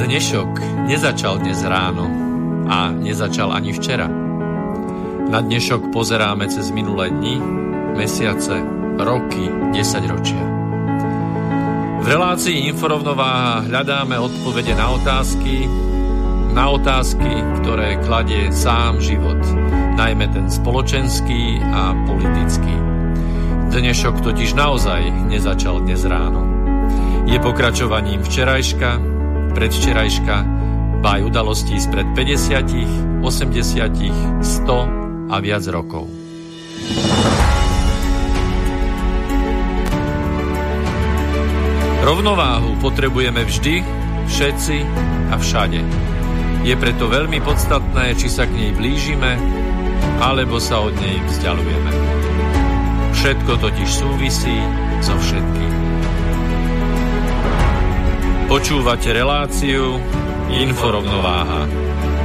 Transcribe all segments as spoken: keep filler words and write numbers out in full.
Dnešok nezačal dnes ráno a nezačal ani včera. Na dnešok pozeráme cez minulé dni, mesiace, roky, desaťročia. V relácii Inforovnováha hľadáme odpovede na otázky, na otázky, ktoré kladie sám život, najmä ten spoločenský a politický. Dnešok totiž naozaj nezačal dnes ráno. Je pokračovaním včerajška, predvčerajška, ba aj udalostí spred päťdesiat, osemdesiat, sto a viac rokov. Rovnováhu potrebujeme vždy, všetci a všade. Je preto veľmi podstatné, či sa k nej blížime, alebo sa od nej vzdialujeme. Všetko totiž súvisí so všetkým. Počúvate reláciu Inforovnováha.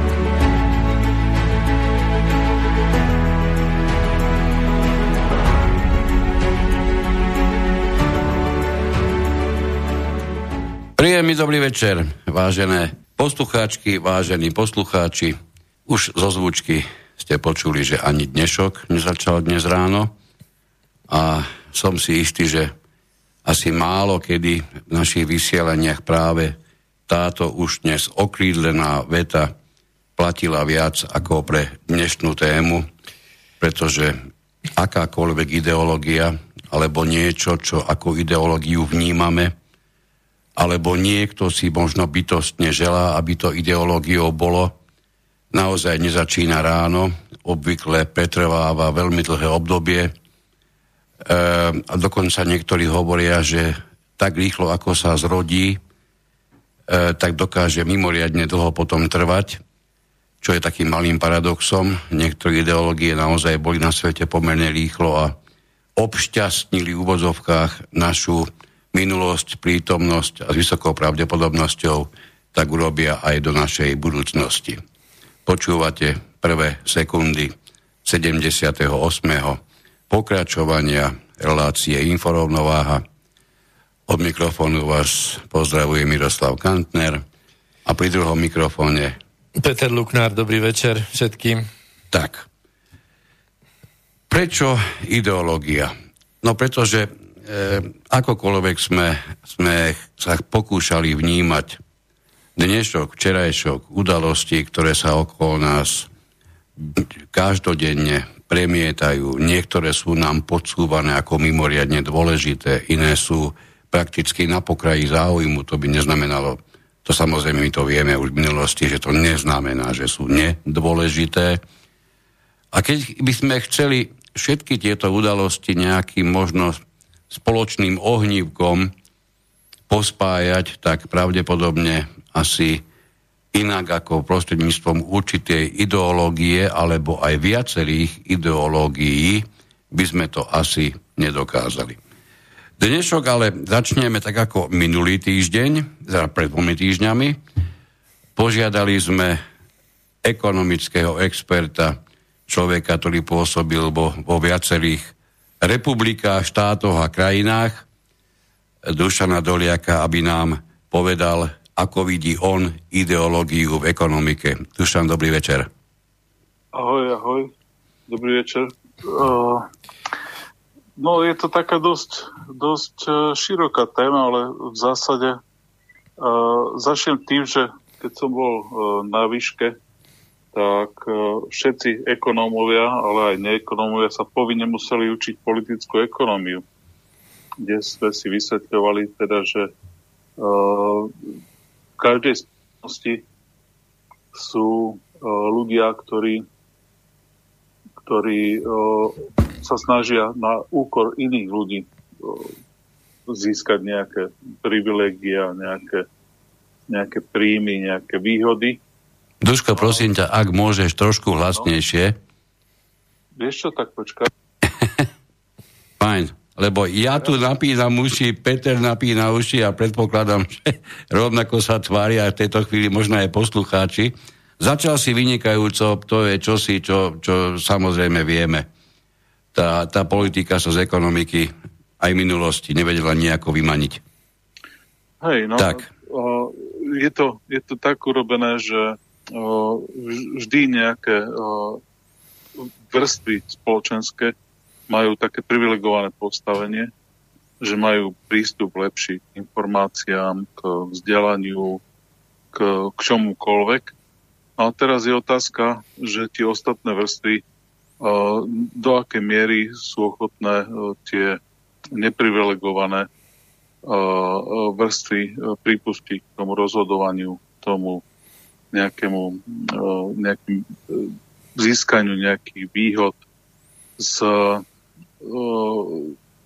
Príjemný dobrý večer, vážené poslucháčky, vážení poslucháči. Už zo zvučky ste počuli, že ani dnešok nezačal dnes ráno a som si istý, že asi málo kedy v našich vysielaniach práve táto už dnes okrídlená veta platila viac ako pre dnešnú tému, pretože akákoľvek ideológia alebo niečo, čo ako ideológiu vnímame, alebo niekto si možno bytostne želá, aby to ideológiou bolo, naozaj nezačína ráno, obvykle pretrváva veľmi dlhé obdobie e, a dokonca niektorí hovoria, že tak rýchlo, ako sa zrodí, e, tak dokáže mimoriadne dlho potom trvať, čo je takým malým paradoxom. Niektoré ideológie naozaj boli na svete pomerne rýchlo a obšťastnili v úvodzovkách našu minulosť, prítomnosť a s vysokou pravdepodobnosťou tak urobia aj do našej budúcnosti. Počúvate prvé sekundy sedemdesiateho ôsmeho pokračovania relácie Inforovnováha. Od mikrofónu vás pozdravuje Miroslav Kantner a pri druhom mikrofóne Peter Luknár. Dobrý večer všetkým. Tak. Prečo ideológia? No pretože E, akokoľvek sme, sme sa pokúšali vnímať dnešok, včerajšok, udalosti, ktoré sa okolo nás každodenne premietajú. Niektoré sú nám podsúvané ako mimoriadne dôležité, iné sú prakticky na pokraji záujmu. To by neznamenalo, to samozrejme my to vieme už v minulosti, že to neznamená, že sú nedôležité. A keď by sme chceli všetky tieto udalosti nejakým možno spoločným ohnívkom pospájať, tak pravdepodobne asi inak ako prostredníctvom určitej ideológie alebo aj viacerých ideológií by sme to asi nedokázali. Dnešok ale začneme tak ako minulý týždeň, teda pred dvomi týždňami. Požiadali sme ekonomického experta, človeka, ktorý pôsobil vo, vo viacerých republikách, štátoch a krajinách, Dušana Doliaka, aby nám povedal, ako vidí on ideológiu v ekonomike. Dušan, dobrý večer. Ahoj, ahoj. Dobrý večer. Uh, no, je to taká dosť, dosť široká téma, ale v zásade uh, začnem tým, že keď som bol uh, na výške, tak všetci ekonómovia, ale aj neekonómovia sa povinne museli učiť politickú ekonómiu, kde sme si vysvetľovali teda, že uh, v každej spoločnosti sú uh, ľudia, ktorí, ktorí uh, sa snažia na úkor iných ľudí uh, získať nejaké privilégia, nejaké, nejaké príjmy, nejaké výhody. Duško, prosím ťa, ak môžeš trošku hlasnejšie. Vieš čo, tak počkaj. Fajn, lebo ja tu napínam uši, Peter napína uši a predpokladám, že rovnako sa tvária v tejto chvíli možno aj poslucháči. Začal si vynikajúco, to je čosi, čo, čo samozrejme vieme. Tá, tá politika sa z ekonomiky aj minulosti nevedela nejako vymaniť. Hej, no, tak. uh, je, to, je to tak urobené, že uh, vždy nejaké uh, vrstvy spoločenské majú také privilegované postavenie, že majú prístup lepší k informáciám, k vzdelaniu, k, k čomukoľvek. A teraz je otázka, že tie ostatné vrstvy uh, do akej miery sú ochotné uh, tie neprivilegované uh, vrstvy uh, pripustiť k tomu rozhodovaniu, tomu nejakému uh, nejakým, uh, získaniu nejakých výhod z uh,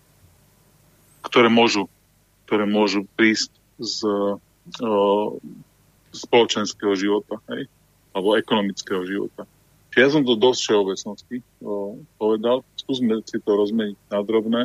ktoré môžu, ktoré môžu prísť z uh, spoločenského života, hej? Alebo ekonomického života. Čiže ja som to dosť všeobecnosti uh, povedal. Skúsme si to rozmeniť na drobné.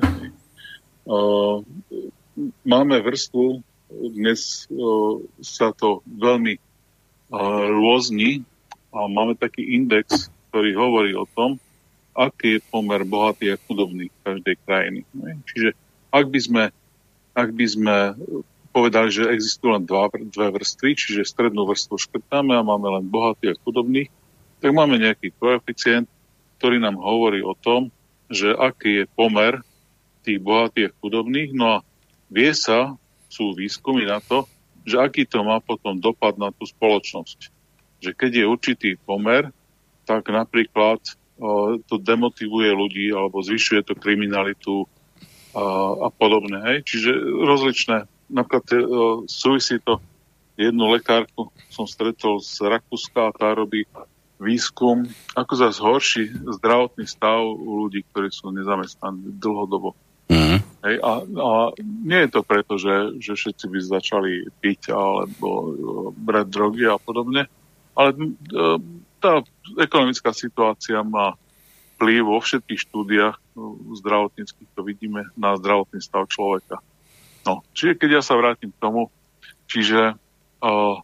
Uh, máme vrstvu, dnes uh, sa to veľmi uh, rôzni a máme taký index, ktorý hovorí o tom, aký je pomer bohatý a chudobný každej krajiny. Hej? Čiže Ak by sme, ak by sme povedali, že existujú len dva, dve vrstvy, čiže strednú vrstvu škrtáme a máme len bohatých a chudobných, tak máme nejaký koeficient, ktorý nám hovorí o tom, že aký je pomer tých bohatých a chudobných. No a vie sa, sú výskumy na to, že aký to má potom dopad na tú spoločnosť. Že keď je určitý pomer, tak napríklad o, to demotivuje ľudí alebo zvyšuje to kriminalitu a podobne. Hej. Čiže rozličné. Napríklad e, súvisí to, jednu lekárku som stretol z Rakúska a tá robí výskum, ako sa zhorší zdravotný stav u ľudí, ktorí sú nezamestnaní dlhodobo. Mm-hmm. Hej. A, a nie je to preto, že, že všetci by začali piť alebo e, brať drogy a podobne, ale e, tá ekonomická situácia má vplyv vo všetkých štúdiách zdravotníckých, to vidíme na zdravotný stav človeka. No, čiže keď ja sa vrátim k tomu, čiže uh,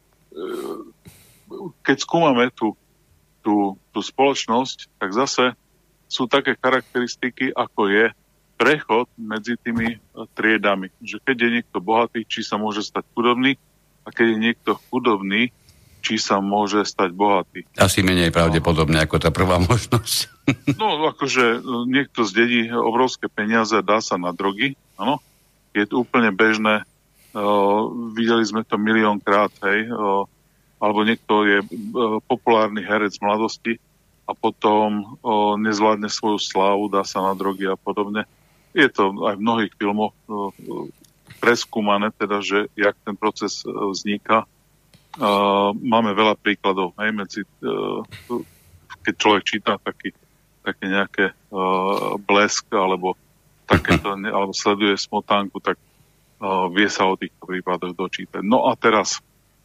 keď skúmame tú, tú, tú spoločnosť, tak zase sú také charakteristiky, ako je prechod medzi tými triedami. Že keď je niekto bohatý, či sa môže stať chudobný, a keď je niekto chudobný, či sa môže stať bohatý. Asi menej pravdepodobne ako tá prvá možnosť. No, akože niekto zdedí obrovské peniaze a dá sa na drogy, áno. Je to úplne bežné. Uh, videli sme to miliónkrát, hej. Uh, alebo niekto je uh, populárny herec v mladosti a potom uh, nezvládne svoju slávu, dá sa na drogy a podobne. Je to aj v mnohých filmoch uh, preskúmané, teda, že jak ten proces uh, vzniká. Uh, máme veľa príkladov, aj medzi, uh, keď človek číta taký, také nejaké uh, blesk alebo takéto, ne, alebo sleduje smotánku, tak uh, vie sa o týchto prípadoch dočítať. No a teraz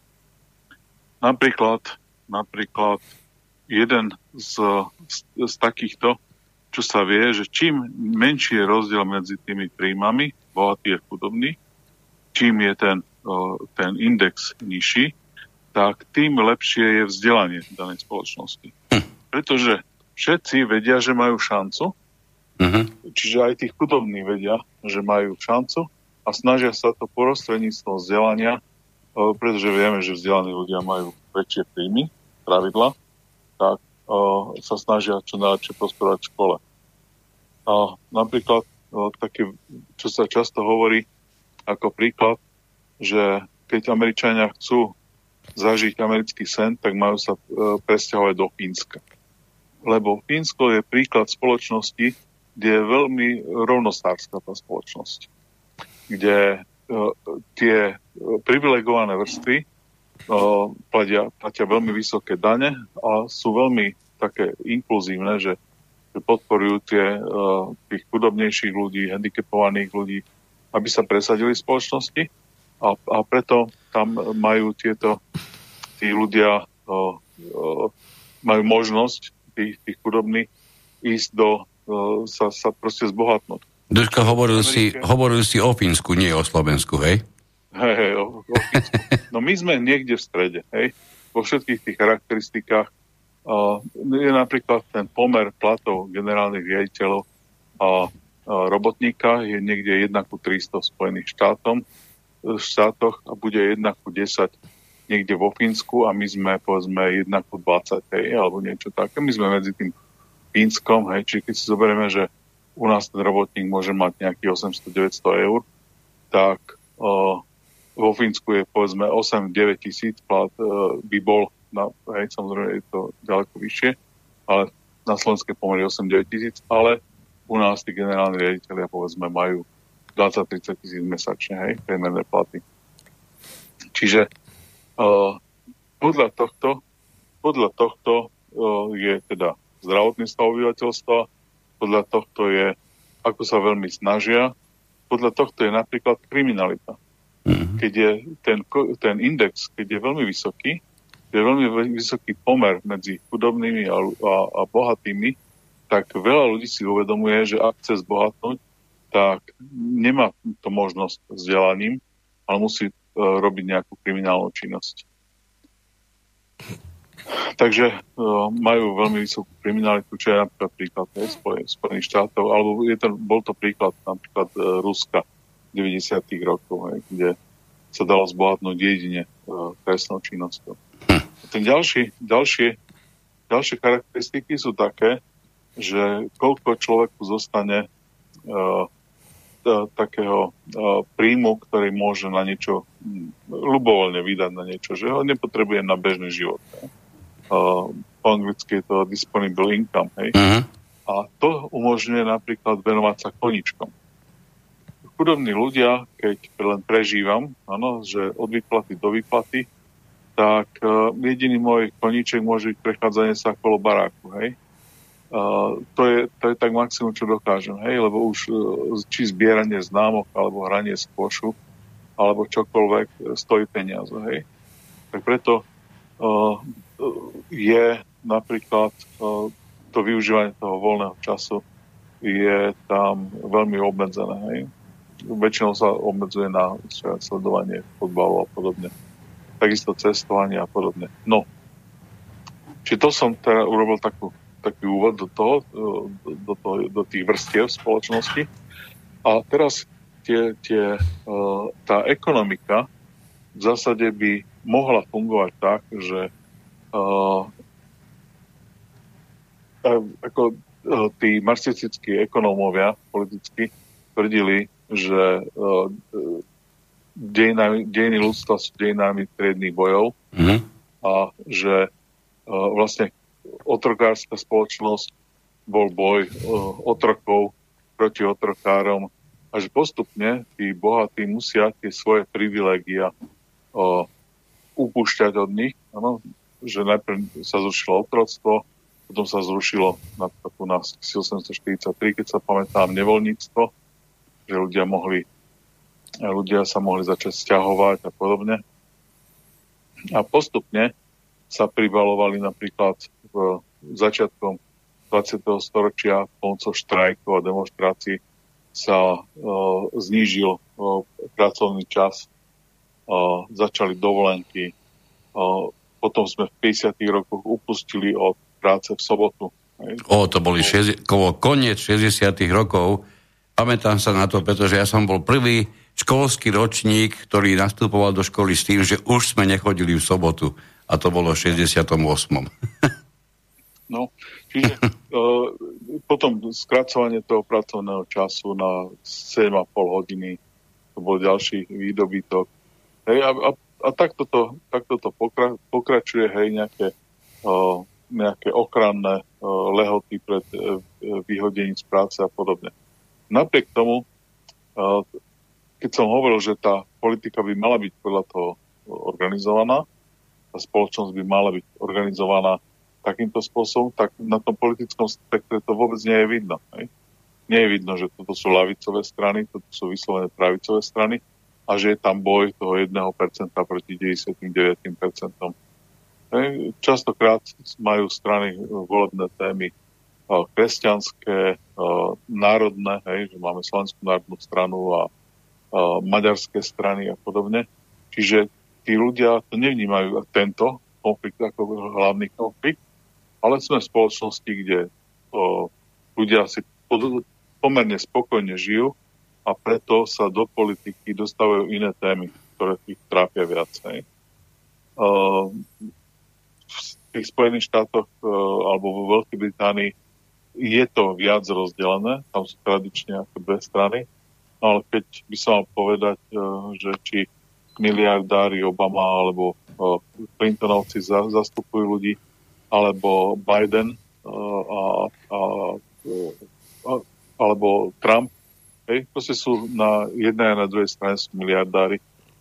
napríklad, napríklad jeden z, z, z takýchto, čo sa vie, že čím menší je rozdiel medzi tými príjmami, bohatý a chudobný, čím je ten, uh, ten index nižší, tak tým lepšie je vzdelanie v danej spoločnosti. Hm. Pretože všetci vedia, že majú šancu, uh-huh. čiže aj tí chudobní vedia, že majú šancu a snažia sa to prostredníctvom vzdelania, pretože vieme, že vzdelaní ľudia majú väčšie príjmy, pravidla, tak uh, sa snažia čo najlepšie prospievať v škole. A napríklad uh, také, čo sa často hovorí ako príklad, že keď Američania chcú zažiť americký sen, tak majú sa e, presťahovať do Fínska. Lebo Fínsko je príklad spoločnosti, kde je veľmi rovnostárska tá spoločnosť. Kde e, tie privilegované vrstvy e, platia, platia veľmi vysoké dane a sú veľmi také inkluzívne, že, že podporujú tie, e, tých chudobnejších ľudí, handicapovaných ľudí, aby sa presadili v spoločnosti. A, a preto tam majú tieto tí ľudia o, o, majú možnosť, tých, tých chudobných, ísť do, o, sa, sa proste zbohatnúť. Duško, hovoril si, hovoril si o Fínsku, nie o Slovensku, hej? Hej, hej, o, o Fínsku. No my sme niekde v strede, hej? Vo všetkých tých charakteristikách o, je napríklad ten pomer platov generálnych riaditeľov a robotníka je niekde jeden ku tristo v Spojených štátom štátoch a bude jeden ku desať niekde vo Fínsku a my sme, povedzme, jeden ku dvadsať, hej, alebo niečo také. My sme medzi tým Fínskom, hej, čiže keď si zoberieme, že u nás ten robotník môže mať nejakých osemsto deväťsto eur, tak uh, vo Fínsku je, povedzme, osem deväť tisíc plat uh, by bol, na, hej, samozrejme je to ďaleko vyššie, ale na slovenské pomery osem deväť tisíc, ale u nás tí generálni riaditelia, povedzme, majú dvadsať tridsať tisíc mesačne, hej, priemerné platy. Čiže uh, podľa tohto, podľa tohto uh, je teda zdravotný stav obyvateľstva, podľa tohto je, ako sa veľmi snažia, podľa tohto je napríklad kriminalita. Mm-hmm. Keď je ten, ten index, keď je veľmi vysoký, je veľmi vysoký pomer medzi chudobnými a, a, a bohatými, tak veľa ľudí si uvedomuje, že ak chce zbohatnúť, tak nemá to možnosť vzdelaním, ale musí uh, robiť nejakú kriminálnu činnosť. Takže uh, majú veľmi vysokú kriminalitu, čo je napríklad príklad Spojených štátov, alebo je to, bol to príklad napríklad uh, Ruska deväťdesiatych rokov, hej, kde sa dalo zbohatnúť jedine uh, trestnou činnosťou. Ten ďalší, ďalšie, ďalšie charakteristiky sú také, že koľko človeku zostane uh, t- takého uh, príjmu, ktorý môže na niečo ľubovoľne vydať na niečo, že ho nepotrebuje na bežný život. Uh, po anglicky je to disponible income. Hej? Uh-huh. A to umožňuje napríklad venovať sa koničkom. Chudobní ľudia, keď len prežívam, áno, že od výplaty do výplaty, tak uh, jediný môj koníček môže byť prechádzanie sa okolo baráku, hej. Uh, to, je, to je tak maximum, čo dokážem, hej, lebo už uh, či zbieranie známok, alebo hranie skvošu, alebo čokoľvek stojí peniaze, hej. Tak preto uh, je napríklad uh, to využívanie toho voľného času je tam veľmi obmedzené, hej. Väčšinou sa obmedzuje na sledovanie futbalu a podobne. Takisto cestovanie a podobne. No, čiže to som teda urobil takú, taký úvod do toho, do, toho, do tých vrstiev spoločnosti. A teraz tie, tie, tá ekonomika v zásade by mohla fungovať tak, že uh, ako uh, tí marxistickí ekonómovia politicky tvrdili, že uh, Dejinami, dejiny ľudstva sú dejinami triednych bojov mm. a že uh, vlastne otrokárska spoločnosť bol boj uh, otrokov proti otrokárom a že postupne tí bohatí musia tie svoje privilégia uh, upúšťať od nich. Ano? Že najprv sa zrušilo otroctvo, potom sa zrušilo napríklad u nás osemnásťstoštyridsaťtri, keď sa pamätám, nevoľníctvo, že ľudia mohli ľudia sa mohli začať sťahovať a podobne. A postupne sa pribalovali napríklad v začiatkom dvadsiateho storočia pomocou štrajkov a demonštrácií sa uh, znížil uh, pracovný čas, uh, začali dovolenky, uh, potom sme v päťdesiatych rokoch upustili od práce v sobotu. Hej. O, to boli šesť, koniec šesťdesiatych rokov. Pamätám sa na to, pretože ja som bol prvý školský ročník, ktorý nastupoval do školy s tým, že už sme nechodili v sobotu. A to bolo v šesťdesiatom ôsmom No, čiže uh, potom skracovanie toho pracovného času na sedem a pol hodiny, to bol ďalší výdobytok. Hej, a, a, a takto to, takto to pokra, pokračuje, hej, nejaké, uh, nejaké ochranné uh, lehoty pred uh, vyhodením z práce a podobne. Napriek tomu, uh, keď som hovoril, že tá politika by mala byť podľa toho organizovaná, tá spoločnosť by mala byť organizovaná takýmto spôsobom, tak na tom politickom spektre to vôbec nie je vidno. Hej? Nie je vidno, že toto sú ľavicové strany, toto sú vyslovené pravicové strany a že je tam boj toho jedného percenta proti deväťdesiatdeväť percent. Hej? Častokrát majú strany volebné témy kresťanské, národné, hej? Že máme Slovenskú národnú stranu a maďarské strany a podobne. Čiže tí ľudia to nevnímajú tento konflikt ako hlavný konflikt, ale sme v spoločnosti, kde o, ľudia si pod, pomerne spokojne žijú a preto sa do politiky dostávajú iné témy, ktoré ich trápia viacej. Uh, v tých Spojených štátoch uh, alebo vo Veľkej Británii je to viac rozdelené, tam sú tradične ako dve strany, ale keď by som mal povedať, uh, že či miliardári Obama alebo uh, Clintonovci za, zastupujú ľudí, alebo Biden uh, a, a, a, alebo Trump, hej, proste sú na jednej a na druhej strane sú miliardári.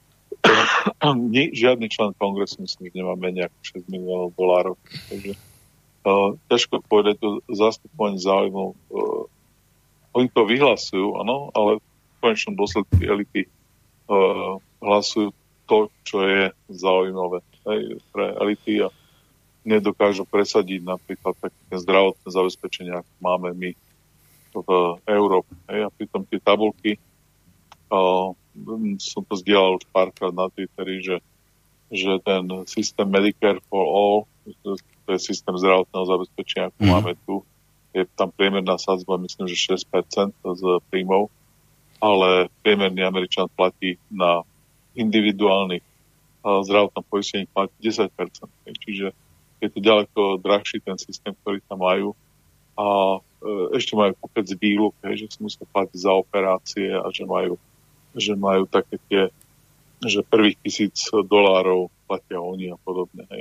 Žiadny člen kongresu myslím, nemá menej ako šesť miliónov dolárov. Takže uh, ťažko povedať to zastupovanie záujmov. Uh, oni to vyhlasujú, áno, ale v konečnom dôsledku elity uh, hlasujú to, čo je zaujímavé, hej, pre elity a nedokážu presadiť napríklad také zdravotné zabezpečenie, ako máme my v Európe. Hej. A pritom tie tabulky, uh, som to zdieľal už párkrát na Twitteri, že, že ten systém Medicare for All, to je systém zdravotného zabezpečenia, ako mm. máme tu, je tam priemerná sadzba, myslím, že šesť percent z príjmov, ale priemerný Američan platí na individuálnych uh, zdravotnom poistení platí desať percent. Hej. Čiže je to ďaleko drahší ten systém, ktorý tam majú. A e, ešte majú kopec výluk, že si musia platiť za operácie a že majú, že majú také tie, že prvých tisíc dolárov platia oni a podobne. Hej.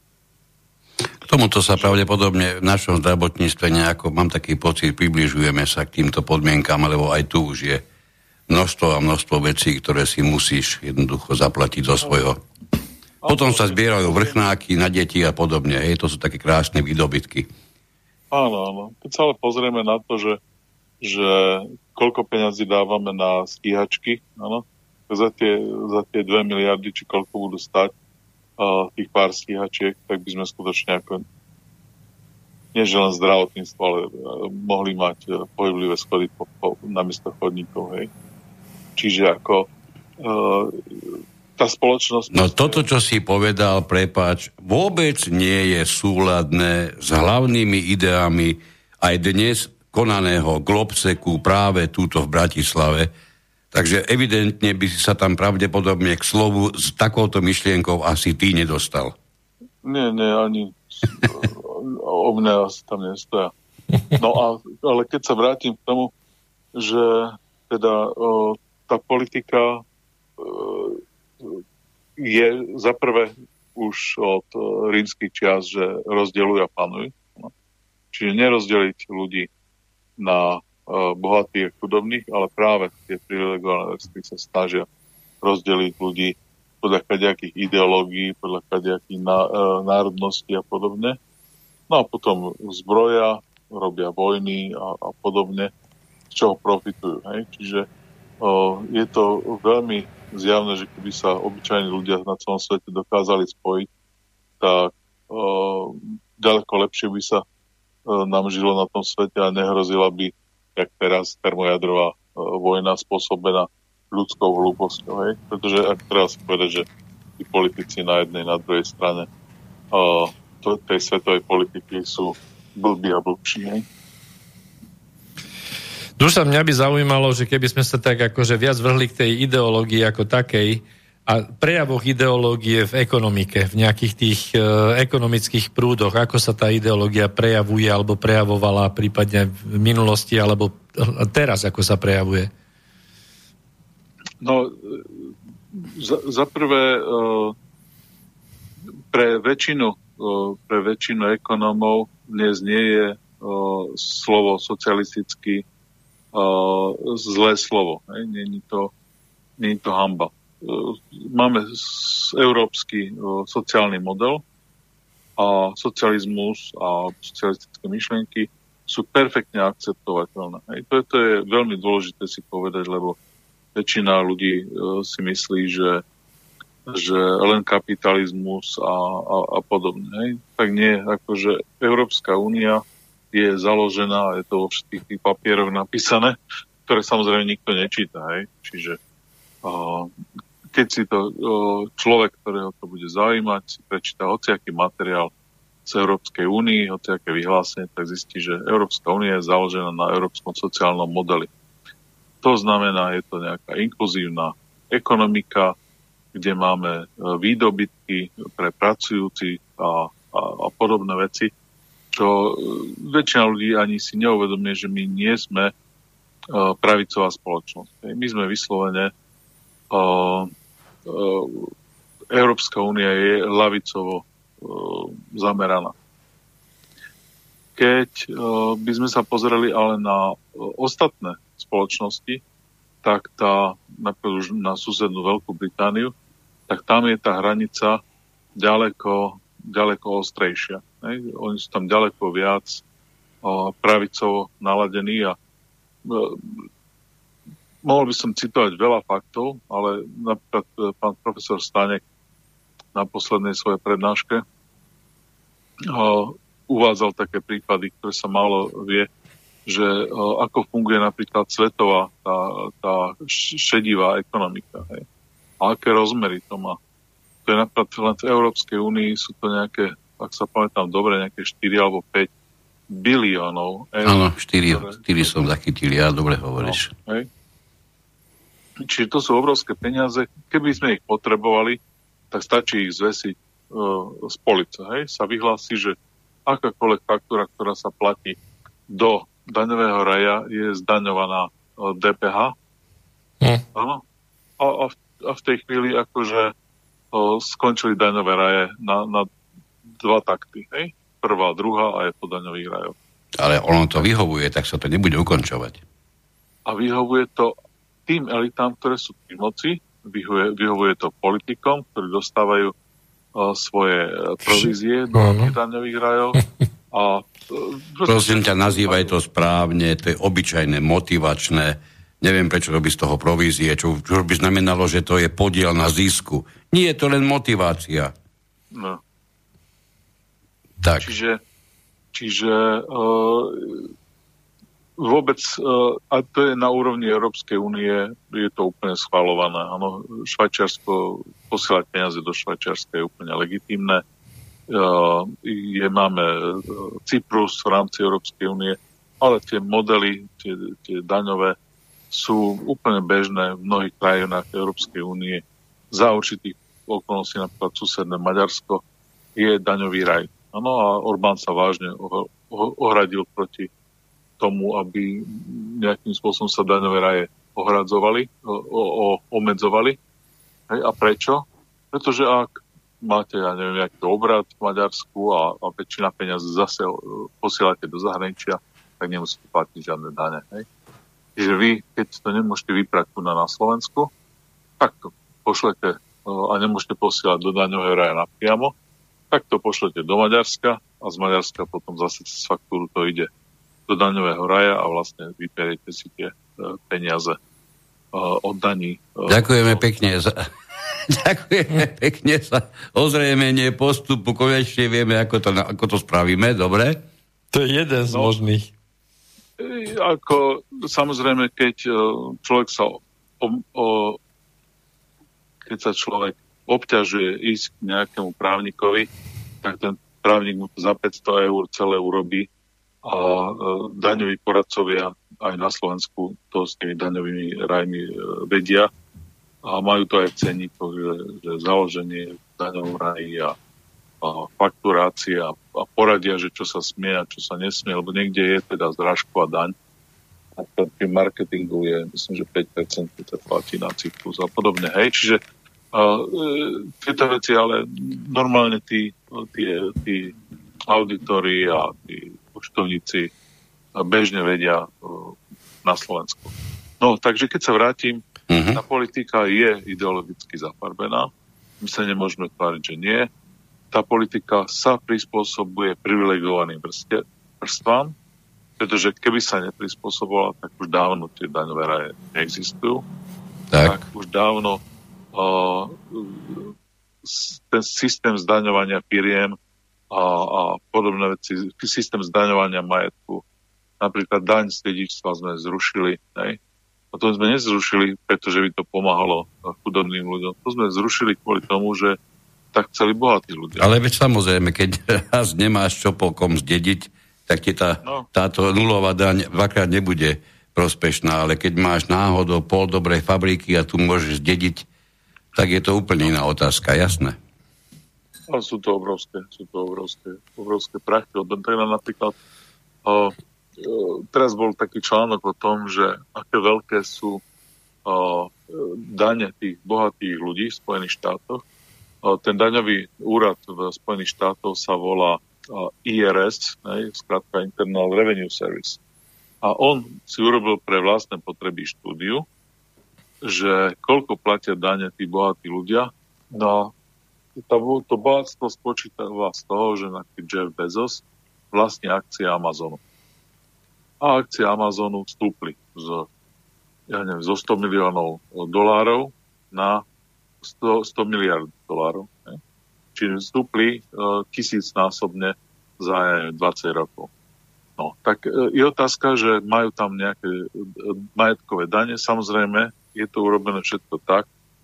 K tomuto sa pravdepodobne v našom zdravotníctve nejako, mám taký pocit, približujeme sa k týmto podmienkam, lebo aj tu už je množstvo a množstvo vecí, ktoré si musíš jednoducho zaplatiť zo svojho. Potom sa zbierajú vrchnáky na deti a podobne. Hej, to sú také krásne výdobytky. Áno, áno. Keď sa ale pozrieme na to, že, že koľko peňazí dávame na stíhačky, áno, za tie, za tie dve miliardy, či koľko budú stať uh, tých pár stíhačiek, tak by sme skutočne ako nie že len zdravotníctvo, ale uh, mohli mať uh, pohyblivé schody po, po, namiesto chodníkov, hej. Čiže ako uh, tá spoločnosť... No toto, čo si povedal, prepáč, vôbec nie je súladné s hlavnými ideami aj dnes konaného Globseku práve túto v Bratislave. Takže evidentne by si sa tam pravdepodobne k slovu s takouto myšlienkou asi ty nedostal. Nie, nie, ani o mňa asi tam nestoja. No a, ale keď sa vrátim k tomu, že teda o, tá politika o, je za prvé už od rímskych čias, že rozdeľujú a panujú. No. Čiže nerozdeliť ľudí na uh, bohatých a chudobných, ale práve tie privilegované vrstvy sa snažia rozdeliť ľudí podľa kadejakých ideológií, podľa kadejakých ná, uh, národností a podobne. No a potom zbroja, robia vojny a, a podobne, z čoho profitujú. Hej? Čiže uh, je to veľmi zjavné, že keby sa obyčajní ľudia na celom svete dokázali spojiť, tak uh, ďaleko lepšie by sa uh, nám žilo na tom svete a nehrozila by, jak teraz, termojadrová uh, vojna spôsobená ľudskou hlúposťou. Hej? Pretože ak treba si povedať, že tí politici na jednej, na druhej strane uh, to, tej svetovej politiky sú blbí a blbší. Hej? Duša, mňa by zaujímalo, že keby sme sa tak akože viac vrhli k tej ideológii ako takej a prejavoch ideológie v ekonomike, v nejakých tých e, ekonomických prúdoch, ako sa tá ideológia prejavuje alebo prejavovala prípadne v minulosti alebo teraz, ako sa prejavuje? No, za, za prvé e, pre väčšinu, e, pre väčšinu ekonómov dnes nie je e, slovo socialistický Uh, zlé slovo. Hej? Nie je to, nie je to hanba. Uh, máme s, európsky uh, sociálny model a socializmus a socialistické myšlienky sú perfektne akceptovateľné. Hej? To, je, to je veľmi dôležité si povedať, lebo väčšina ľudí uh, si myslí, že, že len kapitalizmus a, a, a podobne. Hej? Tak nie, akože Európska únia je založená, je to vo všetkých tých papieroch napísané, ktoré samozrejme nikto nečíta. Hej. Čiže uh, keď si to uh, človek, ktorého to bude zaujímať, si prečíta hociaký materiál z Európskej únie, hociaké vyhlásenie, tak zistí, že Európska únia je založená na európskom sociálnom modeli. To znamená, je to nejaká inkluzívna ekonomika, kde máme výdobytky pre pracujúcich a, a, a podobné veci, čo väčšina ľudí ani si neuvedomuje, že my nie sme uh, pravicová spoločnosť. My sme vyslovene uh, uh, Európska únia je ľavicovo uh, zameraná. Keď uh, by sme sa pozreli ale na uh, ostatné spoločnosti, tak tá, napríklad už na susednú Veľkú Britániu, tak tam je tá hranica ďaleko, ďaleko ostrejšia. Ne? Oni sú tam ďaleko viac uh, pravicovo naladení a uh, mohol by som citovať veľa faktov, ale napríklad uh, pán profesor Stanek na poslednej svojej prednáške uh, uvádzal také prípady, ktoré sa málo vie, že uh, ako funguje napríklad svetová tá, tá šedivá ekonomika. Hej? A aké rozmery to má. To je napríklad len v Európskej únii sú to nejaké, ak sa pamätám dobre, nejaké štyri alebo päť biliónov eur. Áno, štyri, štyri som zachytil, ja dobre hovoríš. No, hej? Čiže to sú obrovské peniaze. Keby sme ich potrebovali, tak stačí ich zvesiť uh, z police. Hej? Sa vyhlási, že akákoľvek faktúra, ktorá sa platí do daňového raja, je zdaňovaná uh, dé pé há. Hm. Áno. A, a, v, a v tej chvíli akože uh, skončili daňové raje na, na dva takty. Hej? Prvá, druhá a je to daňových rajov. Ale ono to vyhovuje, tak sa to nebude ukončovať. A vyhovuje to tým elitám, ktoré sú pri moci, vyhovuje, vyhovuje to politikom, ktorí dostávajú uh, svoje provízie do tých daňových rajov. A, uh, Prosím ťa, nazývaj to správne, to je obyčajné, motivačné. Neviem, prečo robí z toho provízie, čo, čo by znamenalo, že to je podiel na zisku. Nie je to len motivácia. No. Tak. Čiže, čiže uh, vôbec, uh, a to je na úrovni Európskej únie, je to úplne schvaľované. Áno, Švajčiarsko, posielať peniaze do Švajčiarska je úplne legitímne. Uh, je, máme uh, Cyprus v rámci Európskej únie, ale tie modely, tie, tie daňové sú úplne bežné v mnohých krajinách Európskej únie. Za určitých okolností, napríklad susedné Maďarsko, je daňový raj. Áno, a Orbán sa vážne ohradil proti tomu, aby nejakým spôsobom sa daňové raje ohradzovali, o, o, omedzovali. Hej, a prečo? Pretože ak máte, ja neviem, nejaký obrad v Maďarsku a, a väčšina peniaz zase posielate do zahraničia, tak nemusíte platiť žiadne dane. Hej. Čiže vy, keď to nemôžete vyprať tu na, na Slovensku, tak to pošlete a nemôžete posielať do daňového raja napriamo, tak to pošlete do Maďarska a z Maďarska potom zase cez faktúru to ide do daňového raja a vlastne vyperiete si tie uh, peniaze uh, od daní. Uh, Ďakujeme uh, pekne za... Ďakujeme pekne za ozrejmenie postupu. Konečne vieme, ako to, ako to spravíme. Dobre? To je jeden z no, možných. Ako, samozrejme, keď uh, človek sa o, o, keď sa človek obťažuje ísť k nejakému právnikovi, tak ten právnik mu za päťsto eur celé urobí a e, daňoví poradcovia aj na Slovensku to s tými daňovými rajmi e, vedia a majú to aj v cenníkoch, že, že založenie daňov rají a, a fakturácia a poradia, že čo sa smie a čo sa nesmie, lebo niekde je teda zrážková daň a pri marketingu je, myslím, že päť percent to platí na cyklus a podobne. Hej, čiže a e, tieto veci, ale normálne tí, tí, tí auditori a tí účtovníci bežne vedia e, na Slovensku. No, takže keď sa vrátim, uh-huh. tá politika je ideologicky zafarbená. My sa nemôžeme tváriť, že nie. Tá politika sa prispôsobuje privilegovaným vrste, vrstvám, pretože keby sa neprispôsobovala, tak už dávno tie daňové raje neexistujú. Tak, tak už dávno Uh, ten systém zdaňovania firiem a, a podobné veci, systém zdaňovania majetku, napríklad daň z dedičstva sme zrušili, hej? A to sme nezrušili, pretože by to pomáhalo chudobným ľuďom. To sme zrušili kvôli tomu, že tak chceli bohatí ľudia. Ale veď samozrejme, keď raz nemáš čo po kom zdediť, tak ti tá, no. táto nulová daň dvakrát nebude prospešná, ale keď máš náhodou pol dobrej fabriky a tu môžeš dediť, tak je to úplne iná otázka, jasné. Ale sú to obrovské, sú to obrovské, obrovské prachy. Napríklad uh, teraz bol taký článok o tom, že aké veľké sú uh, dane tých bohatých ľudí v Spojených štátoch. Uh, ten daňový úrad v Spojených štátoch sa volá uh, I R S, ne, skrátka Internal Revenue Service. A on si urobil pre vlastné potreby štúdiu, že koľko platia dane tí bohatí ľudia. No to, to bohatstvo spočítava z toho, že napríklad Jeff Bezos vlastní akcie Amazonu. A akcie Amazonu vstúpli z, ja neviem, zo sto miliónov dolárov na sto, sto miliard dolárov. Ne? Čiže vstúpli uh, tisícnásobne za dvadsať rokov. No, tak je otázka, že majú tam nejaké majetkové dane. Samozrejme, je to urobené všetko tak,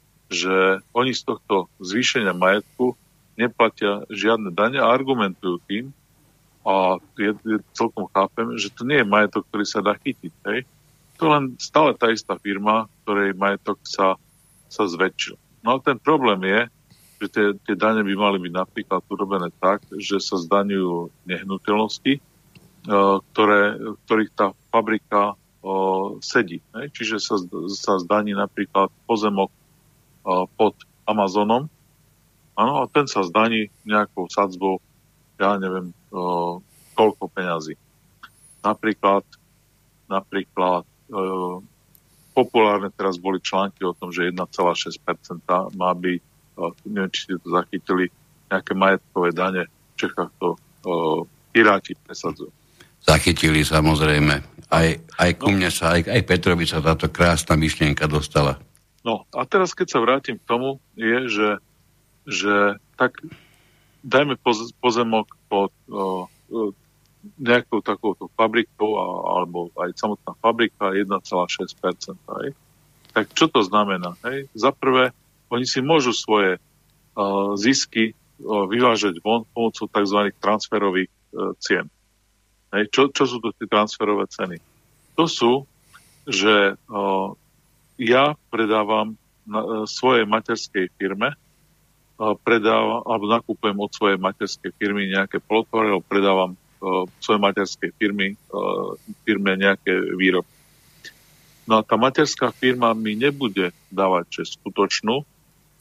že oni z tohto zvýšenia majetku neplatia žiadne dane a argumentujú tým, a je, je, celkom chápem, že to nie je majetok, ktorý sa dá chytiť. Hej? To len stále tá istá firma, ktorej majetok sa, sa zväčšil. No ale ten problém je, že tie, tie dane by mali byť napríklad urobené tak, že sa zdaňujú nehnuteľnosti, Ktoré, ktorých tá fabrika o, sedí. Ne? Čiže sa, sa zdaní napríklad pozemok o, pod Amazonom. Áno, a ten sa zdaní nejakou sadzbou, ja neviem, o, koľko peňazí. Napríklad, napríklad o, populárne teraz boli články o tom, že jeden celá šesť percenta má byť, o, neviem, či ste to zachytili, nejaké majetkové dane. V Čechách to o, Piráti presadzujú. Zachytili, samozrejme. Aj, aj ku mne sa, aj, aj Petrovi sa táto krásna myšlienka dostala. No a teraz, keď sa vrátim k tomu, je, že, že tak dajme poz, pozemok pod o, o, nejakou takouto fabrikou, a, alebo aj samotná fabrika jeden celá šesť percenta. Hej. Tak čo to znamená? Hej? Za prvé, oni si môžu svoje o, zisky o, vyvážať von pomocou tzv. Transferových o, cien. Hej, čo, čo sú to tie transferové ceny? To sú, že o, ja predávam na e, svojej materskej firme, o, predávam, alebo nakupujem od svojej materskej firmy nejaké polotovary, alebo predávam o, svojej materskej firmy, o, firme nejaké výrobky. No a tá materská firma mi nebude dávať že skutočnú o,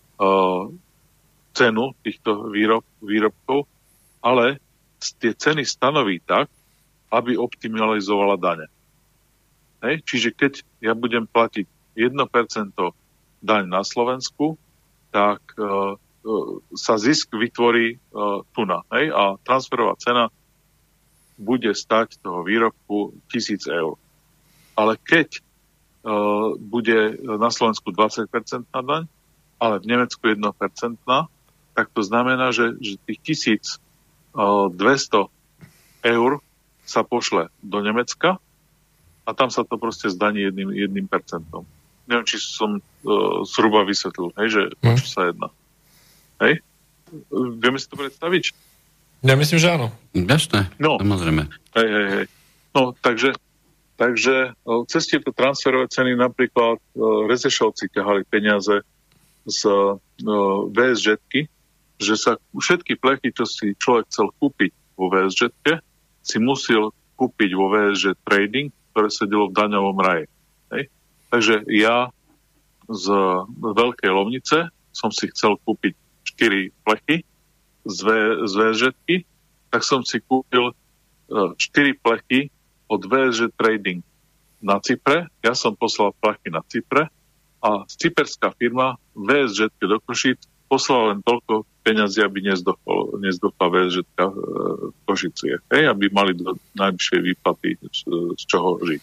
cenu týchto výrob, výrobkov, ale tie ceny stanoví tak, aby optimalizovala dane. Hej? Čiže keď ja budem platiť jedno percento daň na Slovensku, tak uh, uh, sa zisk vytvorí uh, tu na. Hej? A transferová cena bude stať toho výrobku tisíc eur. Ale keď uh, bude na Slovensku dvadsať percent na daň, ale v Nemecku jedno percento, tak to znamená, že, že tých tisícdvesto eur sa pošle do Nemecka a tam sa to proste zdaní jedným, jedným percentom. Neviem, či som uh, zhruba vysvetlil, hej, že o čo sa jedná. Hej? Vieme si to predstaviť? Ja myslím, že áno. Jasné, no. Samozrejme. Hej, hej, hej. No, takže, takže uh, cez tieto transferové ceny napríklad uh, Rezešovci ťahali peniaze z uh, VSŽetky, že sa všetky plechy, čo si človek chcel kúpiť vo VSŽetke, si musel kúpiť vo vé es žé Trading, ktoré sedelo v daňovom raji. Hej. Takže ja z Veľkej Lovnice som si chcel kúpiť štyri plechy z, v, z VSŽetky, tak som si kúpil štyri plechy od vé es žé Trading na Cypre. Ja som poslal plechy na Cypre a cyperská firma VSŽetke do Košíc poslala len toľko peňazí, aby nezdochla, nezdochla VSŽetka v Košicie, hej, aby mali do najbližšej výplaty z, z čoho žiť.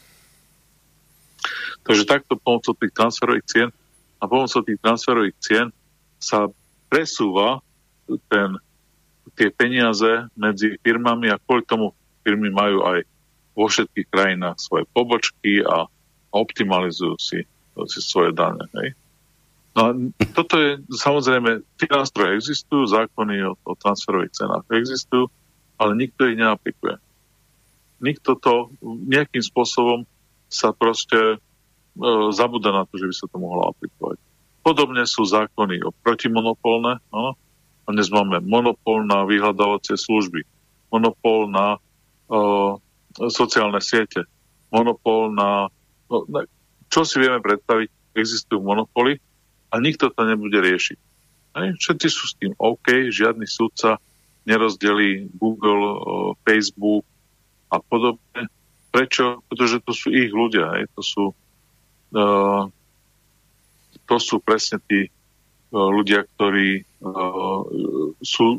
Takže takto pomocou tých transferových cien a pomocou tých transferových cien sa presúva ten, tie peniaze medzi firmami a kvôli tomu firmy majú aj vo všetkých krajinách svoje pobočky a optimalizujú si, si svoje dane, hej. No a toto je, samozrejme, tie nástroje existujú, zákony o, o transferových cenách existujú, ale nikto ich neaplikuje. Nikto to nejakým spôsobom sa proste e, zabúda na to, že by sa to mohlo aplikovať. Podobne sú zákony o protimonopolné. No? A dnes máme monopol na vyhľadávacie služby, monopol na e, sociálne siete, monopol na, no, na... Čo si vieme predstaviť? Existujú monopoly a nikto to nebude riešiť. Hej? Všetci sú s tým OK, žiadny súdca nerozdelí Google, e, Facebook a podobne. Prečo? Pretože to sú ich ľudia. Hej? To sú uh, to sú presne tí uh, ľudia, ktorí uh, sú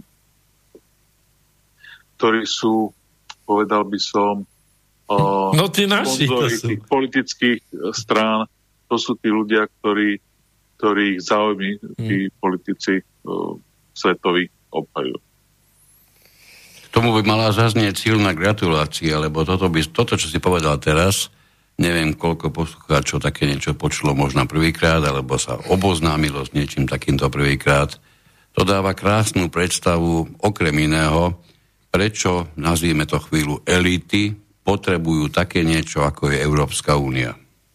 ktorí sú, povedal by som, uh, no tí naši to sú. Tých politických strán. To sú tí ľudia, ktorí, ktorých záujmy tí hmm. politici uh, svetoví obhajujú. Tomu by mala zaznieť silná gratulácia, lebo toto, by, toto, čo si povedal teraz, neviem, koľko poslucháčov také niečo počulo možno prvýkrát, alebo sa oboznámilo s niečím takýmto prvýkrát. To dáva krásnu predstavu, okrem iného, prečo, nazvime to chvíľu, elity potrebujú také niečo, ako je Európska únia.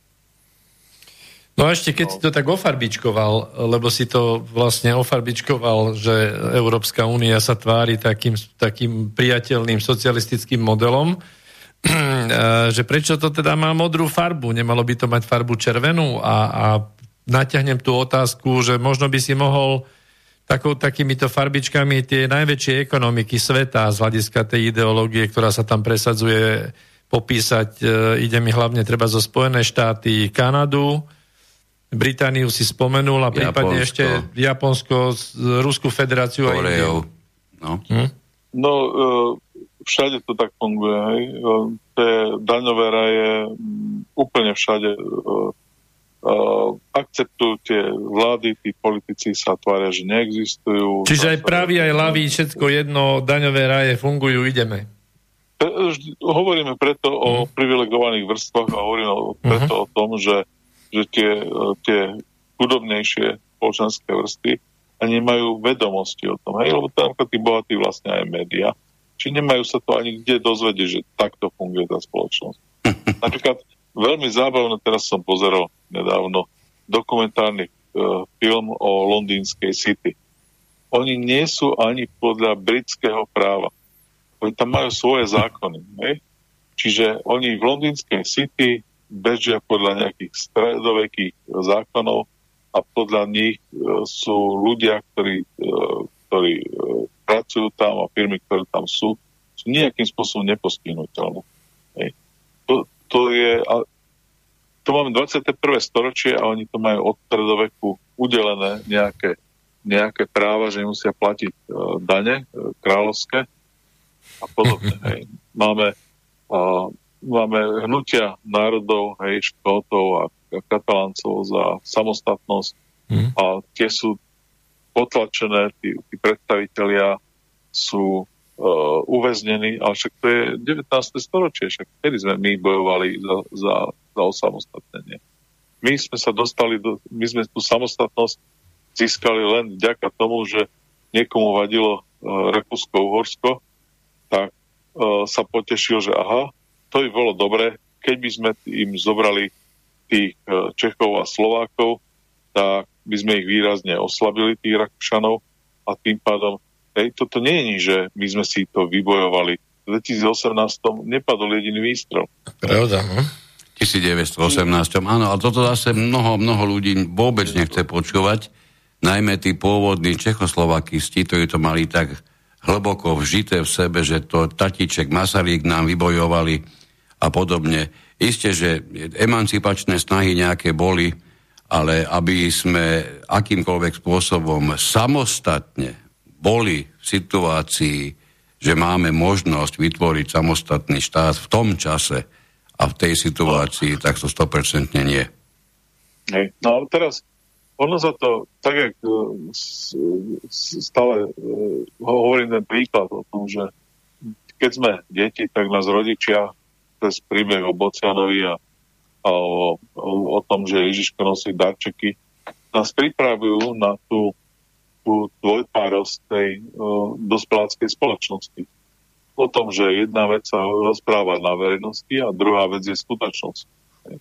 No a ešte keď si to tak ofarbičkoval, lebo si to vlastne ofarbičkoval, že Európska únia sa tvári takým, takým priateľným socialistickým modelom, že prečo to teda má modrú farbu? Nemalo by to mať farbu červenú? A, a natiahnem tú otázku, že možno by si mohol takou, takýmito farbičkami tie najväčšie ekonomiky sveta z hľadiska tej ideológie, ktorá sa tam presadzuje, popísať. Ide mi hlavne treba zo Spojené štáty, Kanadu, Britániu si spomenul a prípadne Japonsko. Ešte Japonsko, Ruskú federáciu a Indiu. No, hm? no e, všade to tak funguje. Hej. E, tie daňové raje m, úplne všade e, e, akceptujú tie vlády, tí politici sa tvária, že neexistujú. Čiže aj pravý, aj ľavý, všetko jedno, daňové raje fungujú, ideme. E, hovoríme preto hm. o privilegovaných vrstvách a hovoríme preto uh-huh. o tom, že že tie, tie chudobnejšie spoločenské vrstvy ani nemajú vedomosti o tom. Hej, lebo tam tí bohatí vlastne aj médiá. Či nemajú sa to ani kde dozvedieť, že takto funguje tá spoločnosť. Napríklad veľmi zábavné, teraz som pozeral nedávno dokumentárny uh, film o londýnskej City. Oni nie sú ani podľa britského práva. Oni tam majú svoje zákony. Hej? Čiže oni v londýnskej City bežia podľa nejakých stredovekých zákonov a podľa nich e, sú ľudia, ktorí, e, ktorí e, pracujú tam a firmy, ktoré tam sú, sú nejakým spôsobom nepostihnuteľné. To, to je... A, to máme dvadsiate prvé storočie a oni to majú od stredoveku udelené nejaké, nejaké práva, že musia platiť e, dane e, kráľovské a podobne. Hej. Máme... E, Máme hnutia národov, hej, Škótov a Kataláncov za samostatnosť mm. a tie sú potlačené, tí, tí predstavitelia sú uh, uväznení, ale však to je devätnáste storočie, však kedy sme my bojovali za, za, za osamostatnenie. My sme sa dostali, do, my sme tú samostatnosť získali len vďaka tomu, že niekomu vadilo uh, Rakúsko-Uhorsko, tak uh, sa potešil, že aha, to by bolo dobre, keď by sme im zobrali tých Čechov a Slovákov, tak by sme ich výrazne oslabili, tých Rakúšanov, a tým pádom, hej, toto nie je nič, že my sme si to vybojovali. V dvetisícosemnásť nepadol jediný výstrel. Pravda, no? devätnásťstoosemnásť áno, ale toto zase mnoho, mnoho ľudí vôbec nechce počúvať, najmä tí pôvodní Čechoslovakisti, ktorí to mali tak hlboko vžité v sebe, že to Tatíček, Masaryk nám vybojovali a podobne. Isté, že emancipačné snahy nejaké boli, ale aby sme akýmkoľvek spôsobom samostatne boli v situácii, že máme možnosť vytvoriť samostatný štát v tom čase a v tej situácii, tak to sto percent nie. Hej. No ale teraz ono za to, tak jak stále hovorím ten príklad o tom, že keď sme deti, tak nás rodičia cez príbeh o Bocianovi a, a o, o, o tom, že Ježiško nosí darčeky, nás pripravujú na tú, tú dvojpárosť tej o, dospeláckej spoločnosti. O tom, že jedna vec sa rozpráva na verejnosti a druhá vec je skutočnosť.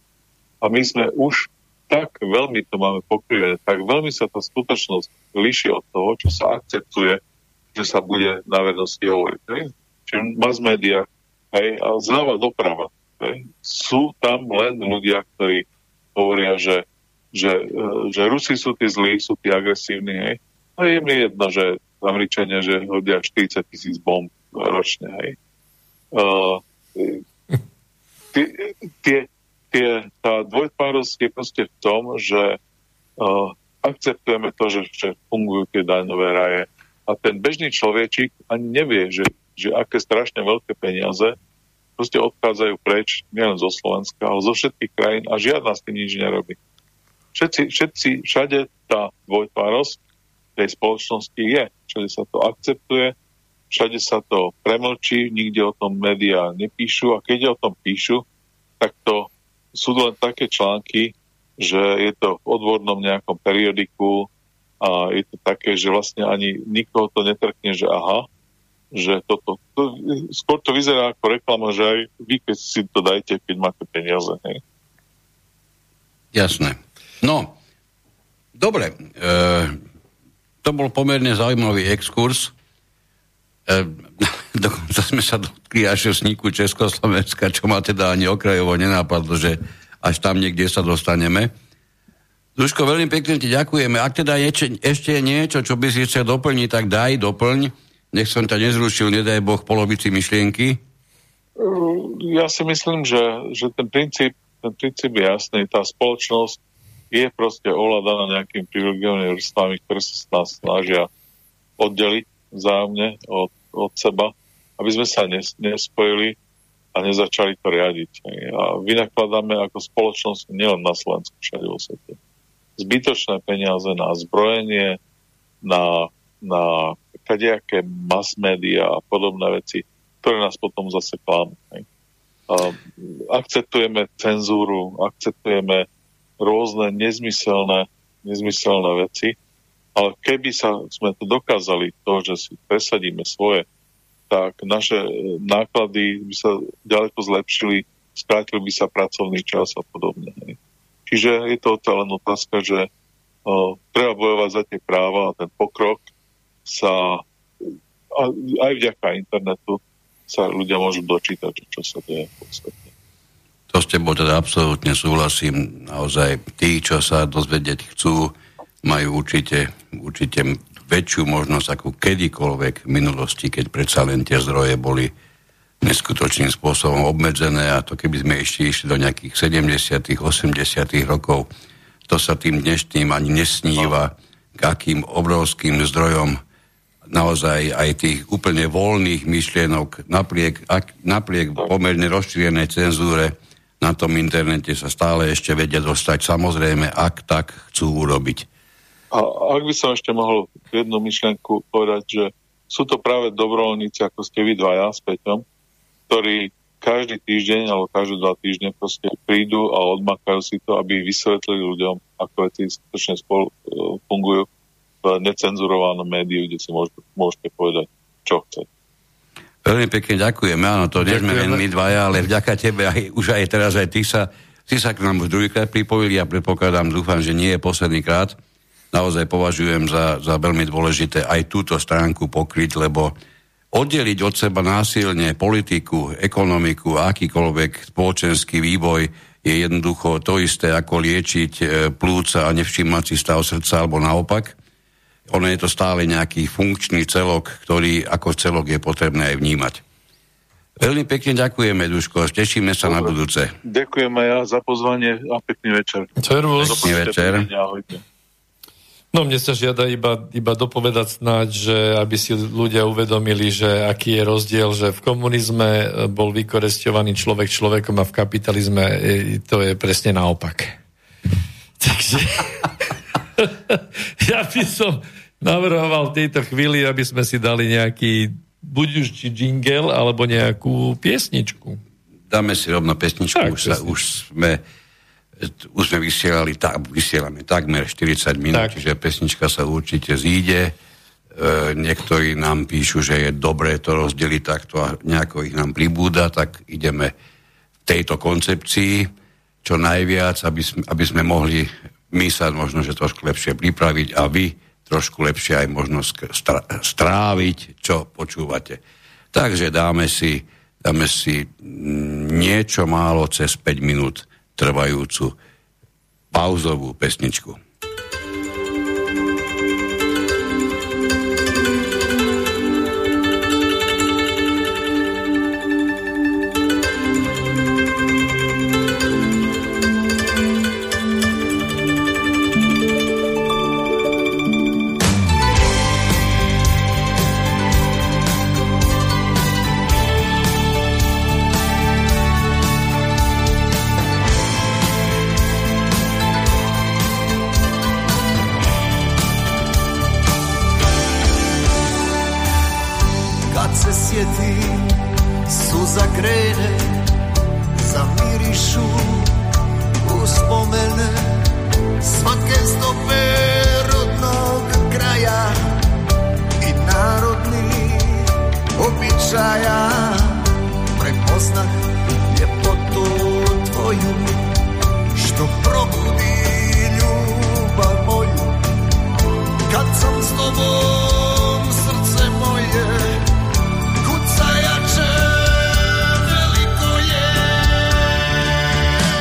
A my sme už tak veľmi to máme pokryvené, tak veľmi sa tá skutočnosť líši od toho, čo sa akceptuje, že sa bude na verejnosti hovoriť. Hej? Čiže mass media, hej, a zľava doprava. Hej? Sú tam len ľudia, ktorí hovoria, že, že, že Rusi sú tí zlí, sú tí agresívni. Hej? A je mi jedno, že Američania, že hodia štyridsať tisíc bomb ročne. Hej? Uh, tie, tie Je, tá dvojtvárosť je proste v tom, že uh, akceptujeme to, že, že fungujú tie daňové raje a ten bežný človečík ani nevie, že, že aké strašne veľké peniaze proste odchádzajú preč nielen zo Slovenska, ale zo všetkých krajín a žiadna s tým nič nerobí. Všetci, všetci, všade tá dvojtvárosť tej spoločnosti je. Všade sa to akceptuje, všade sa to premlčí, nikde o tom médiá nepíšu a keď o tom píšu, tak to sú len také články, že je to v odbornom nejakom periodiku a je to také, že vlastne ani nikoho to netrkne, že aha, že toto, to, skôr to vyzerá ako reklama, že aj vy, keď si to dajte, keď máte peniaze. Hej. Jasné. No, dobre, e, to bol pomerne zaujímavý exkurs. E, dokonca sme sa dotkli až vzniku Československa, čo ma teda ani okrajovo nenápadlo, že až tam niekde sa dostaneme. Duško, veľmi pekne ti ďakujeme. Ak teda je, ešte je niečo, čo by si chcel doplniť, tak daj, doplň. Nech som ťa nezrušil, nedaj Boh, polovici myšlienky. Ja si myslím, že, že ten princíp, ten princíp je jasný. Tá spoločnosť je proste ovládaná nejakými privilegovanými vrstvami, ktoré sa nás snažia oddeliť vzájomne od, od seba, aby sme sa nes, nespojili a nezačali to riadiť. A vynakladáme ako spoločnosť nielen na Slovensku, všade vo svete. Zbytočné peniaze na zbrojenie, na, na kadejaké mass media a podobné veci, ktoré nás potom zase klamú. Akceptujeme cenzúru, akceptujeme rôzne nezmyselné, nezmyselné veci, ale keby sa, sme to dokázali, to, že si presadíme svoje, tak naše náklady by sa ďaleko zlepšili, skrátil by sa pracovný čas a podobne. Čiže je to len otázka, že uh, treba bojovať za tie práva a ten pokrok sa aj vďaka internetu sa ľudia môžu dočítať, čo sa deje v podstate. To s tebou teda absolútne súhlasím. Naozaj tí, čo sa dozvedieť chcú, majú určite, určite väčšiu možnosť ako kedykoľvek v minulosti, keď predsa len tie zdroje boli neskutočným spôsobom obmedzené a to keby sme ešte išli do nejakých sedemdesiatych, osemdesiatych rokov, to sa tým dnešným ani nesníva, k akým obrovským zdrojom naozaj aj tých úplne voľných myšlienok napriek, ak, napriek pomerne rozšírenej cenzúre na tom internete sa stále ešte vedia dostať, samozrejme, ak tak chcú urobiť. A ak by som ešte mohol jednu myšlienku povedať, že sú to práve dobrovoľníci, ako ste vy dvaja s Peťom, ktorí každý týždeň alebo každé dva týždne proste prídu a odmakajú si to, aby vysvetlili ľuďom, ako veci skutočne spolu fungujú v necenzurovanom médiu, kde si môžete, môžete povedať, čo chcete. Veľmi pekne ďakujeme, áno, to nie sme len my dvaja, ale vďaka tebe aj, už aj teraz aj ty sa, ty sa k nám už druhýkrát pripojili a predpokladám, dúfam, že nie je posledný krát. Naozaj považujem za, za veľmi dôležité aj túto stránku pokryť, lebo oddeliť od seba násilne politiku, ekonomiku a akýkoľvek spoločenský vývoj je jednoducho to isté, ako liečiť plúca a nevšímať si stav srdca, alebo naopak. Ono je to stále nejaký funkčný celok, ktorý ako celok je potrebné aj vnímať. Veľmi pekne ďakujeme, Duško, tešíme sa Dobre. Na budúce. Ďakujem aj ja za pozvanie a pekný večer. Servus. Pekný večer. No mne sa žiada iba, iba dopovedať snáď, že aby si ľudia uvedomili, že aký je rozdiel, že v komunizme bol vykoresťovaný človek človekom a v kapitalizme to je presne naopak. Takže ja by som navrhoval v tejto chvíli, aby sme si dali nejaký buď už či jingle, alebo nejakú piesničku. Dáme si rovno pesničku, tak, už, sa, už sme už sme vysielali, tá, vysielame takmer štyridsať minút, tak. Čiže pesnička sa určite zíde. E, niektorí nám píšu, že je dobré to rozdeliť takto a nejako ich nám pribúda, tak ideme v tejto koncepcii. čo najviac, aby sme, aby sme mohli my sa možno, že trošku lepšie pripraviť a vy trošku lepšie aj možno stráviť, čo počúvate. Takže dáme si, dáme si niečo málo cez päť minút trvajúcu pauzovú pesničku. Kucajače veliko je.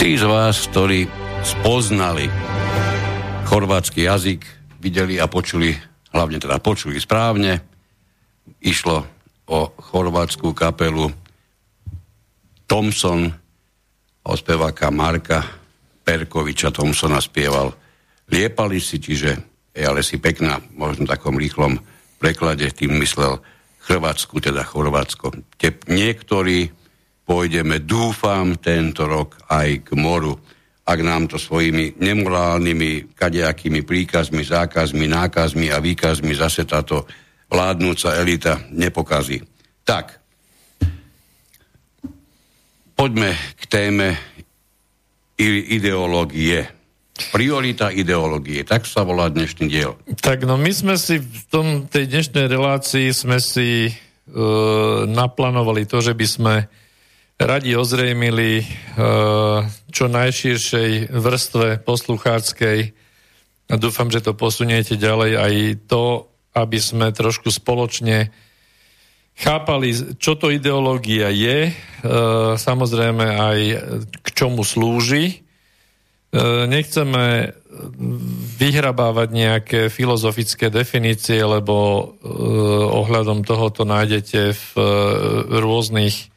Tí z vás, ktorí spoznali chorvátsky jazyk, videli a počuli, hlavne teda počuli správne, išlo o chorvátskú kapelu Thompson, o speváka Marka Perkoviča Thompsona spieval Liepali si, čiže je ale si pekná, možno v takom rýchlom preklade, tým myslel Chorvátsku, teda Chorvátsko. Te, niektorí pôjdeme, dúfam, tento rok aj k moru, ak nám to svojimi nemorálnymi, kadejakými príkazmi, zákazmi, nákazmi a výkazmi zase táto vládnúca elita nepokazí. Tak, poďme k téme ideológie. Priorita ideológie, tak sa volá dnešný diel. Tak, no my sme si v tom, tej dnešnej relácii sme si e, naplánovali to, že by sme radi ozrejmili e, čo najširšej vrstve poslucháckej a dúfam, že to posuniete ďalej aj to, aby sme trošku spoločne chápali, čo to ideológia je, e, samozrejme aj k čomu slúži. E, nechceme vyhrabávať nejaké filozofické definície, lebo e, ohľadom tohoto nájdete v e, rôznych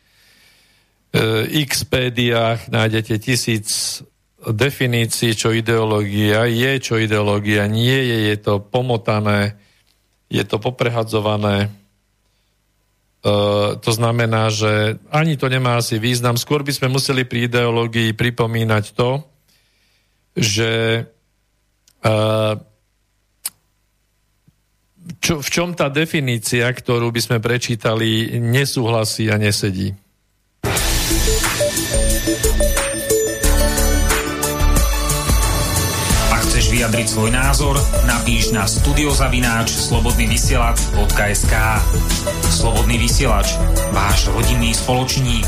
Xpédiách nájdete tisíc definícií, čo ideológia je, čo ideológia nie je, je to pomotané, je to poprehadzované. E, to znamená, že ani to nemá asi význam. Skôr by sme museli pri ideológii pripomínať to, že e, čo, v čom tá definícia, ktorú by sme prečítali, nesúhlasí a nesedí. Ak chceš vyjadriť svoj názor, napíš na studiozavináč slobodný vysielač bodka es ká. Slobodný vysielač, váš rodinný spoločník.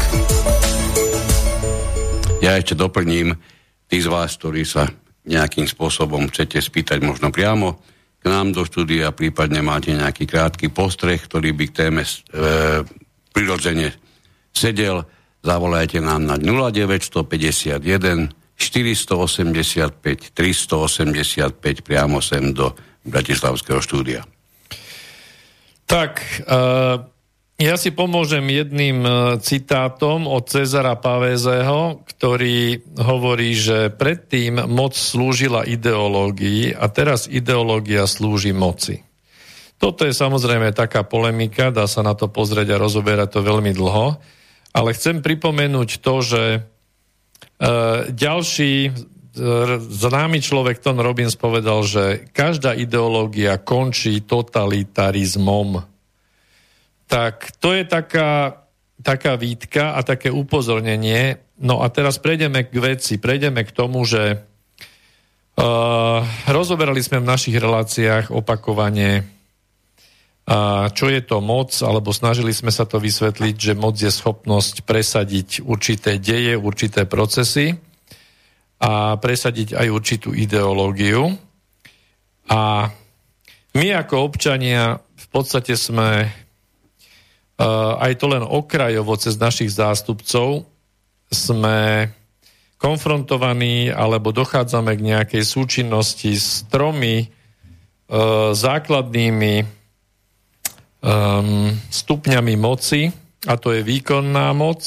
Ja ešte doplním, tí z vás, ktorí sa nejakým spôsobom chcete spýtať možno priamo k nám do štúdia, prípadne máte nejaký krátky postreh, ktorý by k téme e, prirodzene sedel, zavolajte nám na nula deväť päť jeden štyri osem päť tri osem päť priamo sem do bratislavského štúdia. Tak, uh, ja si pomôžem jedným citátom od Cezara Pavézeho, ktorý hovorí, že predtým moc slúžila ideológii a teraz ideológia slúži moci. Toto je samozrejme taká polemika, dá sa na to pozrieť a rozoberať to veľmi dlho. Ale chcem pripomenúť to, že e, ďalší e, známy človek Tom Robbins povedal, že každá ideológia končí totalitarizmom. Tak to je taká, taká výtka a také upozornenie. No a teraz prejdeme k veci, prejdeme k tomu, že e, rozoberali sme v našich reláciách opakovane, a čo je to moc, alebo snažili sme sa to vysvetliť, že moc je schopnosť presadiť určité deje, určité procesy a presadiť aj určitú ideológiu. A my ako občania v podstate sme aj to len okrajovo cez našich zástupcov sme konfrontovaní alebo dochádzame k nejakej súčinnosti s tromi základnými Um, stupňami moci, a to je výkonná moc,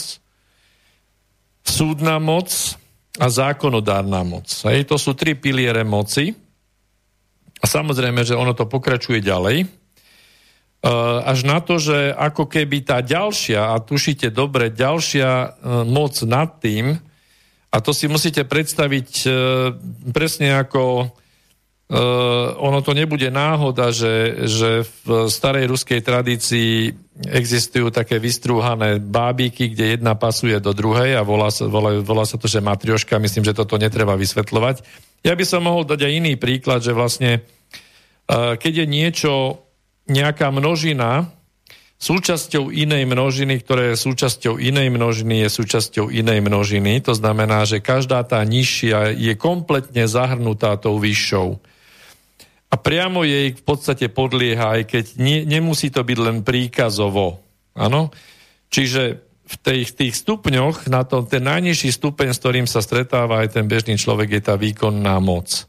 súdna moc a zákonodárna moc. Hej, to sú tri piliere moci. A samozrejme, že ono to pokračuje ďalej. Uh, až na to, že ako keby tá ďalšia, a tušíte dobre, ďalšia uh, moc nad tým, a to si musíte predstaviť uh, presne ako Uh, ono to nebude náhoda, že, že v starej ruskej tradícii existujú také vystrúhané bábiky, kde jedna pasuje do druhej a volá sa, volá, volá sa to, že matrioška. Myslím, že toto netreba vysvetľovať. Ja by som mohol dať aj iný príklad, že vlastne uh, keď je niečo, nejaká množina súčasťou inej množiny, ktoré je súčasťou inej množiny, je súčasťou inej množiny, to znamená, že každá tá nižšia je kompletne zahrnutá tou vyššou. A priamo jej v podstate podlieha, aj keď nie, nemusí to byť len príkazovo. Áno? Čiže v tých, tých stupňoch, na tom, ten najnižší stupeň, s ktorým sa stretáva aj ten bežný človek, je tá výkonná moc.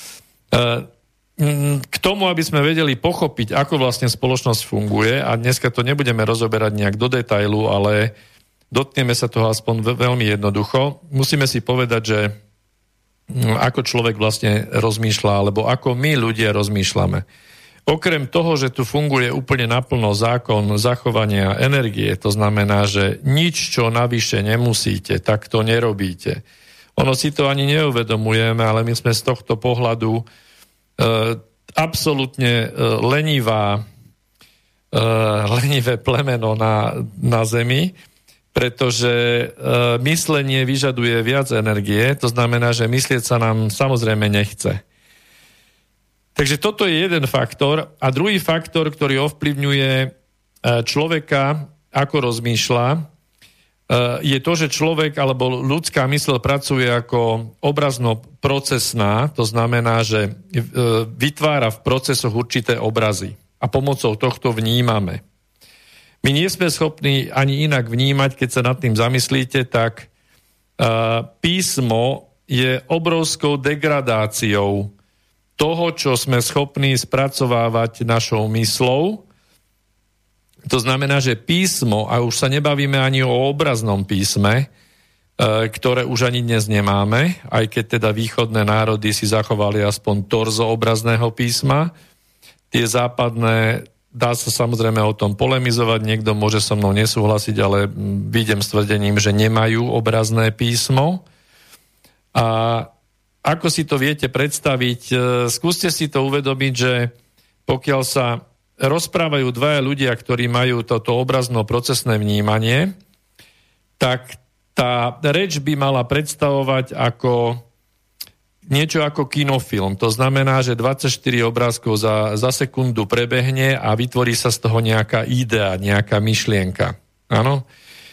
K tomu, aby sme vedeli pochopiť, ako vlastne spoločnosť funguje, a dneska to nebudeme rozoberať nejak do detailu, ale dotkneme sa toho aspoň veľmi jednoducho, musíme si povedať, že ako človek vlastne rozmýšľa, alebo ako my ľudia rozmýšľame. Okrem toho, že tu funguje úplne naplno zákon zachovania energie, to znamená, že nič, čo navyše nemusíte, tak to nerobíte. Ono si to ani neuvedomujeme, ale my sme z tohto pohľadu e, absolútne e, lenivá, e, lenivé plemeno na, na Zemi, pretože e, myslenie vyžaduje viac energie, to znamená, že myslieť sa nám samozrejme nechce. Takže toto je jeden faktor. A druhý faktor, ktorý ovplyvňuje človeka, ako rozmýšľa, je to, že človek alebo ľudská mysl pracuje ako obrazno-procesná, to znamená, že vytvára v procesoch určité obrazy a pomocou tohto vnímame. My nie sme schopní ani inak vnímať, keď sa nad tým zamyslíte, tak písmo je obrovskou degradáciou toho, čo sme schopní spracovávať našou myslou. To znamená, že písmo, a už sa nebavíme ani o obraznom písme, ktoré už ani dnes nemáme, aj keď teda východné národy si zachovali aspoň torzo obrazného písma. Tie západné, dá sa samozrejme o tom polemizovať, niekto môže so mnou nesúhlasiť, ale vidím s tvrdením, že nemajú obrazné písmo. A ako si to viete predstaviť? Skúste si to uvedomiť, že pokiaľ sa rozprávajú dvaja ľudia, ktorí majú toto obrazno-procesné vnímanie, tak tá reč by mala predstavovať ako niečo ako kinofilm. To znamená, že dvadsaťštyri obrázkov za, za sekundu prebehne a vytvorí sa z toho nejaká idea, nejaká myšlienka. Áno?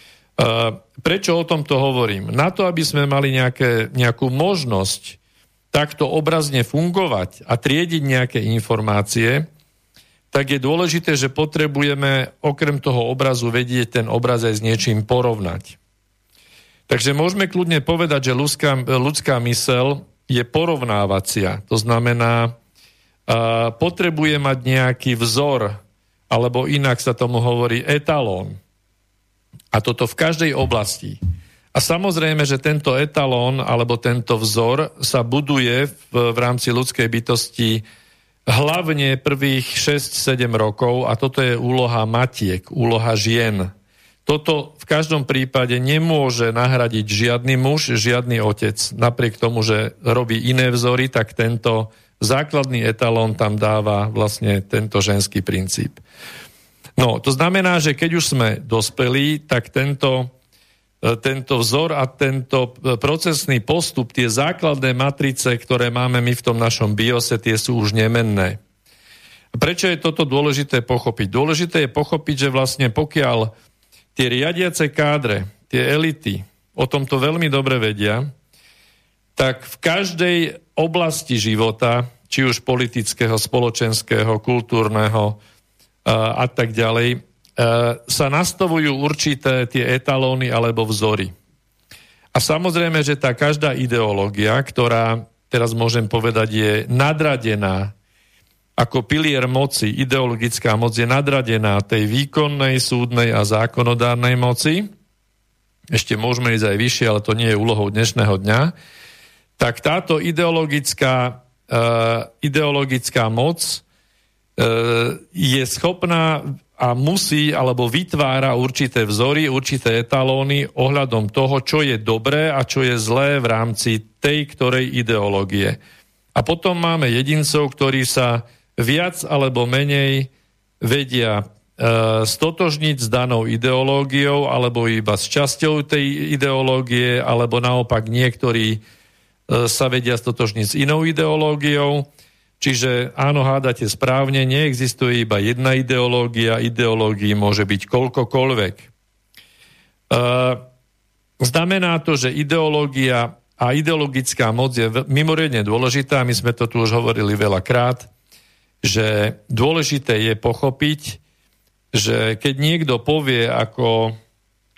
Prečo o tomto hovorím? Na to, aby sme mali nejaké, nejakú možnosť takto obrazne fungovať a triediť nejaké informácie, tak je dôležité, že potrebujeme okrem toho obrazu vedieť ten obraz aj s niečím porovnať. Takže môžeme kľudne povedať, že ľudská, ľudská myseľ je porovnávacia. To znamená, potrebuje mať nejaký vzor, alebo inak sa tomu hovorí etalón. A toto v každej oblasti. A samozrejme, že tento etalón alebo tento vzor sa buduje v, v rámci ľudskej bytosti hlavne prvých šesť sedem rokov a toto je úloha matiek, úloha žien. Toto v každom prípade nemôže nahradiť žiadny muž, žiadny otec. Napriek tomu, že robí iné vzory, tak tento základný etalón tam dáva vlastne tento ženský princíp. No, to znamená, že keď už sme dospelí, tak tento, tento vzor a tento procesný postup, tie základné matrice, ktoré máme my v tom našom biose, tie sú už nemenné. Prečo je toto dôležité pochopiť? Dôležité je pochopiť, že vlastne pokiaľ tie riadiace kádre, tie elity o tomto veľmi dobre vedia, tak v každej oblasti života, či už politického, spoločenského, kultúrneho a tak ďalej, sa nastavujú určité tie etalóny alebo vzory. A samozrejme, že tá každá ideológia, ktorá, teraz môžem povedať, je nadradená ako pilier moci, ideologická moc je nadradená tej výkonnej, súdnej a zákonodárnej moci, ešte môžeme ísť aj vyššie, ale to nie je úlohou dnešného dňa, tak táto ideologická, uh, ideologická moc je schopná a musí alebo vytvára určité vzory, určité etalóny ohľadom toho, čo je dobré a čo je zlé v rámci tej ktorej ideológie. A potom máme jedincov, ktorí sa viac alebo menej vedia e, stotožniť s danou ideológiou alebo iba s časťou tej ideológie, alebo naopak niektorí e, sa vedia stotožniť s inou ideológiou. Čiže áno, hádate správne, neexistuje iba jedna ideológia, ideológií môže byť koľkokoľvek. E, znamená to, že ideológia a ideologická moc je mimoriadne dôležitá, my sme to tu už hovorili veľakrát, že dôležité je pochopiť, že keď niekto povie ako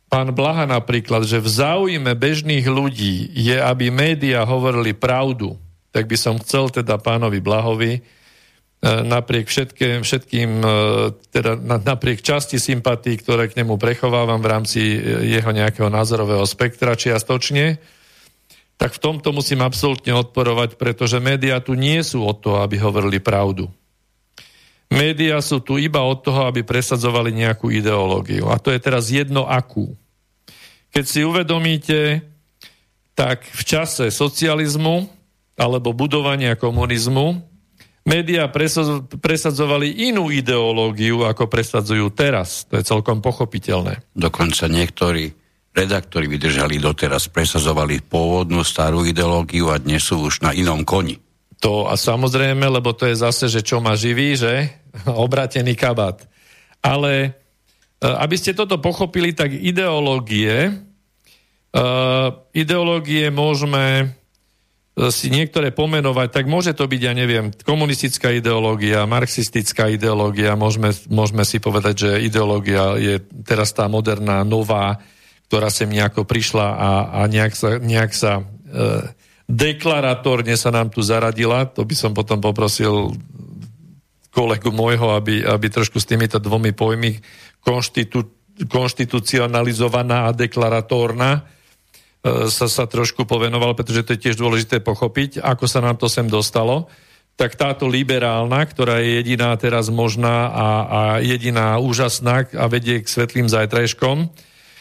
pán Blaha napríklad, že v záujme bežných ľudí je, aby médiá hovorili pravdu, tak by som chcel teda pánovi Blahovi napriek všetkým, všetkým teda napriek časti sympatí, ktoré k nemu prechovávam v rámci jeho nejakého názorového spektra čiastočne, tak v tomto musím absolútne odporovať, pretože médiá tu nie sú od toho, aby hovorili pravdu. Médiá sú tu iba od toho, aby presadzovali nejakú ideológiu. A to je teraz jedno akú. Keď si uvedomíte, tak v čase socializmu alebo budovania komunizmu médiá presadzovali inú ideológiu, ako presadzujú teraz. To je celkom pochopiteľné. Dokonca niektorí redaktori vydržali doteraz, presadzovali pôvodnú starú ideológiu a dnes sú už na inom koni. To a samozrejme, lebo to je zase, že čo ma živí, že? Obratený kabát. Ale aby ste toto pochopili, tak ideológie uh, ideológie môžeme si niektoré pomenovať, tak môže to byť, ja neviem, komunistická ideológia, marxistická ideológia, môžeme, môžeme si povedať, že ideológia je teraz tá moderná, nová, ktorá sem nejako prišla a, a nejak sa, nejak sa uh, deklaratórne sa nám tu zaradila. To by som potom poprosil kolegu môjho, aby, aby trošku s týmito dvomi pojmy konštitu, konštitucionalizovaná a deklaratórna sa, sa trošku povenoval, pretože to je tiež dôležité pochopiť, ako sa nám to sem dostalo. Tak táto liberálna, ktorá je jediná teraz možná a, a jediná úžasná a vedie k svetlým zajtrajškom.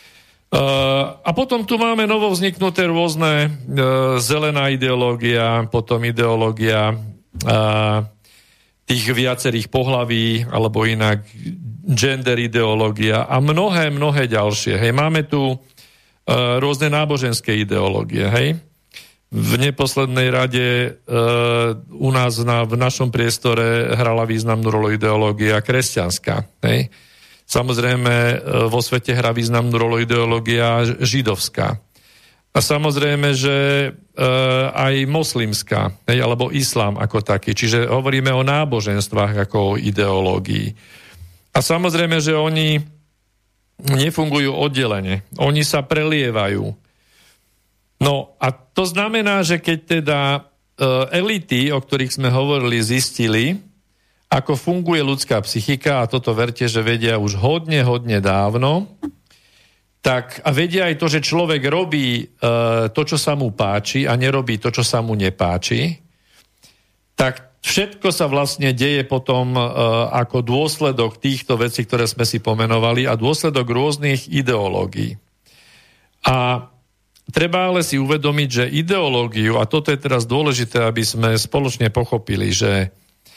Uh, a potom tu máme novo vzniknuté rôzne uh, zelená ideológia, potom ideológia uh, tých viacerých pohlaví, alebo inak gender ideológia a mnohé, mnohé ďalšie. Hej, máme tu uh, rôzne náboženské ideológie, hej. V neposlednej rade uh, u nás na, v našom priestore hrala významnú rolu ideológia kresťanská, hej. Samozrejme, vo svete hrá významnú rolu ideológia židovská. A samozrejme, že e, aj moslimská, hej, alebo islám ako taký. Čiže hovoríme o náboženstvách ako o ideológii. A samozrejme, že oni nefungujú oddelene. Oni sa prelievajú. No a to znamená, že keď teda e, elity, o ktorých sme hovorili, zistili, ako funguje ľudská psychika, a toto verte, že vedia už hodne, hodne dávno, tak a vedia aj to, že človek robí e, to, čo sa mu páči a nerobí to, čo sa mu nepáči, tak všetko sa vlastne deje potom e, ako dôsledok týchto vecí, ktoré sme si pomenovali a dôsledok rôznych ideológií. A treba ale si uvedomiť, že ideológiu, a toto je teraz dôležité, aby sme spoločne pochopili, že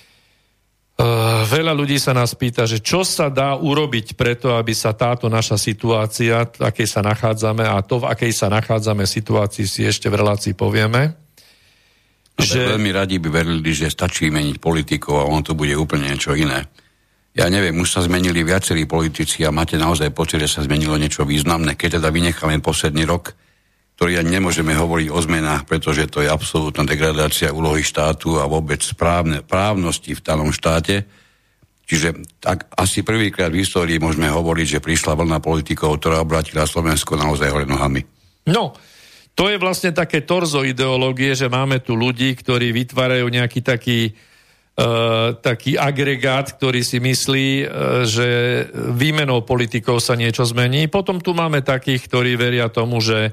Uh, veľa ľudí sa nás pýta, že čo sa dá urobiť preto, aby sa táto naša situácia, v akej sa nachádzame a to, v akej sa nachádzame situácii, si ešte v relácii povieme. No, že... Veľmi radi by verili, že stačí meniť politikov a on to bude úplne niečo iné. Ja neviem, už sa zmenili viacerí politici a máte naozaj pocit, že sa zmenilo niečo významné. Keď teda vynecháme posledný rok, ktorý ani nemôžeme hovoriť o zmenách, pretože to je absolútna degradácia úlohy štátu a vôbec správne, právnosti v danom štáte. Čiže tak asi prvýkrát v histórii môžeme hovoriť, že prišla vlna politikov, ktorá obrátila Slovensko naozaj hore nohami. No, to je vlastne také torzo ideológie, že máme tu ľudí, ktorí vytvárajú nejaký taký, uh, taký agregát, ktorý si myslí, uh, že výmenou politikov sa niečo zmení. Potom tu máme takých, ktorí veria tomu, že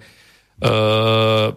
Uh,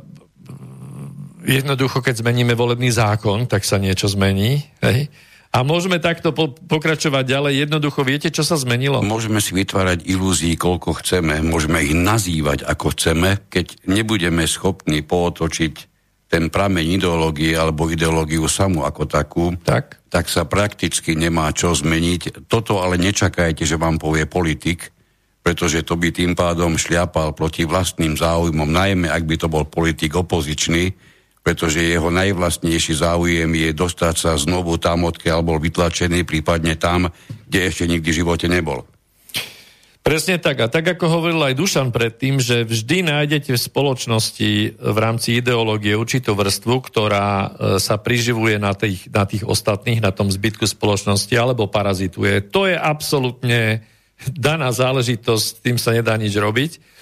jednoducho, keď zmeníme volebný zákon, tak sa niečo zmení. Hej? A môžeme takto po- pokračovať ďalej. Jednoducho, viete, čo sa zmenilo? Môžeme si vytvárať ilúzií, koľko chceme. Môžeme ich nazývať, ako chceme. Keď nebudeme schopní pootočiť ten prameň ideológie alebo ideológiu samú ako takú, tak? tak sa prakticky nemá čo zmeniť. Toto ale nečakajte, že vám povie politik, pretože to by tým pádom šliapal proti vlastným záujmom, najmä ak by to bol politik opozičný, pretože jeho najvlastnejší záujem je dostať sa znovu tam, odkiaľ bol vytlačený, prípadne tam, kde ešte nikdy v živote nebol. Presne tak. A tak, ako hovoril aj Dušan predtým, že vždy nájdete v spoločnosti v rámci ideológie určitú vrstvu, ktorá sa priživuje na tých, na tých ostatných, na tom zbytku spoločnosti, alebo parazituje. To je absolútne daná záležitosť, tým sa nedá nič robiť.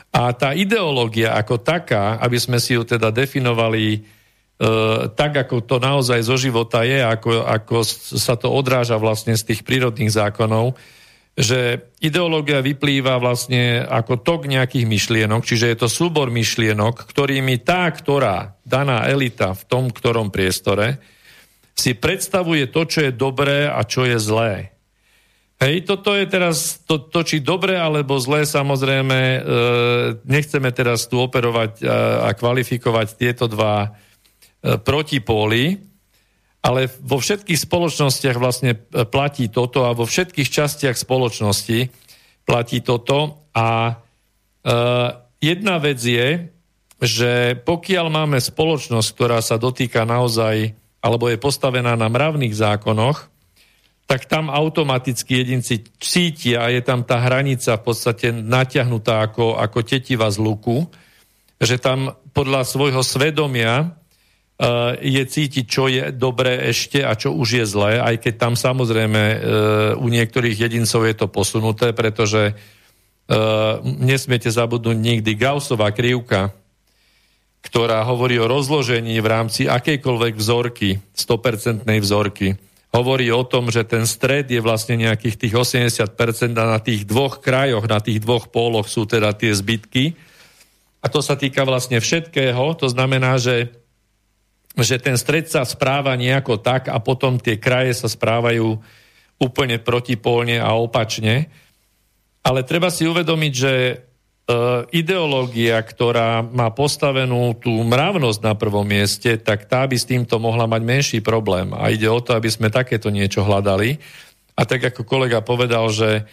A tá ideológia ako taká, aby sme si ju teda definovali e, tak, ako to naozaj zo života je, ako, ako sa to odráža vlastne z tých prírodných zákonov, že ideológia vyplýva vlastne ako tok nejakých myšlienok, čiže je to súbor myšlienok, ktorými tá, ktorá daná elita v tom, ktorom priestore si predstavuje to, čo je dobré a čo je zlé. Hej, toto je teraz, to, to či dobre alebo zlé, samozrejme, e, nechceme teraz tu operovať a, a kvalifikovať tieto dva e, protipóly, ale vo všetkých spoločnostiach vlastne platí toto a vo všetkých častiach spoločnosti platí toto. A e, jedna vec je, že pokiaľ máme spoločnosť, ktorá sa dotýka naozaj, alebo je postavená na mravných zákonoch, tak tam automaticky jedinci cítia a je tam tá hranica v podstate natiahnutá ako, ako tetiva z luku, že tam podľa svojho svedomia uh, je cítiť, čo je dobré ešte a čo už je zlé, aj keď tam samozrejme uh, u niektorých jedincov je to posunuté, pretože uh, nesmiete zabudnúť nikdy Gaussová krivka, ktorá hovorí o rozložení v rámci akejkoľvek vzorky, sto percent vzorky, hovorí o tom, že ten stred je vlastne nejakých tých osemdesiat percent a na tých dvoch krajoch, na tých dvoch póloch sú teda tie zbytky. A to sa týka vlastne všetkého. To znamená, že, že ten stred sa správa nejako tak a potom tie kraje sa správajú úplne protipólne a opačne. Ale treba si uvedomiť, že ideológia, ktorá má postavenú tú mravnosť na prvom mieste, tak tá by s týmto mohla mať menší problém. A ide o to, aby sme takéto niečo hľadali. A tak ako kolega povedal, že e,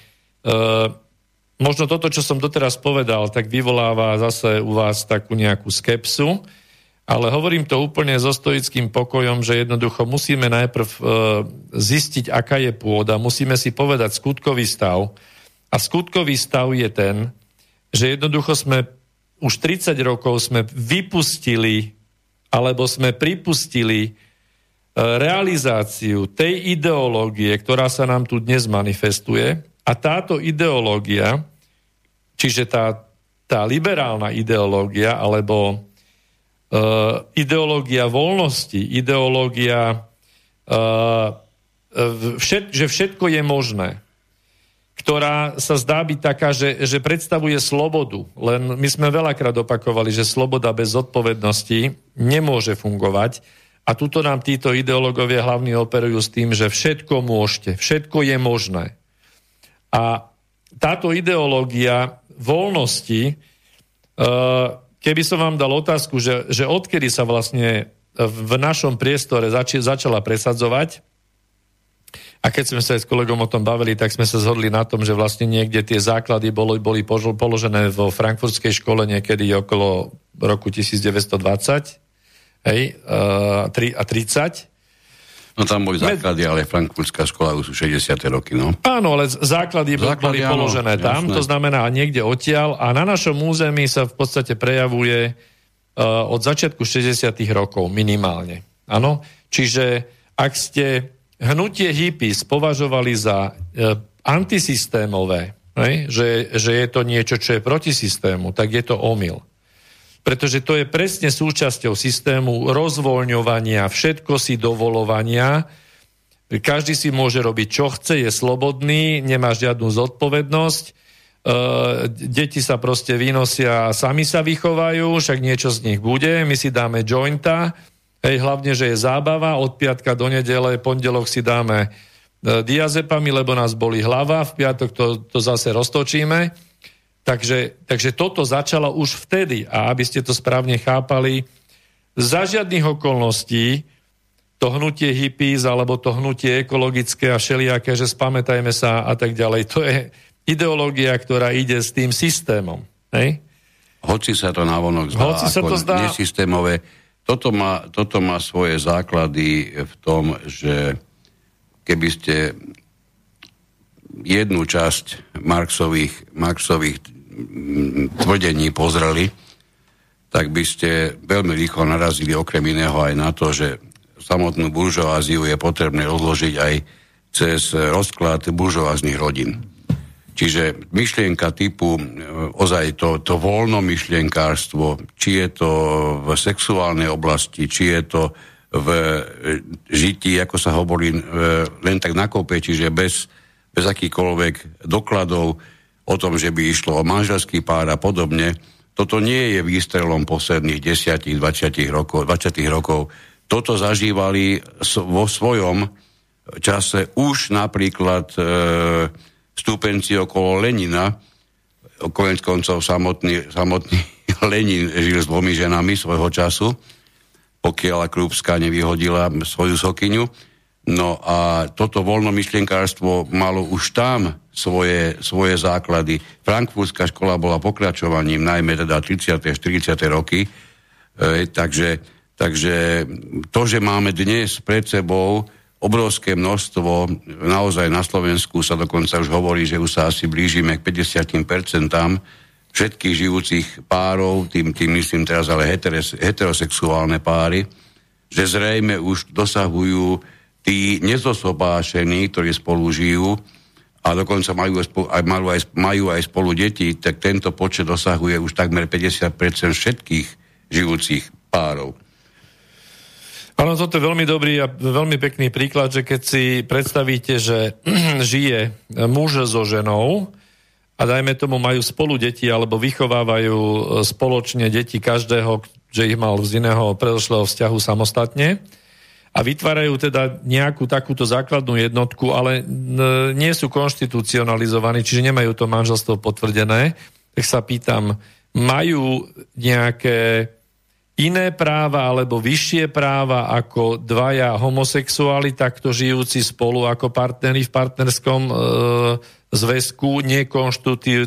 možno toto, čo som doteraz povedal, tak vyvoláva zase u vás takú nejakú skepsu, ale hovorím to úplne so stoickým pokojom, že jednoducho musíme najprv e, zistiť, aká je pôda, musíme si povedať skutkový stav. A skutkový stav je ten, že jednoducho sme už tridsať rokov sme vypustili alebo sme pripustili realizáciu tej ideológie, ktorá sa nám tu dnes manifestuje. A táto ideológia, čiže tá, tá liberálna ideológia alebo uh, ideológia voľnosti, ideológia, uh, všet, že všetko je možné, ktorá sa zdá byť taká, že, že predstavuje slobodu. Len my sme veľakrát opakovali, že sloboda bez zodpovednosti nemôže fungovať. A tuto nám títo ideológovia hlavne operujú s tým, že všetko môžete, všetko je možné. A táto ideológia voľnosti, keby som vám dal otázku, že, že odkedy sa vlastne v našom priestore zač- začala presadzovať, a keď sme sa aj s kolegom o tom bavili, tak sme sa zhodli na tom, že vlastne niekde tie základy boli, boli položené vo frankfurtskej škole niekedy okolo roku devätnásťdvadsať hej, a tridsať. No tam boli základy, ale frankfurtská škola už sú šesťdesiate roky, no. Áno, ale základy, základy boli áno, položené tam, jasné. To znamená niekde odtiaľ a na našom území sa v podstate prejavuje uh, od začiatku šesťdesiatych rokov minimálne. Áno, čiže ak ste hnutie hippies považovali za e, antisystémové, ne? Že, že je to niečo, čo je proti systému, tak je to omyl. Pretože to je presne súčasťou systému rozvoľňovania, všetko si dovolovania, každý si môže robiť, čo chce, je slobodný, nemá žiadnu zodpovednosť, e, deti sa proste vynosia a sami sa vychovajú, však niečo z nich bude, my si dáme jointa, hej, hlavne, že je zábava, od piatka do nedele, pondelok si dáme diazepami, lebo nás bolí hlava, v piatok to, to zase roztočíme. Takže, takže toto začalo už vtedy. A aby ste to správne chápali, za žiadnych okolností to hnutie hippies alebo to hnutie ekologické a všelijaké, že spamätajme sa a tak ďalej, to je ideológia, ktorá ide s tým systémom. Hej? Hoci sa to navonok zdá Hoci sa ako to zdá... nesystémové, Toto má, toto má svoje základy v tom, že keby ste jednu časť Marxových, Marxových tvrdení pozreli, tak by ste veľmi rýchlo narazili okrem iného aj na to, že samotnú buržoáziu je potrebné rozložiť aj cez rozklad buržoáznych rodín. Čiže myšlienka typu, ozaj to, to voľnomyšlienkárstvo, či je to v sexuálnej oblasti, či je to v žití, ako sa hovorí, len tak na kope, čiže bez, bez akýkoľvek dokladov o tom, že by išlo o manželský pár a podobne. Toto nie je výstrelom posledných desať dvadsať rokov, dvadsať rokov. Toto zažívali vo svojom čase už napríklad e, stúpenci okolo Lenina. Konec koncov samotný, samotný Lenin žil s dvomi ženami svojho času, pokiaľ Krupská nevyhodila svoju sokyňu. No a toto voľnomyšlienkárstvo malo už tam svoje, svoje základy. Frankfurtská škola bola pokračovaním, najmä teda tridsiate štyridsiate roky. E, takže, takže to, že máme dnes pred sebou obrovské množstvo, naozaj na Slovensku sa dokonca už hovorí, že už sa asi blížime k päťdesiat percent všetkých žijúcich párov, tým, tým myslím teraz ale heteros, heterosexuálne páry, že zrejme už dosahujú tí nezosobášení, ktorí spolu žijú a dokonca majú aj, spolu, aj, majú, aj, majú aj spolu deti, tak tento počet dosahuje už takmer päťdesiat percent všetkých žijúcich párov. Áno, toto je veľmi dobrý a veľmi pekný príklad, že keď si predstavíte, že žije muž so ženou a dajme tomu majú spolu deti alebo vychovávajú spoločne deti každého, že ich mal z iného predošlého vzťahu samostatne a vytvárajú teda nejakú takúto základnú jednotku, ale nie sú konštitucionalizovaní, čiže nemajú to manželstvo potvrdené, tak sa pýtam, majú nejaké iné práva alebo vyššie práva ako dvaja homosexuáli takto žijúci spolu ako partneri v partnerskom e, zväzku nekonštitú,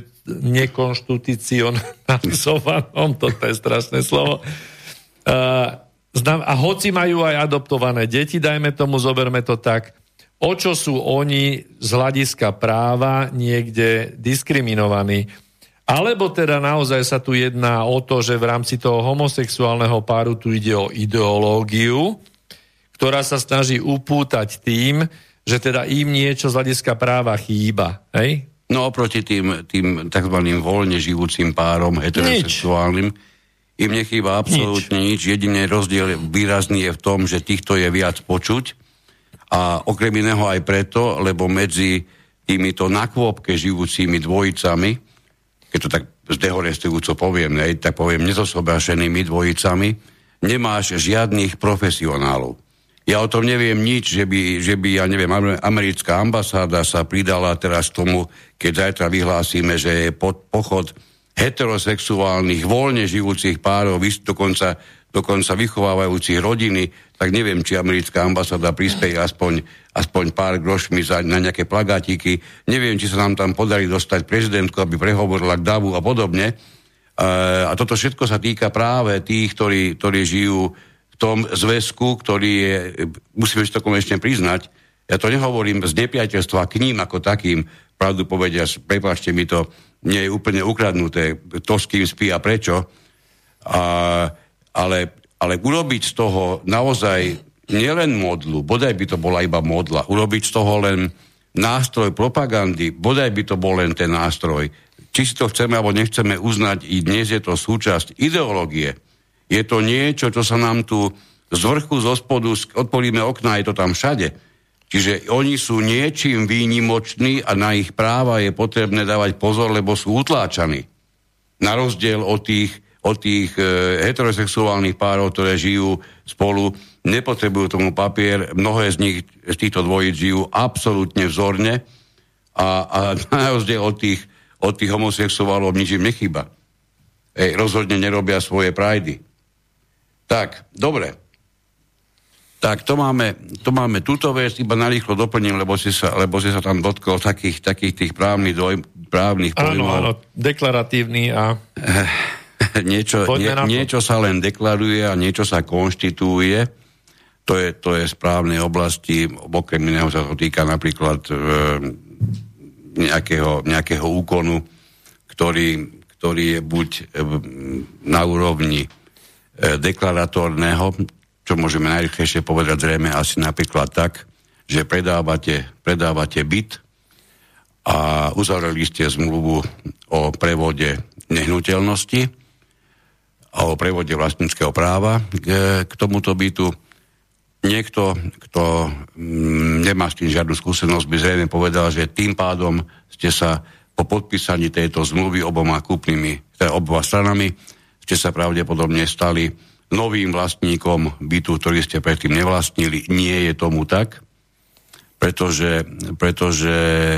nekonštitucionalizovanom, toto je strašné slovo. E, znam, a hoci majú aj adoptované deti, dajme tomu, zoberme to tak, o čo sú oni z hľadiska práva niekde diskriminovaní. Alebo teda naozaj sa tu jedná o to, že v rámci toho homosexuálneho páru tu ide o ideológiu, ktorá sa snaží upútať tým, že teda im niečo z hľadiska práva chýba. Hej? No oproti tým, tým takzvaným voľne žijúcim párom heterosexuálnym nič. Im nechýba absolútne nič. nič. Jediný rozdiel výrazný je v tom, že týchto je viac počuť a okrem iného aj preto, lebo medzi týmito na kôpke žijúcimi dvojicami, keď to tak zdehonestujúco poviem, ne, tak poviem nezosobášenými dvojicami, nemáš žiadnych profesionálov. Ja o tom neviem nič, že by, že by ja neviem, americká ambasáda sa pridala teraz k tomu, keď zajtra vyhlásime, že je pod pochod heterosexuálnych, voľne žijúcich párov, dokonca, dokonca vychovávajúcich rodiny, tak neviem, či americká ambasáda prispieje aspoň, aspoň pár grošmi za, na nejaké plagátiky. Neviem, či sa nám tam podarí dostať prezidentku, aby prehovorila k davu a podobne. E, a toto všetko sa týka práve tých, ktorí, ktorí žijú v tom zväzku, ktorý je, musíme si to konečne priznať, ja to nehovorím z nepriateľstva k ním ako takým, pravdu povedia, prepáčte mi to, nie je úplne ukradnuté, to s kým spí a prečo, a, ale Ale urobiť z toho naozaj nielen modlu, bodaj by to bola iba modla, urobiť z toho len nástroj propagandy, bodaj by to bol len ten nástroj. Či si to chceme alebo nechceme uznať, i dnes je to súčasť ideológie. Je to niečo, čo sa nám tu z vrchu, zo spodu, otvoríme okná, je to tam všade. Čiže oni sú niečím výnimoční a na ich práva je potrebné dávať pozor, lebo sú utláčaní. Na rozdiel od tých od tých e, heterosexuálnych párov, ktoré žijú spolu, nepotrebujú tomu papier, mnohé z nich, z týchto dvojíc žijú absolútne vzorne a, a na rozdiel od tých, od tých homosexuálov nič im nechýba. Ej, rozhodne nerobia svoje prajdy. Tak, dobre. Tak, to máme, to máme túto vec, iba narýchlo doplním, lebo si sa, lebo si sa tam dotkol takých, takých tých právnych, doj, právnych pojmov. Áno, áno, deklaratívny a... niečo, nie, niečo sa len deklaruje a niečo sa konštituuje. To je, to je správnej oblasti. Okrem iného sa to týka napríklad e, nejakého, nejakého úkonu, ktorý, ktorý je buď e, na úrovni e, deklaratórneho, čo môžeme najrychlejšie povedať zrejme asi napríklad tak, že predávate, predávate byt a uzavreli ste zmluvu o prevode nehnuteľnosti a o prevode vlastníckeho práva k, k tomuto bytu. Niekto, kto mm, nemá s tým žiadnu skúsenosť, by zrejme povedal, že tým pádom ste sa po podpísaní tejto zmluvy oboma kúpnymi, teda oboma stranami, ste sa pravdepodobne stali novým vlastníkom bytu, ktorý ste predtým nevlastnili. Nie je tomu tak, pretože, pretože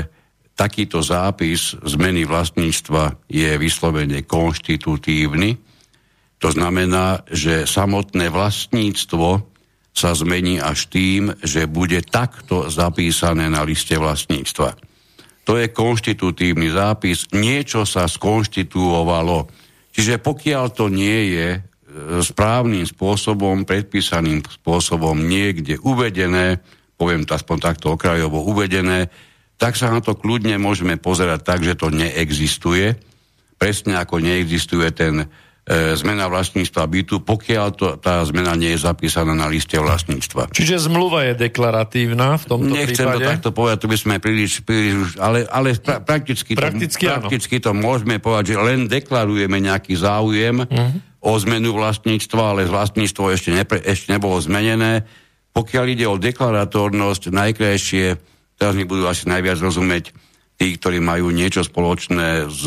takýto zápis zmeny vlastníctva je vyslovene konštitutívny. To znamená, že samotné vlastníctvo sa zmení až tým, že bude takto zapísané na liste vlastníctva. To je konštitutívny zápis, niečo sa skonštituovalo. Čiže pokiaľ to nie je správnym spôsobom, predpísaným spôsobom niekde uvedené, poviem to aspoň takto okrajovo uvedené, tak sa na to kľudne môžeme pozerať tak, že to neexistuje. Presne ako neexistuje ten zmena vlastníctva bytu, pokiaľ to, tá zmena nie je zapísaná na liste vlastníctva. Čiže zmluva je deklaratívna v tomto Nechcem prípade? Nechcem to takto povedať, to by sme príliš, príliš ale, ale pra, prakticky, prakticky, to, prakticky to môžeme povedať, že len deklarujeme nejaký záujem uh-huh. o zmenu vlastníctva, ale vlastníctvo ešte, nepre, ešte nebolo zmenené. Pokiaľ ide o deklaratórnosť, najkrajšie, teraz mi budú asi najviac rozumieť tí, ktorí majú niečo spoločné s,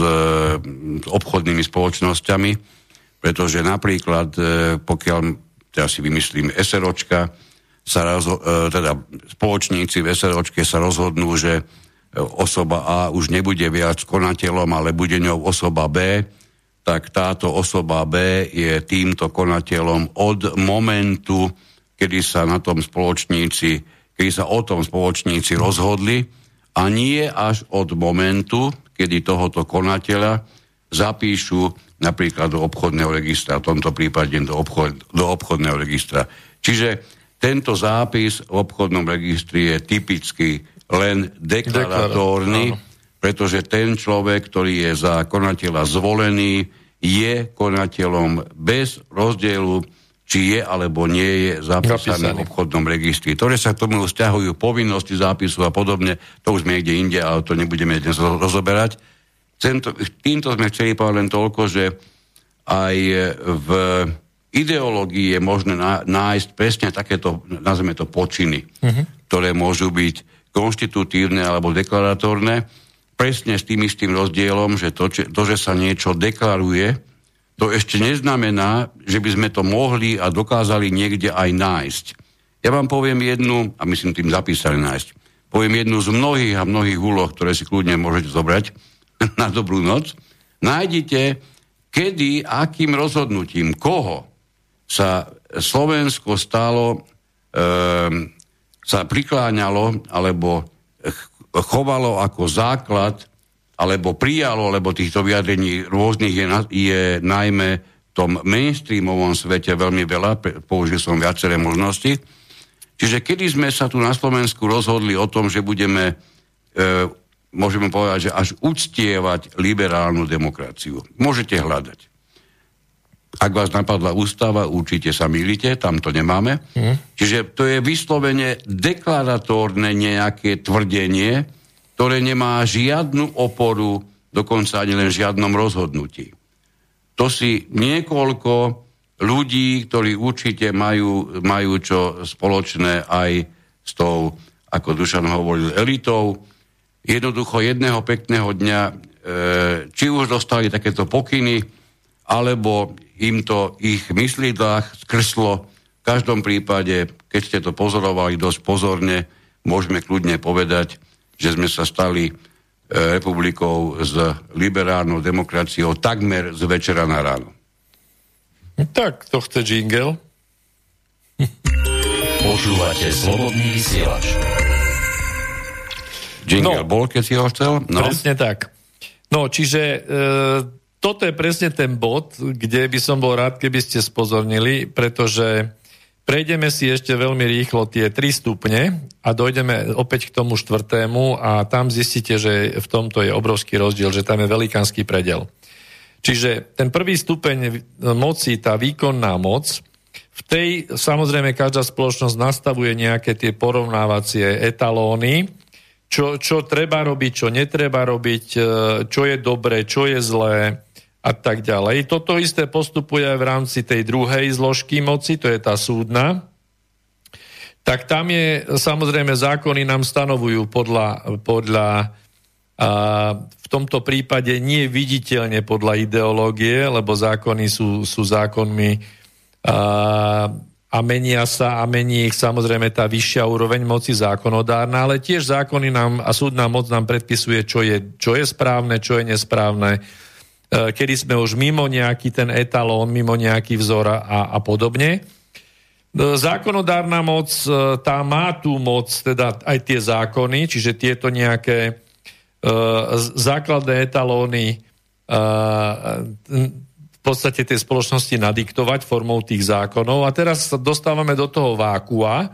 s obchodnými spoločnosťami, pretože napríklad, pokiaľ, teraz si vymyslím, SROčka, sa rozho- teda spoločníci v SROčke sa rozhodnú, že osoba A už nebude viac konateľom, ale bude ňou osoba B, tak táto osoba B je týmto konateľom od momentu, kedy sa na tom spoločníci, kedy sa o tom spoločníci rozhodli, a nie až od momentu, kedy tohoto konateľa zapíšu napríklad do obchodného registra, v tomto prípade do, obchod, do obchodného registra. Čiže tento zápis v obchodnom registri je typicky len deklaratórny, pretože ten človek, ktorý je za konateľa zvolený, je konateľom bez rozdielu, či je alebo nie je zapísaný v obchodnom registri. Ktoré sa k tomu vzťahujú povinnosti zápisu a podobne, to už sme niekde inde, ale to nebudeme dnes rozoberať. Týmto sme chceli povedať len toľko, že aj v ideológii je možné nájsť presne takéto, nazveme to počiny, uh-huh. ktoré môžu byť konštitutívne alebo deklaratórne, presne s tým istým rozdielom, že to, to, že sa niečo deklaruje, to ešte neznamená, že by sme to mohli a dokázali niekde aj nájsť. Ja vám poviem jednu, a myslím tým zapísali nájsť, poviem jednu z mnohých a mnohých úloh, ktoré si kľudne môžete zobrať na dobrú noc. Nájdite, kedy, akým rozhodnutím, koho sa Slovensko stalo, e, sa prikláňalo, alebo chovalo ako základ, alebo prijalo, lebo týchto vyjadrení rôznych je, je najmä v tom mainstreamovom svete veľmi veľa, použil som viaceré možnosti. Čiže kedy sme sa tu na Slovensku rozhodli o tom, že budeme, e, môžeme povedať, že až uctievať liberálnu demokraciu. Môžete hľadať. Ak vás napadla ústava, určite sa mýlite, tam to nemáme. Mm. Čiže to je vyslovene deklaratórne nejaké tvrdenie, ktoré nemá žiadnu oporu, dokonca ani len v žiadnom rozhodnutí. To si niekoľko ľudí, ktorí určite majú, majú čo spoločné aj s tou, ako Dušan hovoril, elitou, jednoducho jedného pekného dňa, e, či už dostali takéto pokyny, alebo im to ich myslidlách skrslo. V každom prípade, keď ste to pozorovali dosť pozorne, môžeme kľudne povedať, že sme sa stali e, republikou s liberálnou demokraciou takmer z večera na ráno. Tak, to chce jingle. Počúvate Slobodný vysielač. Jingle No, bol, keď si ho chcel? No. Presne tak. No, čiže e, toto je presne ten bod, kde by som bol rád, keby ste spozornili, pretože prejdeme si ešte veľmi rýchlo tie tri stupne a dojdeme opäť k tomu štvrtému a tam zistíte, že v tomto je obrovský rozdiel, že tam je velikánsky predel. Čiže ten prvý stupeň moci, tá výkonná moc, v tej samozrejme každá spoločnosť nastavuje nejaké tie porovnávacie etalóny, čo, čo treba robiť, čo netreba robiť, čo je dobré, čo je zlé a tak ďalej. Toto isté postupuje aj v rámci tej druhej zložky moci, to je tá súdna. Tak tam je, samozrejme, zákony nám stanovujú podľa, podľa a v tomto prípade nie viditeľne podľa ideológie, lebo zákony sú, sú zákonmi a, a menia sa a mení ich samozrejme tá vyššia úroveň moci zákonodárna, ale tiež zákony nám a súdna moc nám predpisuje, čo je, čo je správne, čo je nesprávne, kedy sme už mimo nejaký ten etalón, mimo nejaký vzor a, a podobne. Zákonodárna moc, tá má tú moc, teda aj tie zákony, čiže tieto nejaké základné etalóny v podstate tej spoločnosti nadiktovať formou tých zákonov. A teraz sa dostávame do toho vákua,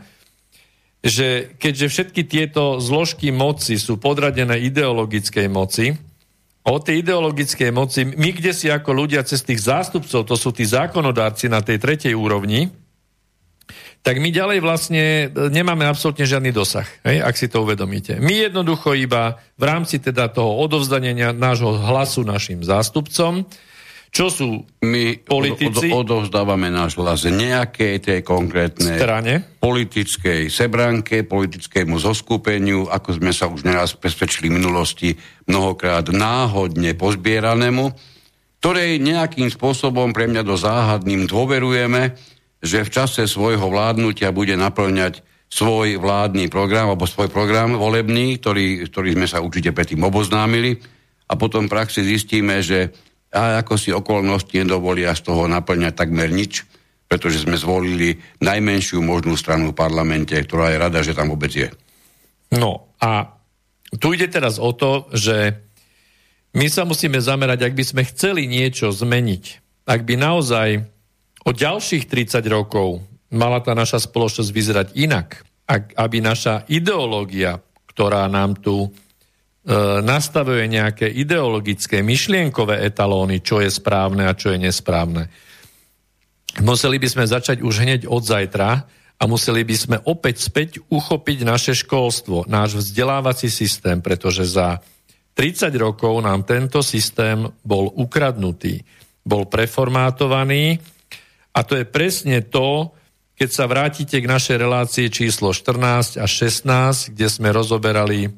že keďže všetky tieto zložky moci sú podradené ideologickej moci, o tej ideologickej moci my kde si ako ľudia cez tých zástupcov, to sú tí zákonodárci na tej tretej úrovni, tak my ďalej vlastne nemáme absolútne žiadny dosah, hej, ak si to uvedomíte. My jednoducho iba v rámci teda toho odovzdania nášho hlasu našim zástupcom, čo sú my politici... My od, odovzdávame náš hlas nejakej tej konkrétnej strane, politickej sebranke, politickému zoskupeniu, ako sme sa už neraz presvedčili v minulosti, mnohokrát náhodne pozbieranému, ktorej nejakým spôsobom pre mňa do záhadným dôverujeme, že v čase svojho vládnutia bude naplňať svoj vládny program, alebo svoj program volebný, ktorý, ktorý sme sa určite predtým oboznámili, a potom v praxi zistíme, že a ako si okolnosti nedovolia z toho naplňať takmer nič, pretože sme zvolili najmenšiu možnú stranu v parlamente, ktorá je rada, že tam vôbec je. No a tu ide teraz o to, že my sa musíme zamerať, ak by sme chceli niečo zmeniť, ak by naozaj o ďalších tridsať rokov mala tá naša spoločnosť vyzerať inak, ak, aby naša ideológia, ktorá nám tu e, nastavuje nejaké ideologické, myšlienkové etalóny, čo je správne a čo je nesprávne, museli by sme začať už hneď od zajtra a museli by sme opäť späť uchopiť naše školstvo, náš vzdelávací systém, pretože za tridsať rokov nám tento systém bol ukradnutý, bol preformátovaný. A to je presne to, keď sa vrátite k našej relácii číslo štrnásť a šestnásť, kde sme rozoberali,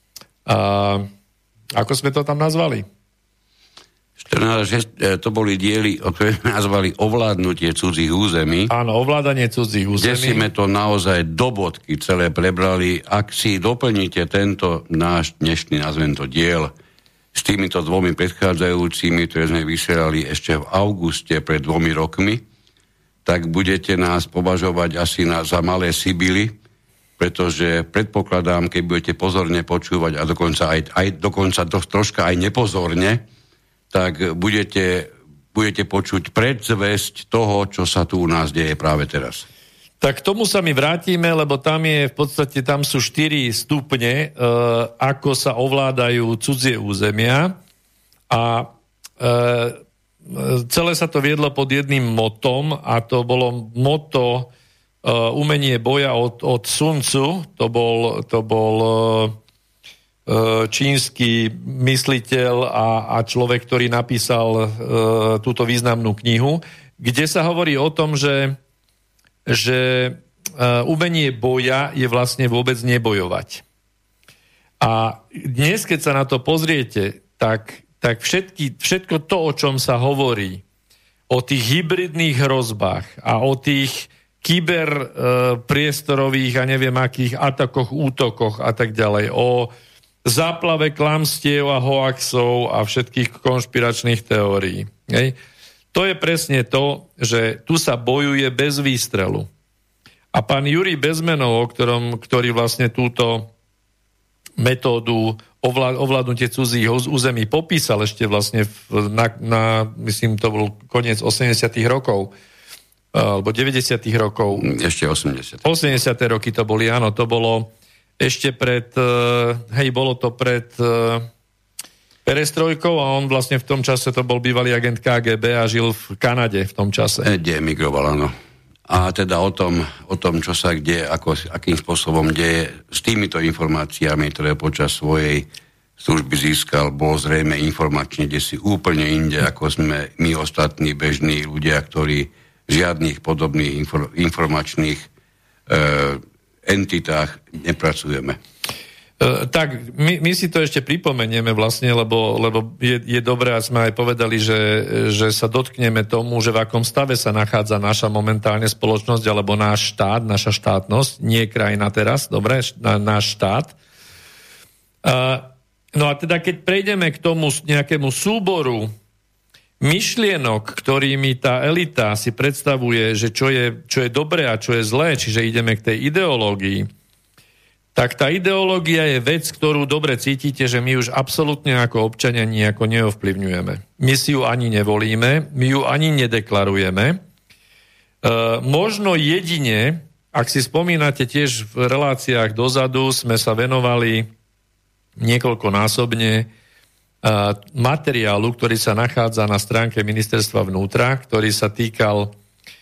a, ako sme to tam nazvali? štrnásť, šestnásť, to boli diely, ktoré sme nazvali ovládnutie cudzích území. Áno, ovládanie cudzích území. Kde sme to naozaj do bodky celé prebrali. Ak si doplníte tento náš dnešný, nazvem to, diel s týmito dvomi predchádzajúcimi, ktoré sme vysielali ešte v auguste pred dvomi rokmi, tak budete nás považovať asi na, za malé sibily, pretože predpokladám, keď budete pozorne počúvať a dokonca aj, aj dokonca to, troška aj nepozorne, tak budete, budete počuť predzvesť toho, čo sa tu u nás deje práve teraz. Tak k tomu sa my vrátime, lebo tam je v podstate, tam sú štyri stupne, e, ako sa ovládajú cudzie územia a e, celé sa to viedlo pod jedným motom a to bolo moto uh, umenie boja od, od Sun Tzu. To bol, to bol uh, čínsky mysliteľ a, a človek, ktorý napísal uh, túto významnú knihu, kde sa hovorí o tom, že, že uh, umenie boja je vlastne vôbec nebojovať. A dnes, keď sa na to pozriete, tak tak všetky, všetko to, o čom sa hovorí, o tých hybridných hrozbách a o tých kyberpriestorových a neviem akých atakoch, útokoch a tak ďalej, o záplave klamstiev a hoaxov a všetkých konšpiračných teórií. Hej. To je presne to, že tu sa bojuje bez výstrelu. A pán Jurij Bezmenov, o ktorom, ktorý vlastne túto metódu ovládnutie cudzích území popísal ešte vlastne v, na, na, myslím, to bol koniec osemdesiatych rokov, alebo deväťdesiatych rokov. Ešte osemdesiate. osemdesiate roky to boli, áno, to bolo ešte pred, hej, bolo to pred perestrojkou a on vlastne v tom čase to bol bývalý agent ká gé bé a žil v Kanade v tom čase. Kde emigroval, áno. a teda o tom, o tom čo sa kde, ako, akým spôsobom deje s týmito informáciami, ktoré počas svojej služby získal, bol zrejme informačne desi úplne inde, ako sme my ostatní bežní ľudia, ktorí v žiadnych podobných infor, informačných e, entitách nepracujeme. E, tak, my, my si to ešte pripomenieme vlastne, lebo, lebo je, je dobré, a sme aj povedali, že, že sa dotkneme tomu, že v akom stave sa nachádza naša momentálne spoločnosť, alebo náš štát, naša štátnosť, nie krajina teraz, dobre, náš štát. A No a teda keď prejdeme k tomu nejakému súboru myšlienok, ktorými tá elita si predstavuje, že čo je, čo je dobré a čo je zlé, čiže ideme k tej ideológii, tak tá ideológia je vec, ktorú dobre cítite, že my už absolútne ako občania nejako neovplyvňujeme. My si ju ani nevolíme, my ju ani nedeklarujeme. E, možno jedine, ak si spomínate tiež v reláciách dozadu, sme sa venovali niekoľkonásobne materiálu, ktorý sa nachádza na stránke Ministerstva vnútra, ktorý sa týkal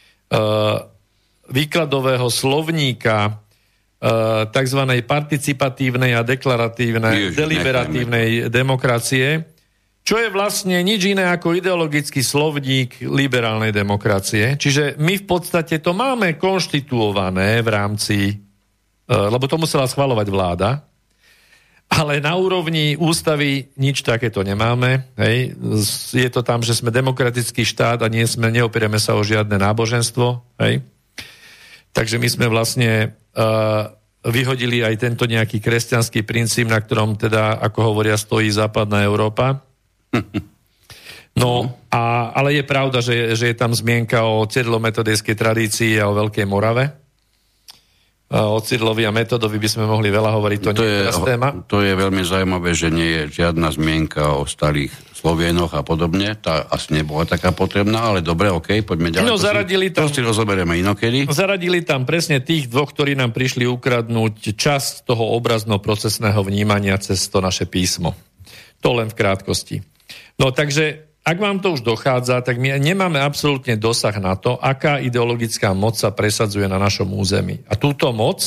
výkladového slovníka tzv. Participatívnej a deklaratívnej, deliberatívnej demokracie, čo je vlastne nič iné ako ideologický slovník liberálnej demokracie. Čiže my v podstate to máme konštituované v rámci, lebo to musela schvaľovať vláda, ale na úrovni ústavy nič takéto nemáme. Hej. Je to tam, že sme demokratický štát a nie sme, neopierame sa o žiadne náboženstvo. Hej. Takže my sme vlastne uh, vyhodili aj tento nejaký kresťanský princíp, na ktorom teda, ako hovoria, stojí západná Európa. No, a, ale je pravda, že, že je tam zmienka o cyrilometodejskej tradícii a o Veľkej Morave. O Cyrilovi a Metodovi by sme mohli veľa hovoriť, to, to nie je teraz téma. To je veľmi zaujímavé, že nie je žiadna zmienka o starých Slovienoch a podobne, tá asi nebola taká potrebná, ale dobre, okej, okay, poďme ďalej. No, zaradili tam, to si rozoberieme inokedy. Zaradili tam presne tých dvoch, ktorí nám prišli ukradnúť časť toho obrazno-procesného vnímania cez to naše písmo. To len v krátkosti. No, takže ak vám to už dochádza, tak my nemáme absolútne dosah na to, aká ideologická moc sa presadzuje na našom území. A túto moc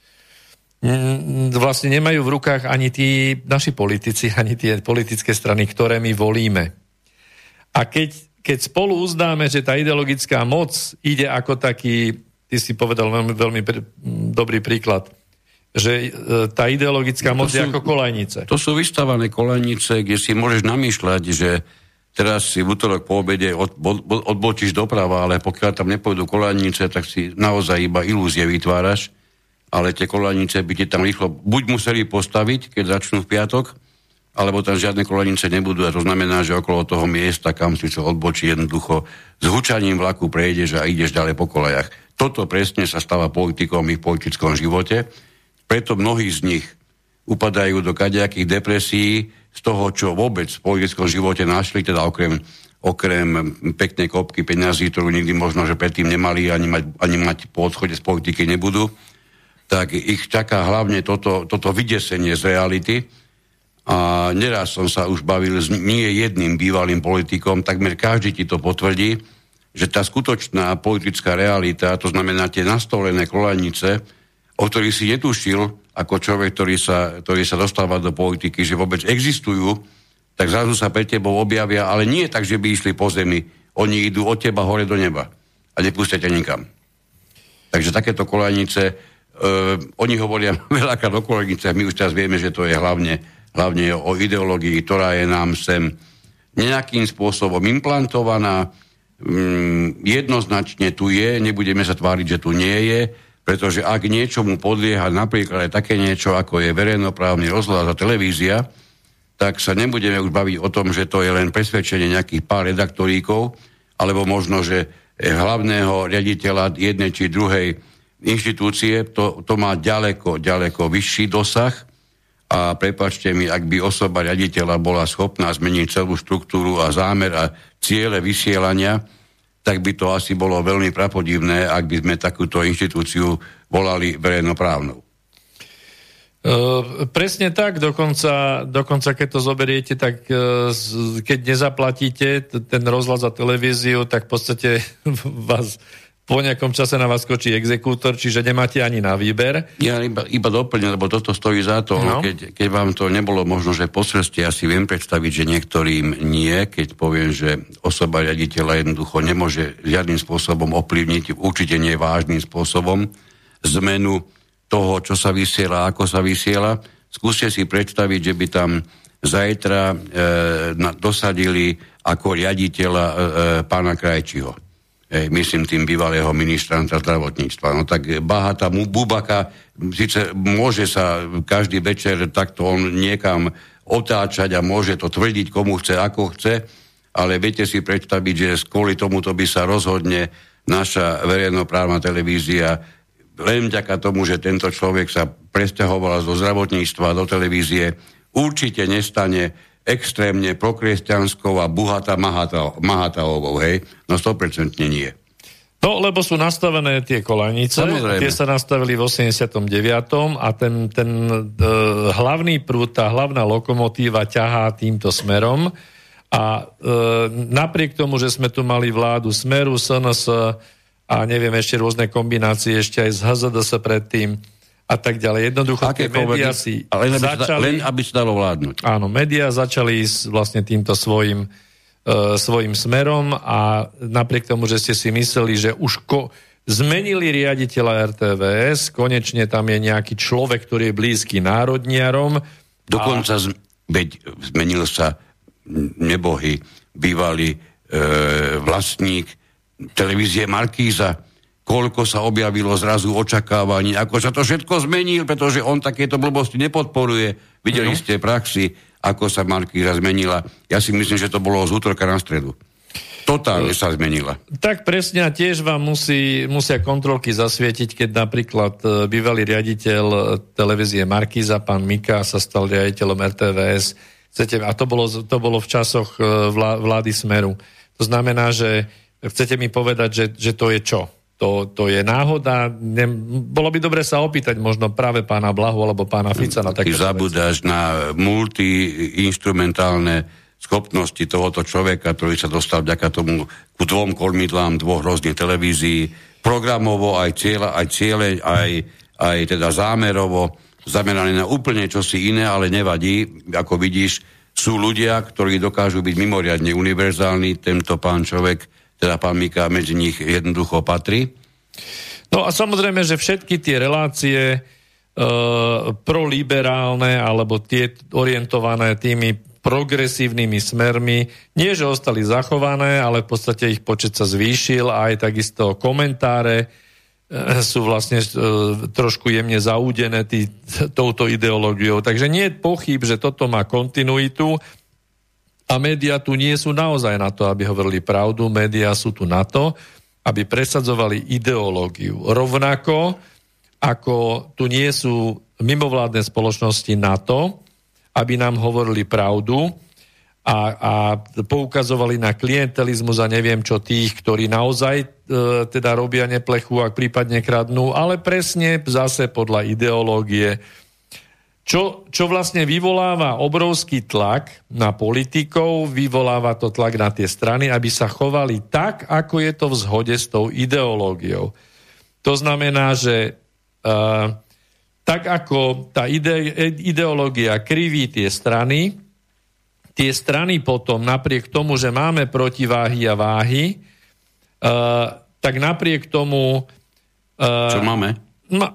vlastne nemajú v rukách ani tí naši politici, ani tie politické strany, ktoré my volíme. A keď, keď spolu uznáme, že tá ideologická moc ide ako taký, ty si povedal veľmi, veľmi pr- dobrý príklad, že tá ideologická moc sú, je ako kolajnice. To sú vystavané kolajnice, kde si môžeš namýšľať, že teraz si v útorok po obede od, od, odbočíš doprava, ale pokiaľ tam nepôjdu kolajnice, tak si naozaj iba ilúzie vytváraš, ale tie kolajnice by ti tam rýchlo buď museli postaviť, keď začnú v piatok, alebo tam žiadne kolajnice nebudú a to znamená, že okolo toho miesta, kam si chcel odbočiť, jednoducho s hučaním vlaku prejdeš a ideš ďalej po kolajach. Toto presne sa stáva politikom v politickom živote, preto mnohí z nich upadajú do kadejakých depresií z toho, čo vôbec v politickom živote našli, teda okrem, okrem peknej kopky peňazí, ktorú nikdy možno, že predtým nemali, ani mať, ani mať po odchode z politiky nebudú, tak ich čaká hlavne toto, toto vydesenie z reality. A neraz som sa už bavil s nie jedným bývalým politikom, takmer každý ti to potvrdí, že tá skutočná politická realita, to znamená tie nastolené kolajnice, o ktorých si netušil ako človek, ktorý sa, ktorý sa dostáva do politiky, že vôbec existujú, tak zrazu sa pre tebou objavia, ale nie tak, že by išli po zemi. Oni idú od teba hore do neba a nepustia ťa nikam. Takže takéto kolajnice, e, oni hovoria veľakrát o kolajnicách, my už teraz vieme, že to je hlavne, hlavne o ideológii, ktorá je nám sem nejakým spôsobom implantovaná, mm, jednoznačne tu je, nebudeme sa tváriť, že tu nie je, pretože ak niečomu podlieha napríklad aj také niečo, ako je verejnoprávny rozhlas a televízia, tak sa nebudeme už baviť o tom, že to je len presvedčenie nejakých pár redaktoríkov, alebo možno, že hlavného riaditeľa jednej či druhej inštitúcie, to, to má ďaleko, ďaleko vyšší dosah a prepáčte mi, ak by osoba riaditeľa bola schopná zmeniť celú štruktúru a zámer a ciele vysielania, tak by to asi bolo veľmi prapodivné, ak by sme takúto inštitúciu volali verejnoprávnou. Uh, presne tak, dokonca, dokonca keď to zoberiete, tak uh, keď nezaplatíte t- ten rozhlas za televíziu, tak v podstate vás po nejakom čase na vás skočí exekútor, čiže nemáte ani na výber. Ja iba, iba doplňujem, lebo toto stojí za to. No. Keď, keď vám to nebolo možno, že po ceste, ja si viem predstaviť, že niektorým nie, keď poviem, že osoba riaditeľa jednoducho nemôže žiadnym spôsobom ovplyvniť, určite nie vážnym spôsobom, zmenu toho, čo sa vysiela, ako sa vysiela. Skúste si predstaviť, že by tam zajtra e, na, dosadili ako riaditeľa e, pána Krajčího. E, myslím tým bývalého ministra zdravotníctva. No tak Bahata Bubaka, síce môže sa každý večer takto on niekam otáčať a môže to tvrdiť komu chce, ako chce, ale viete si predstaviť, že kvôli tomuto by sa rozhodne naša verejnoprávna televízia len vďaka tomu, že tento človek sa presťahoval zo zdravotníctva do televízie, určite nestane extrémne prokresťanskou a buhata Mahataovou, hej? No sto percent nie. No, lebo sú nastavené tie kolanice, Samozrejme. Tie sa nastavili v osemdesiatom deviatom a ten, ten e, hlavný prúd, tá hlavná lokomotíva ťahá týmto smerom a e, napriek tomu, že sme tu mali vládu Smeru, es en es a neviem, ešte rôzne kombinácie, ešte aj z há zet dé es predtým, a tak ďalej. Jednoducho tie médiá si len aby začali... Len aby sa dalo vládnuť. Áno, médiá začali s vlastne týmto svojim, uh, svojim smerom a napriek tomu, že ste si mysleli, že už ko- zmenili riaditeľa er té vé es, konečne tam je nejaký človek, ktorý je blízky národniarom. Dokonca a... veď zmenil sa nebohy, bývalý e, vlastník televízie Markíza, koľko sa objavilo zrazu očakávaní, ako sa to všetko zmenil, pretože on takéto blbosti nepodporuje. Videli ste praxi, ako sa Markíza zmenila. Ja si myslím, že to bolo z útorka na stredu. Totálne sa zmenila. Tak presne, a tiež vám musí, musia kontrolky zasvietiť, keď napríklad bývalý riaditeľ televízie Markíza, pán Mika, sa stal riaditeľom er té vé es. Chcete, a to bolo, to bolo v časoch vlá, vlády Smeru. To znamená, že chcete mi povedať, že, že to je čo? To, to je náhoda. Ne, bolo by dobre sa opýtať možno práve pána Blahu alebo pána Fica na takéto veci. Ty zabudáš na multi-instrumentálne schopnosti tohoto človeka, ktorý sa dostal vďaka tomu ku dvom kormidlám dvoch rôznych televízií, programovo aj cieľa, aj ciele, aj, aj teda zámerovo, zamerané na úplne čosi iné, ale nevadí. Ako vidíš, sú ľudia, ktorí dokážu byť mimoriadne univerzálni. Tento pán človek, teda pán Mika, medzi nich jednoducho patrí. No a samozrejme, že všetky tie relácie e, proliberálne alebo tie orientované tými progresívnymi smermi, nie že ostali zachované, ale v podstate ich počet sa zvýšil a aj takisto komentáre e, sú vlastne e, trošku jemne zaúdené tý, touto ideológiou. Takže nie je pochyb, že toto má kontinuitu. A médiá tu nie sú naozaj na to, aby hovorili pravdu. Médiá sú tu na to, aby presadzovali ideológiu. Rovnako ako tu nie sú mimovládne spoločnosti na to, aby nám hovorili pravdu a, a poukazovali na klientelizmus a neviem čo tých, ktorí naozaj e, teda robia neplechu a prípadne kradnú, ale presne zase podľa ideológie. Čo, čo vlastne vyvoláva obrovský tlak na politikov, vyvoláva to tlak na tie strany, aby sa chovali tak, ako je to v zhode s tou ideológiou. To znamená, že uh, tak ako tá ide, ideológia kriví tie strany, tie strany potom napriek tomu, že máme protiváhy a váhy, uh, tak napriek tomu... Uh, Čo máme? No,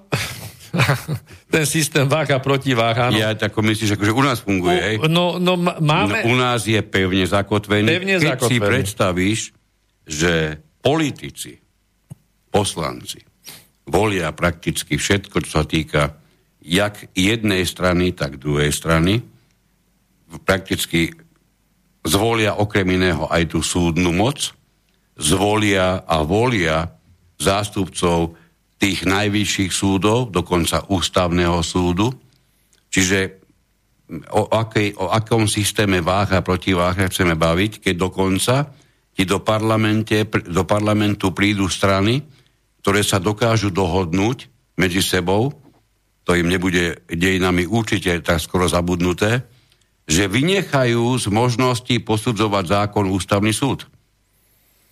ten systém váh a protiváh, áno. Ja tako myslíš, akože u nás funguje, hej? No, no, máme... No, u nás je pevne zakotvený. Pevne Keď zakotvený. si predstavíš, že politici, poslanci volia prakticky všetko, čo sa týka jak jednej strany, tak druhej strany, prakticky zvolia okrem iného aj tú súdnu moc, zvolia a volia zástupcov tých najvyšších súdov, dokonca ústavného súdu. Čiže o, akej, o akom systéme váh a protiváh chceme baviť, keď dokonca ti do, parlamente, do parlamentu prídu strany, ktoré sa dokážu dohodnúť medzi sebou, to im nebude dejinami určite tak skoro zabudnuté, že vynechajú z možnosti posudzovať zákon ústavný súd.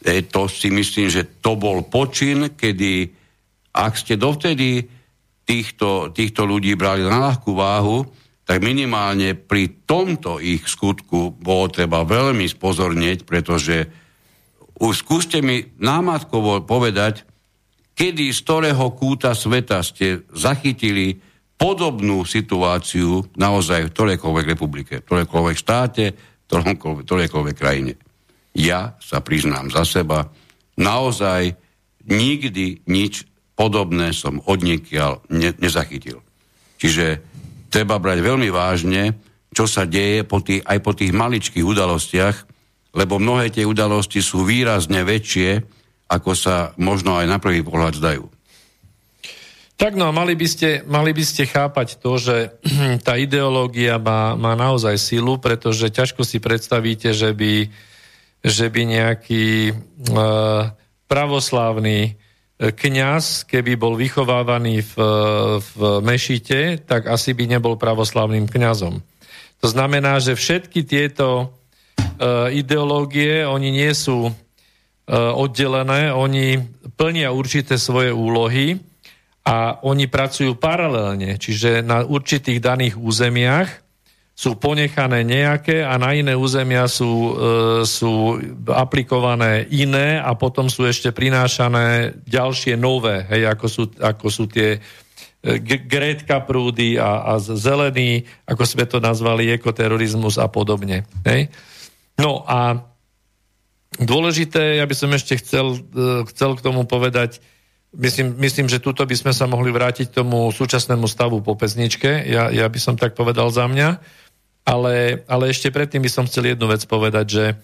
E, to si myslím, že to bol počin, kedy ak ste dovtedy týchto, týchto ľudí brali na ľahkú váhu, tak minimálne pri tomto ich skutku bolo treba veľmi spozornieť, pretože už skúste mi námatkovo povedať, kedy z ktorého kúta sveta ste zachytili podobnú situáciu naozaj v ktorejkoľvek republike, v ktorejkoľvek štáte, v ktorejkoľvek krajine. Ja sa priznám za seba, naozaj nikdy nič podobné som odniekiaľ ne, nezachytil. Čiže treba brať veľmi vážne, čo sa deje po tých, aj po tých maličkých udalostiach, lebo mnohé tie udalosti sú výrazne väčšie, ako sa možno aj na prvý pohľad zdajú. Tak no, mali by ste, mali by ste chápať to, že tá ideológia má, má naozaj silu, pretože ťažko si predstavíte, že by že by nejaký e, pravoslávny kňaz, keby bol vychovávaný v, v mešite, tak asi by nebol pravoslávnym kňazom. To znamená, že všetky tieto e, ideológie, oni nie sú e, oddelené, oni plnia určité svoje úlohy a oni pracujú paralelne, čiže na určitých daných územiach sú ponechané nejaké a na iné územia sú, e, sú aplikované iné a potom sú ešte prinášané ďalšie nové, hej, ako sú, ako sú tie g- grétka prúdy a, a zelený, ako sme to nazvali, ekoterorizmus a podobne. Hej. No a dôležité, ja by som ešte chcel, e, chcel k tomu povedať, myslím, myslím, že tuto by sme sa mohli vrátiť k tomu súčasnému stavu po pesničke, ja, ja by som tak povedal za mňa. Ale, ale ešte predtým by som chcel jednu vec povedať, že e,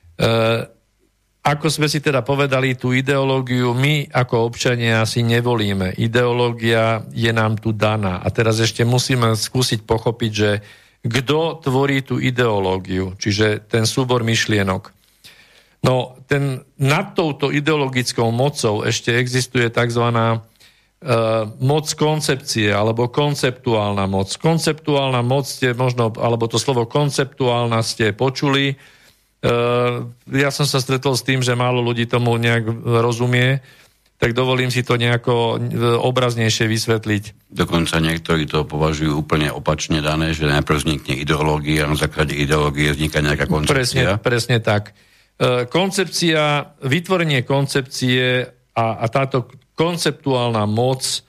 ako sme si teda povedali, tú ideológiu my ako občania si nevolíme. Ideológia je nám tu daná. A teraz ešte musíme skúsiť pochopiť, že kto tvorí tú ideológiu, čiže ten súbor myšlienok. No, ten, nad touto ideologickou mocou ešte existuje takzvaná moc koncepcie, alebo konceptuálna moc. Konceptuálna moc ste možno, alebo to slovo konceptuálna ste počuli. Ja som sa stretol s tým, že málo ľudí tomu nejak rozumie, tak dovolím si to nejako obraznejšie vysvetliť. Dokonca niektorí to považujú úplne opačne dané, že najprv vznikne ideológia a na základe ideológie vzniká nejaká koncepcia. Presne, presne tak. Koncepcia, vytvorenie koncepcie a, a táto konceptuálna moc e,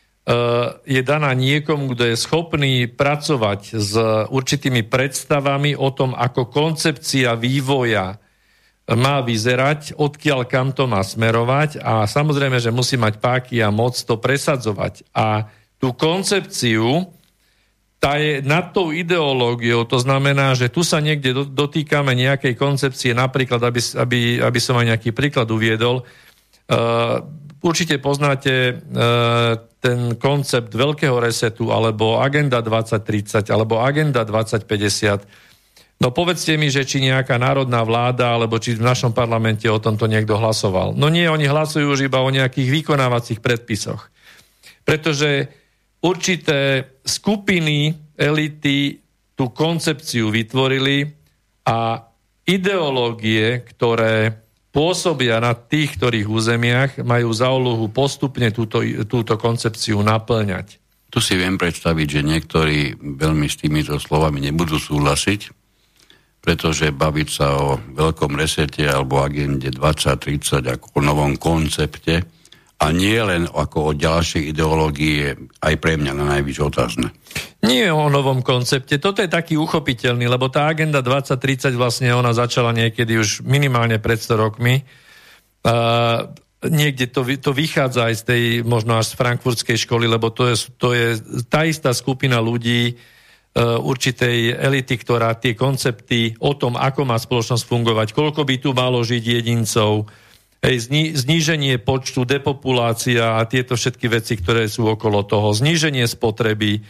je daná niekomu, kto je schopný pracovať s určitými predstavami o tom, ako koncepcia vývoja má vyzerať, odkiaľ kam to má smerovať a samozrejme, že musí mať páky a moc to presadzovať. A tú koncepciu, tá je nad tou ideológiou, to znamená, že tu sa niekde dotýkame nejakej koncepcie, napríklad, aby, aby, aby som aj nejaký príklad uviedol, uh, určite poznáte uh, ten koncept veľkého resetu, alebo Agenda dvadsať tridsať, alebo Agenda dvadsať päťdesiat. No povedzte mi, že či nejaká národná vláda, alebo či v našom parlamente o tomto niekto hlasoval. No nie, oni hlasujú už iba o nejakých vykonávacích predpisoch. Pretože určité skupiny, elity tú koncepciu vytvorili a ideológie, ktoré pôsobia na tých, ktorých územiach, majú za úlohu postupne túto, túto koncepciu naplňať. Tu si viem predstaviť, že niektorí veľmi s týmito slovami nebudú súhlasiť, pretože baviť sa o veľkom resete alebo agende dvadsať tridsať ako o novom koncepte a nie len ako o ďalšej ideológii je aj pre mňa na najvyššie otázne. Nie o novom koncepte, toto je taký uchopiteľný, lebo tá agenda dvadsať tridsať vlastne ona začala niekedy už minimálne pred sto rokmi. Uh, niekde to, to vychádza aj z tej, možno až z frankfurtskej školy, lebo to je, to je tá istá skupina ľudí, uh, určitej elity, ktorá tie koncepty o tom, ako má spoločnosť fungovať, koľko by tu malo žiť jedincov, hej, zni, zníženie počtu, depopulácia a tieto všetky veci, ktoré sú okolo toho, zníženie spotreby,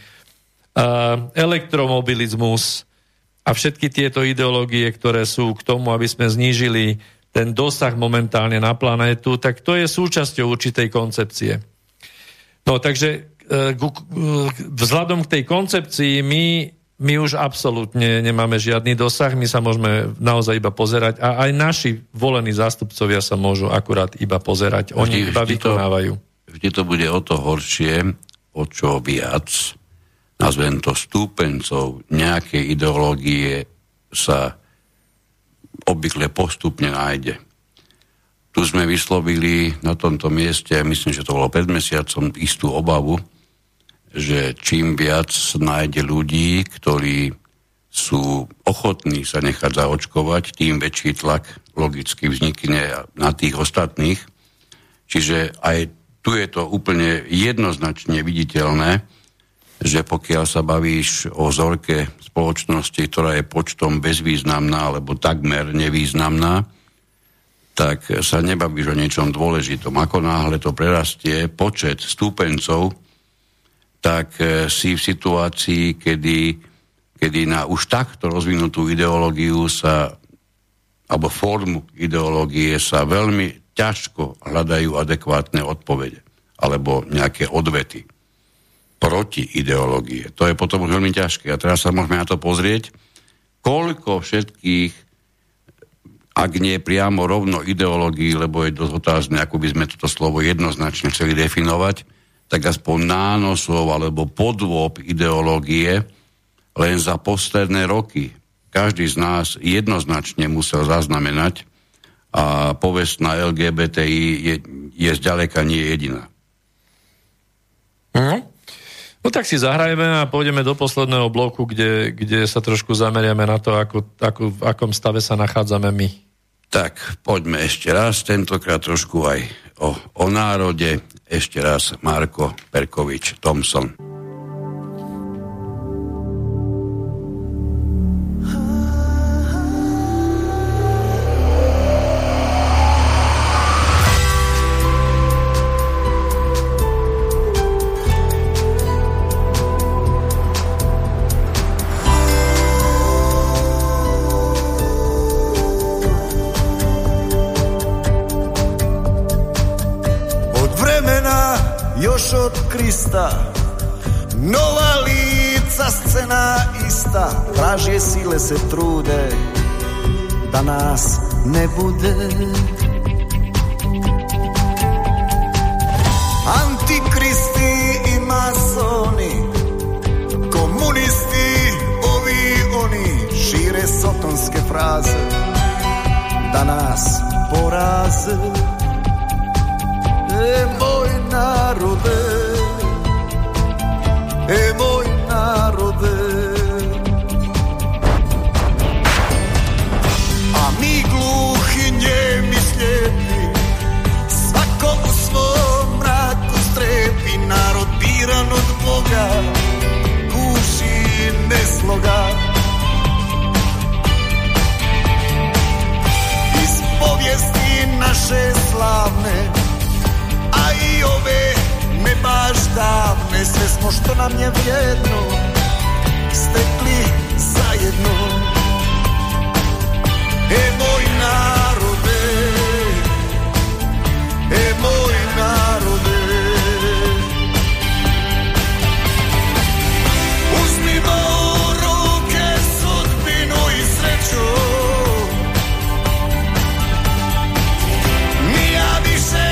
Uh, elektromobilizmus a všetky tieto ideológie, ktoré sú k tomu, aby sme znížili ten dosah momentálne na planétu, tak to je súčasťou určitej koncepcie. No takže uh, vzhľadom k tej koncepcii my, my už absolútne nemáme žiadny dosah, my sa môžeme naozaj iba pozerať a aj naši volení zástupcovia sa môžu akurát iba pozerať. Oni vždy, iba vždy vykonávajú. To, vždy to bude o to horšie, o čo viac, nazvem to stúpencov nejakej ideológie sa obvykle postupne nájde. Tu sme vyslovili na tomto mieste, myslím, že to bolo pred mesiacom, istú obavu, že čím viac nájde ľudí, ktorí sú ochotní sa nechať zaočkovať, tým väčší tlak logicky vznikne na tých ostatných. Čiže aj tu je to úplne jednoznačne viditeľné, že pokiaľ sa bavíš o vzorke spoločnosti, ktorá je počtom bezvýznamná alebo takmer nevýznamná, tak sa nebavíš o niečom dôležitom. Ako náhle to prerastie počet stúpencov, tak si v situácii, kedy, kedy na už takto rozvinutú ideológiu sa, alebo formu ideológie sa veľmi ťažko hľadajú adekvátne odpovede alebo nejaké odvety proti ideológie. To je potom už veľmi ťažké. A teraz sa môžeme na to pozrieť, koľko všetkých, ak nie priamo rovno ideológií, lebo je dosť otázne, ako by sme toto slovo jednoznačne chceli definovať, tak aspoň nánosov alebo podôb ideológie len za posledné roky každý z nás jednoznačne musel zaznamenať a povestná el gé bé té í je, je zďaleka nie jediná. No. no tak si zahrajeme a pôjdeme do posledného bloku, kde, kde sa trošku zameriame na to, ako, ako, v akom stave sa nachádzame my. Tak, poďme ešte raz, tentokrát trošku aj o, o národe. Ešte raz Marko Perkovič Thompson. Od Krista nová lica, scéna istá, vražje síle se trúde, da nás nebude. Antikristi i masoni, komunisti, ovi oni, šíre sotonské fráze, da nás poraze. E môj národe, e môj národe. A my gluchy nemysleli, svako u svom mraku strepi, národ bíran od Boga, kúši nesloga. Iz poviesti naše slávne, aj ove ne baš davne, sve smo što nam je vrijedno stekli zajedno. E moj narode, e moj narode, uzmimo u ruke sudbinu i sreću. Nija više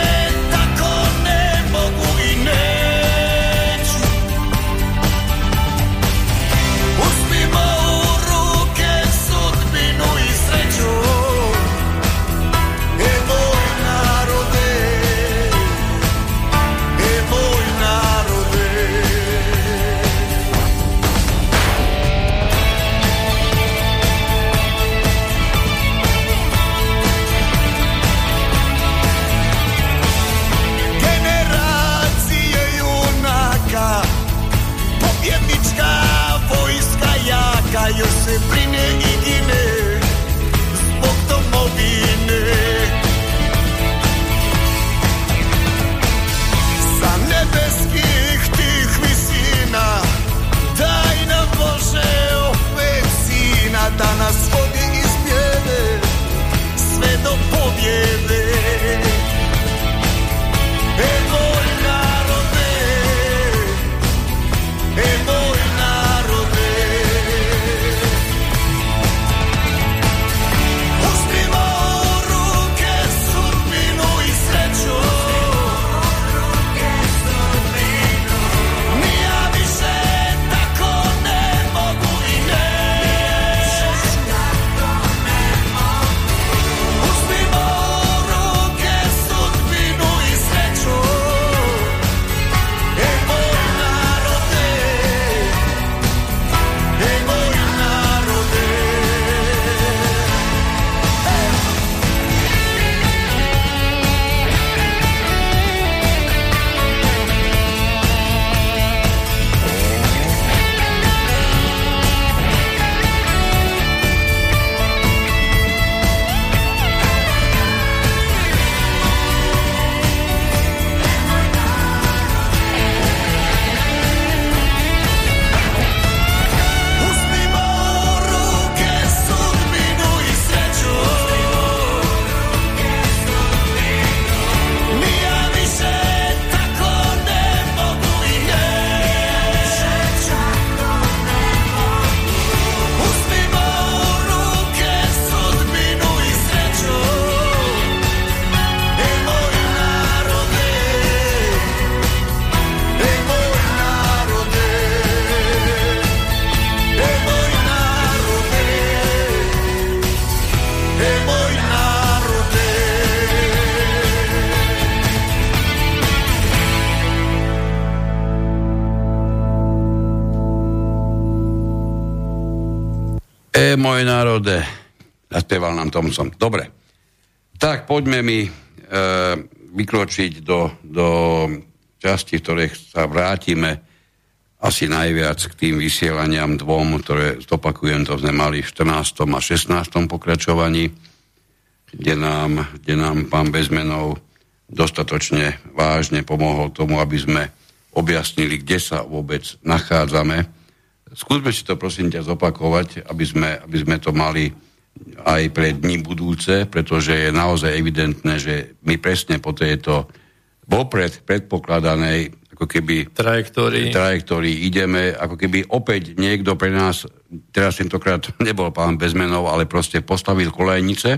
još se brine i gine zbog domovine. Sa nebeskih tih visina daj nam Bože opet sina, da nas vodi iz bijede sve do pobjede. E moj narode, e moj narode, E, môj národe, naspieval nám Thompson. Dobre, tak poďme mi e, vykročiť do, do časti, v ktorej sa vrátime asi najviac k tým vysielaniam dvom, ktoré, zopakujem, to sme mali v štrnástom a šestnástom pokračovaní, kde nám, kde nám pán Bezmenov dostatočne vážne pomohol tomu, aby sme objasnili, kde sa vôbec nachádzame. Skúsme si to, prosím ťa, zopakovať, aby sme, aby sme to mali aj pre dni budúce, pretože je naozaj evidentné, že my presne po tejto vopred predpokladanej ako keby trajektórii. trajektórii ideme, ako keby opäť niekto pre nás, teraz tentokrát nebol pán Bezmenov, ale proste postavil kolejnice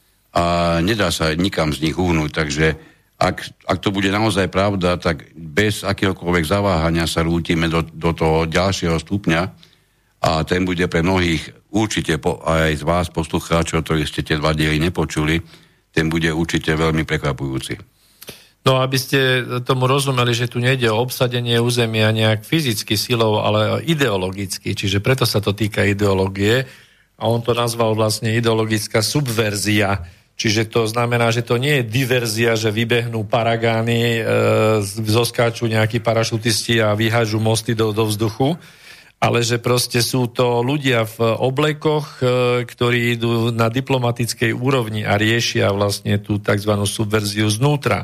a nedá sa nikam z nich uhnúť, takže ak, ak to bude naozaj pravda, tak bez akéhokoľvek zaváhania sa rútime do, do toho ďalšieho stupňa a ten bude pre mnohých určite, po, aj z vás poslucháčov, ktorí ste tie dva diely nepočuli, ten bude určite veľmi prekvapujúci. No, aby ste tomu rozumeli, že tu nejde o obsadenie územia nejak fyzicky silou, ale ideologicky, čiže preto sa to týka ideológie a on to nazval vlastne ideologická subverzia. Čiže to znamená, že to nie je diverzia, že vybehnú paragány, e, zoskáču nejakí parašutisti a vyhážu mosty do, do vzduchu, ale že proste sú to ľudia v oblekoch, e, ktorí idú na diplomatickej úrovni a riešia vlastne tú tzv. Subverziu znútra.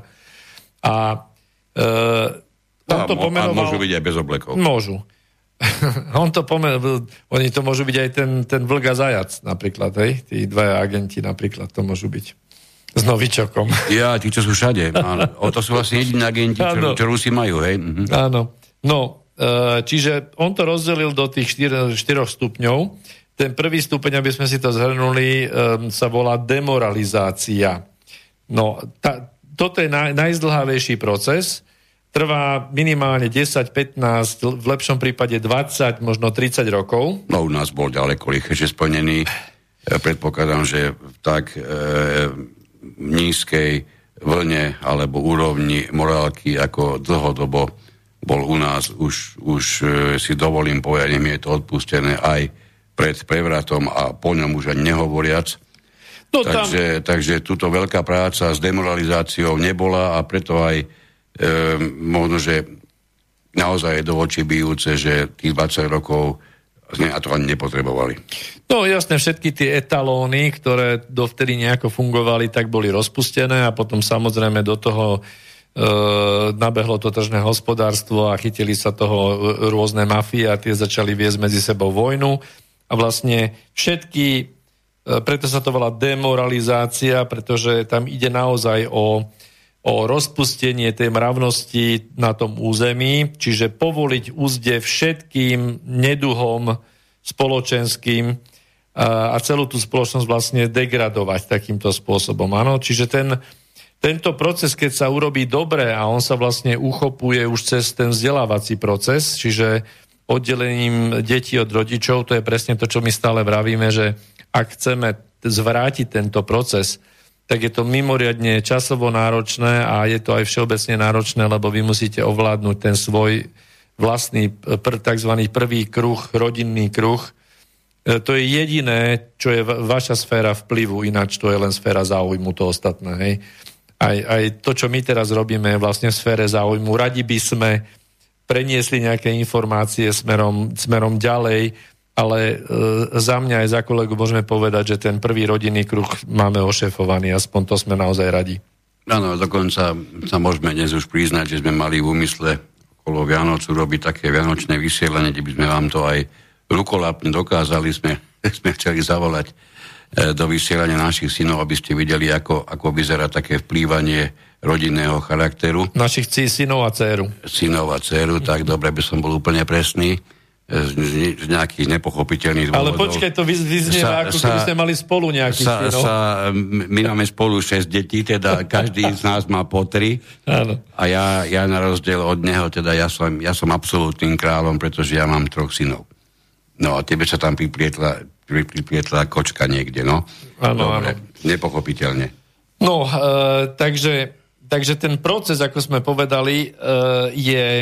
A, e, on a, to pomenoval... a môžu byť aj bez oblekov. Môžu. On to pomenoval, oni to môžu byť aj ten, ten vlk a zajac napríklad, hej? Tí dvaja agenti napríklad to môžu byť. S novičokom. Ja, tí, čo sú všade. Áno. O, to sú vlastne jediní agenti, čo, čo Rusi majú, hej? Mhm. Áno. No, čiže on to rozdelil do tých štyr, štyroch stupňov. Ten prvý stupeň, aby sme si to zhrnuli, sa volá demoralizácia. No, tá, toto je naj, najzdlhavejší proces. Trvá minimálne desať pätnásť, v lepšom prípade dvadsať, možno tridsať rokov. No u nás bol ďaleko rýchlejšie splnený. Ja predpokladám, že v tak e, nízkej vlne alebo úrovni morálky ako dlhodobo bol u nás, už, už e, si dovolím povedať, mi je to odpustené aj pred prevratom a po ňom už ani nehovoriac. No, takže, tam... takže túto veľká práca s demoralizáciou nebola a preto aj E, možno, že naozaj je do očí bijúce, že tých dvadsať rokov sme a to ani nepotrebovali. No jasne, všetky tie etalóny, ktoré dovtedy nejako fungovali, tak boli rozpustené a potom samozrejme do toho e, nabehlo to tržné hospodárstvo a chytili sa toho rôzne mafie a tie začali viesť medzi sebou vojnu a vlastne všetky, e, preto sa to volá demoralizácia, pretože tam ide naozaj o o rozpustenie tej mravnosti na tom území, čiže povoliť úzde všetkým neduhom spoločenským a celú tú spoločnosť vlastne degradovať takýmto spôsobom. Áno, čiže ten, tento proces, keď sa urobí dobre a on sa vlastne uchopuje už cez ten vzdelávací proces, čiže oddelením detí od rodičov, to je presne to, čo my stále vravíme, že ak chceme zvrátiť tento proces, tak je to mimoriadne časovo náročné a je to aj všeobecne náročné, lebo vy musíte ovládnuť ten svoj vlastný pr, tzv. Prvý kruh, rodinný kruh. E, to je jediné, čo je vaša sféra vplyvu, ináč to je len sféra záujmu, to ostatné. Hej. Aj, aj to, čo my teraz robíme, je vlastne v sfére záujmu. Radi by sme preniesli nejaké informácie smerom, smerom ďalej, ale e, za mňa aj za kolegu môžeme povedať, že ten prvý rodinný kruh máme ošefovaný, aspoň to sme naozaj radi. Áno, dokonca sa môžeme dnes už priznať, že sme mali v úmysle okolo Vianocu robiť také vianočné vysielanie, kde by sme vám to aj rukolapne dokázali, sme, sme chceli zavolať e, do vysielania našich synov, aby ste videli, ako, ako vyzerá také vplývanie rodinného charakteru. Našich synov a dcéru. Synov a dcéru, tak dobre by som bol úplne presný. Z, z nejakých nepochopiteľných dôvodov. Ale počkaj, to vyznieva, ako keby sme mali spolu nejakých sa, synov. Sa, my máme spolu šesť detí, teda každý z nás má po tri. Áno. A ja, ja na rozdiel od neho, teda ja som, ja som absolútnym kráľom, pretože ja mám troch synov. No a tebe sa tam priplietla, priplietla kočka niekde, no. Áno, Dobre, áno. Nepochopiteľne. No, e, takže, takže ten proces, ako sme povedali, e, je...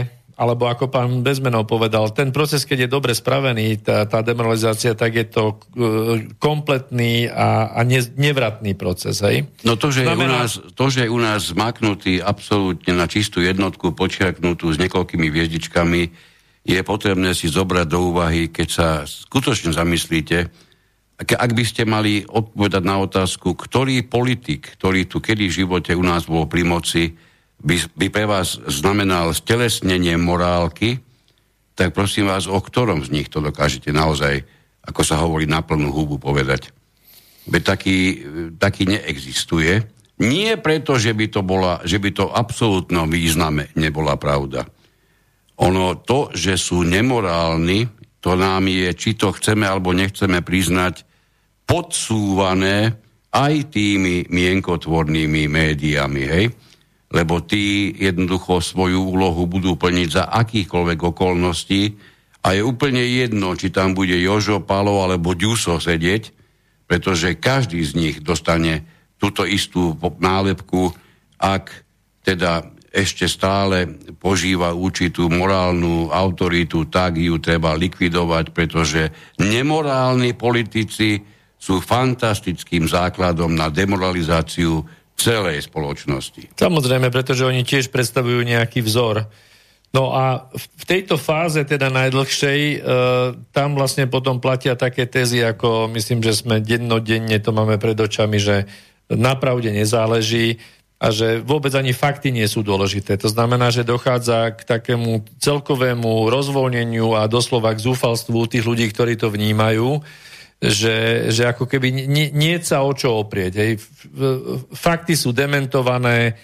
alebo ako pán Bezmenov povedal, ten proces, keď je dobre spravený, tá, tá demoralizácia, tak je to kompletný a, a ne, nevratný proces. Hej? No to, že, Znamená... je u nás, to, že je u nás zmaknutý absolútne na čistú jednotku, počiarknutú s niekoľkými hviezdičkami, je potrebné si zobrať do úvahy, keď sa skutočne zamyslíte, ak by ste mali odpovedať na otázku, ktorý politik, ktorý tu kedy v živote u nás bol pri moci, by, by pre vás znamenal stelesnenie morálky, tak prosím vás, o ktorom z nich to dokážete naozaj, ako sa hovorí, na plnú hubu povedať. Veď taký, taký neexistuje. Nie preto, že by to bola, že by to v absolútnom význame nebola pravda. Ono to, že sú nemorálni, to nám je, či to chceme alebo nechceme priznať, podsúvané aj tými mienkotvornými médiami, hej? Lebo tí jednoducho svoju úlohu budú plniť za akýchkoľvek okolností a je úplne jedno, či tam bude Jožo, Palo alebo Ďuso sedieť, pretože každý z nich dostane túto istú nálepku, ak teda ešte stále požíva určitú morálnu autoritu, tak ju treba likvidovať, pretože nemorálni politici sú fantastickým základom na demoralizáciu celej spoločnosti. Samozrejme, pretože oni tiež predstavujú nejaký vzor. No a v tejto fáze, teda najdlhšej, e, tam vlastne potom platia také tézy, ako myslím, že sme dennodenne to máme pred očami, že na pravde nezáleží a že vôbec ani fakty nie sú dôležité. To znamená, že dochádza k takému celkovému rozvoľneniu a doslova k zúfalstvu tých ľudí, ktorí to vnímajú, Že, že ako keby nie, nie sa o čo oprieť. Hej. Fakty sú dementované,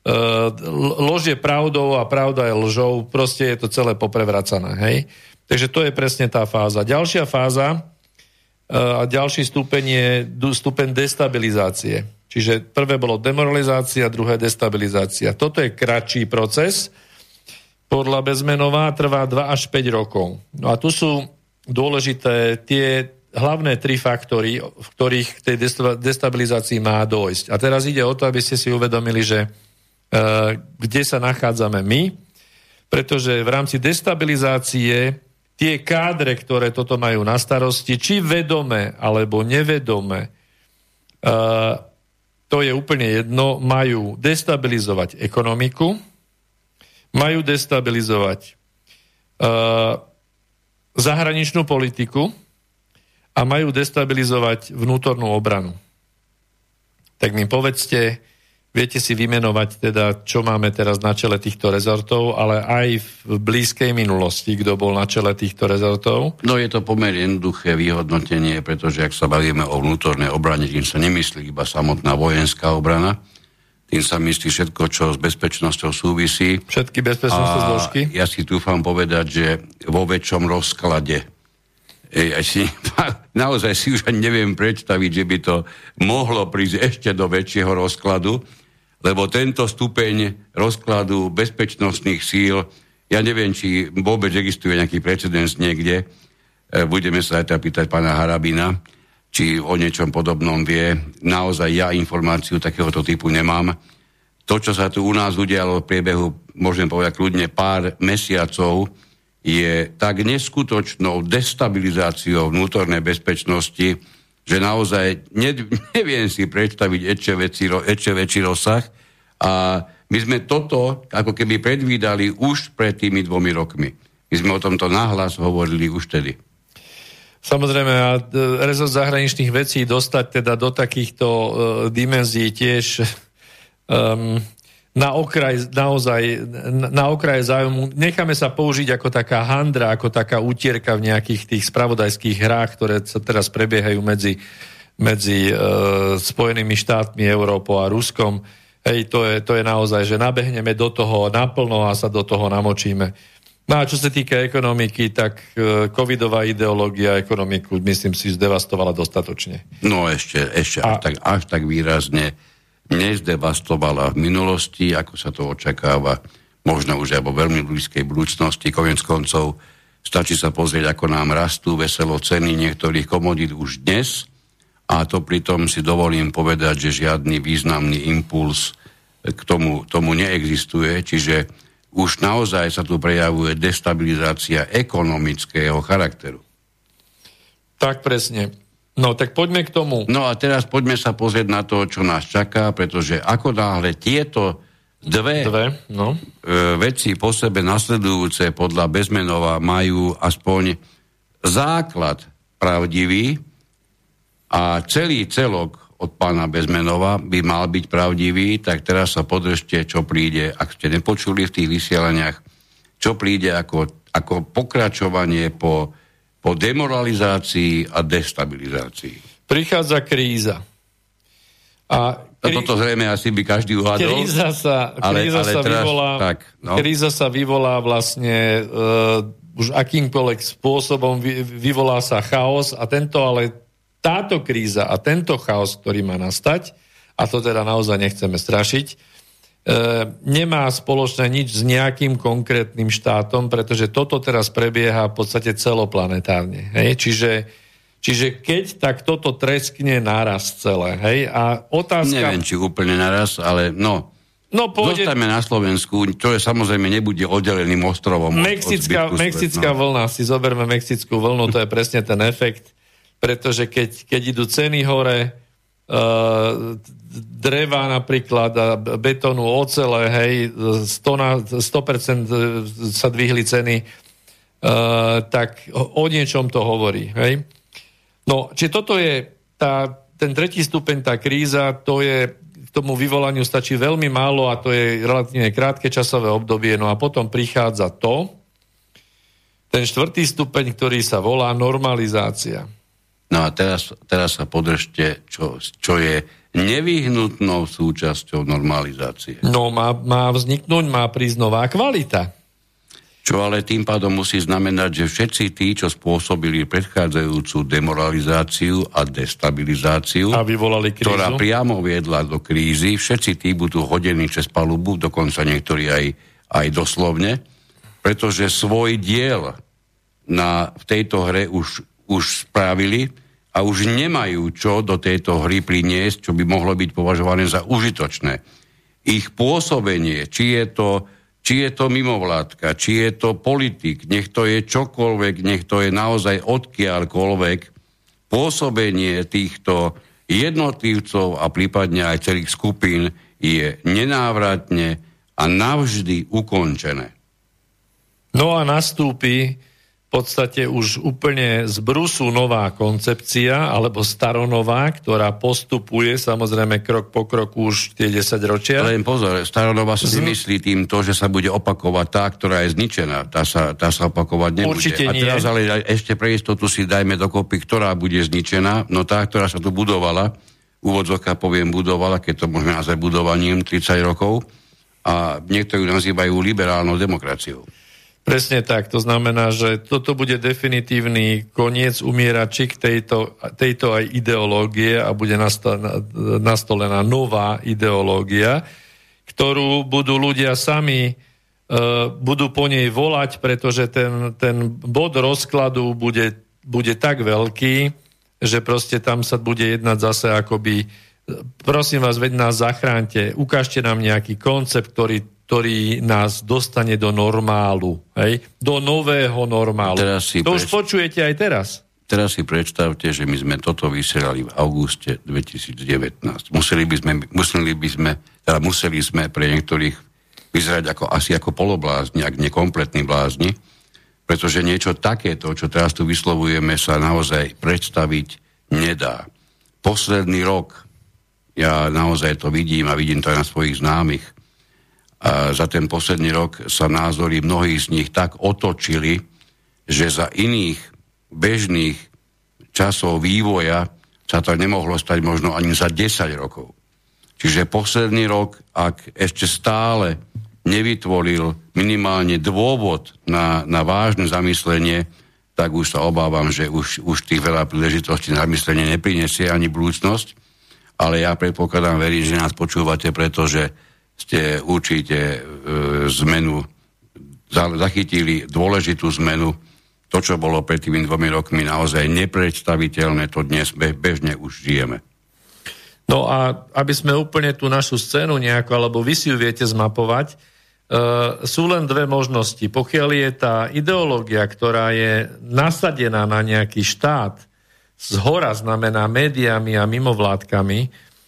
lož je pravdou a pravda je lžou, proste je to celé poprevracané. Hej. Takže to je presne tá fáza. Ďalšia fáza a ďalší stupeň je stupeň destabilizácie. Čiže prvé bolo demoralizácia, druhé destabilizácia. Toto je kratší proces. Podľa Bezmenová trvá dva až päť rokov. No a tu sú dôležité tie hlavné tri faktory, v ktorých k tej destabilizácii má dôjsť. A teraz ide o to, aby ste si uvedomili, že e, kde sa nachádzame my, pretože v rámci destabilizácie tie kádre, ktoré toto majú na starosti, či vedome alebo nevedome, e, to je úplne jedno, majú destabilizovať ekonomiku, majú destabilizovať e, zahraničnú politiku, a majú destabilizovať vnútornú obranu. Tak mi povedzte, viete si vymenovať teda, čo máme teraz na čele týchto rezortov, ale aj v blízkej minulosti, kto bol na čele týchto rezortov? No je to pomerne jednoduché vyhodnotenie, pretože ak sa bavíme o vnútornej obrane, tým sa nemyslí iba samotná vojenská obrana, tým sa myslí všetko, čo s bezpečnosťou súvisí. Všetky bezpečnostné zložky? Ja si dúfam povedať, že vo väčšom rozklade. Ja si, naozaj si už ani neviem predstaviť, že by to mohlo prísť ešte do väčšieho rozkladu, lebo tento stupeň rozkladu bezpečnostných síl, ja neviem, či vôbec existuje nejaký precedens niekde, budeme sa aj teda pýtať pána Harabina, či o niečom podobnom vie. Naozaj ja informáciu takéhoto typu nemám. To, čo sa tu u nás udialo v priebehu, môžem povedať kľudne pár mesiacov, je tak neskutočnou destabilizáciou vnútornej bezpečnosti, že naozaj ne, neviem si predstaviť ešte väčší, ešte väčší rozsah. A my sme toto ako keby predvídali už pred tými dvomi rokmi. My sme o tomto nahlas hovorili už tedy. Samozrejme, a rezort zahraničných vecí dostať teda do takýchto uh, dimenzií tiež um, na okraj, naozaj, na okraj zájmu. Necháme sa použiť ako taká handra, ako taká utierka v nejakých tých spravodajských hrách, ktoré sa teraz prebiehajú medzi, medzi e, Spojenými štátmi, Európou a Ruskom. Hej, to je, to je naozaj, že nabehneme do toho naplno a sa do toho namočíme. No a čo sa týka ekonomiky, tak e, covidová ideológia ekonomiku, myslím si, zdevastovala dostatočne. No ešte, ešte a... až, tak, až tak výrazne nezdevastovala v minulosti, ako sa to očakáva, možno už aj vo veľmi blízkej budúcnosti. Koniec koncov stačí sa pozrieť, ako nám rastú veselo ceny niektorých komodít už dnes, a to pritom si dovolím povedať, že žiadny významný impuls k tomu, tomu neexistuje, čiže už naozaj sa tu prejavuje destabilizácia ekonomického charakteru. Tak presne. No, tak poďme k tomu. No a teraz poďme sa pozrieť na to, čo nás čaká, pretože ako náhle tieto dve, dve no. e, veci po sebe nasledujúce podľa Bezmenova majú aspoň základ pravdivý a celý celok od pána Bezmenova by mal byť pravdivý, tak teraz sa podržte, čo príde, ak ste nepočuli v tých vysielaniach, čo príde ako, ako pokračovanie po po demoralizácii a destabilizácii. Prichádza kríza. A krí... a toto zrejme asi by každý uhádol. Kríza sa, kríza ale, ale sa, teraz, vyvolá, tak, no. kríza sa vyvolá vlastne uh, už akýmkoľvek spôsobom, vy, vyvolá sa chaos a tento, ale táto kríza a tento chaos, ktorý má nastať, a to teda naozaj nechceme strašiť, E, nemá spoločné nič s nejakým konkrétnym štátom, pretože toto teraz prebieha v podstate celoplanetárne. Hej? Čiže, čiže keď, tak toto treskne naraz celé. Hej? A otázka... Neviem, či úplne naraz, ale no... No, pôjde... Zostaňme na Slovensku, to je samozrejme nebude oddeleným ostrovom. Mexická, od, od Mexická no. vlna, si zoberme Mexickú vlnu, to je presne ten efekt, pretože keď, keď idú ceny hore, Uh, dreva napríklad a betónu, ocele, hej, sto, na, sto percent sa dvihli ceny, uh, tak o niečom to hovorí. Hej. No, či toto je tá, ten tretí stupeň, tá kríza, to je, k tomu vyvolaniu stačí veľmi málo a to je relatívne krátke časové obdobie, no a potom prichádza to, ten štvrtý stupeň, ktorý sa volá normalizácia. No a teraz, teraz sa podržte, čo, čo je nevyhnutnou súčasťou normalizácie. No má, má vzniknúť, má prísť nová kvalita. Čo ale tým pádom musí znamenať, že všetci tí, čo spôsobili predchádzajúcu demoralizáciu a destabilizáciu, a vyvolali krízu, ktorá priamo viedla do krízy, všetci tí budú hodení cez palubu, dokonca niektorí aj, aj doslovne, pretože svoj diel na, v tejto hre už, už spravili a už nemajú čo do tejto hry priniesť, čo by mohlo byť považované za užitočné. Ich pôsobenie, či je to, či je to mimovládka, či je to politik, nech to je čokoľvek, nech to je naozaj odkiaľkoľvek, pôsobenie týchto jednotlivcov a prípadne aj celých skupín je nenávratne a navždy ukončené. No a nastúpi v podstate už úplne z brusu nová koncepcia, alebo staronová, ktorá postupuje samozrejme krok po kroku už tie desaťročia. Len pozor, staronová sa si myslí tým to, že sa bude opakovať tá, ktorá je zničená. Tá sa, tá sa opakovať nebude. Určite a teraz ale ešte pre istotu si dajme dokopy, ktorá bude zničená. No tá, ktorá sa tu budovala, úvodzovka poviem budovala, keď to môžeme nazvať budovaním tridsať rokov, a niektorí ju nazývajú liberálnou demokraciou. Presne tak, to znamená, že toto bude definitívny koniec umieračik tejto, tejto aj ideológie a bude nastolená nová ideológia, ktorú budú ľudia sami, uh, budú po nej volať, pretože ten, ten bod rozkladu bude, bude tak veľký, že proste tam sa bude jednať zase akoby, prosím vás, veď nás zachránte, ukážte nám nejaký koncept, ktorý ktorý nás dostane do normálu, hej? Do nového normálu. To už preč... počujete aj teraz. Teraz si predstavte, že my sme toto vysielali v auguste dvetisícdevätnásť. Museli by sme, museli by sme, teda museli sme pre niektorých vyzerať ako, asi ako poloblázni, ak nekompletní blázni, pretože niečo takéto, čo teraz tu vyslovujeme, sa naozaj predstaviť nedá. Posledný rok, ja naozaj to vidím a vidím to aj na svojich známych, a za ten posledný rok sa názory mnohých z nich tak otočili, že za iných bežných časov vývoja sa to nemohlo stať možno ani za desať rokov. Čiže posledný rok, ak ešte stále nevytvoril minimálne dôvod na, na vážne zamyslenie, tak už sa obávam, že už, už tých veľa príležitostí na zamyslenie neprinesie ani budúcnosť, ale ja predpokladám, verím, že nás počúvate, pretože ste určite e, zmenu, zachytili dôležitú zmenu. To, čo bolo pred tými dvomi rokmi naozaj nepredstaviteľné, to dnes be, bežne už žijeme. No a aby sme úplne tú našu scénu nejako, alebo vy si ju viete zmapovať, e, sú len dve možnosti. Pokiaľ je tá ideológia, ktorá je nasadená na nejaký štát, zhora znamená médiami a mimovládkami,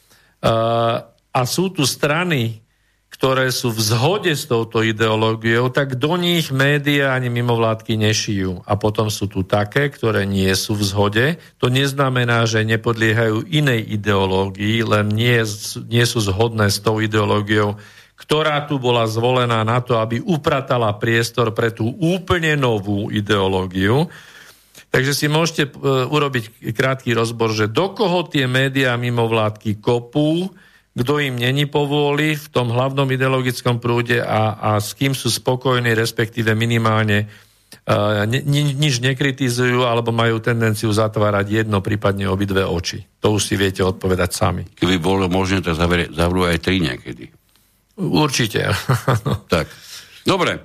a sú tu strany, ktoré sú v zhode s touto ideológiou, tak do nich médiá ani mimovládky nešijú. A potom sú tu také, ktoré nie sú v zhode. To neznamená, že nepodliehajú inej ideológii, len nie, nie sú zhodné s tou ideológiou, ktorá tu bola zvolená na to, aby upratala priestor pre tú úplne novú ideológiu. Takže si môžete urobiť krátky rozbor, že do koho tie médiá mimovládky kopú, kto im není povôli v tom hlavnom ideologickom prúde a, a s kým sú spokojní, respektíve minimálne uh, ni, nič nekritizujú alebo majú tendenciu zatvárať jedno, prípadne obidve oči. To už si viete odpovedať sami. Keby bolo možné, to zavrú aj tri niekedy. Určite. Tak, dobre.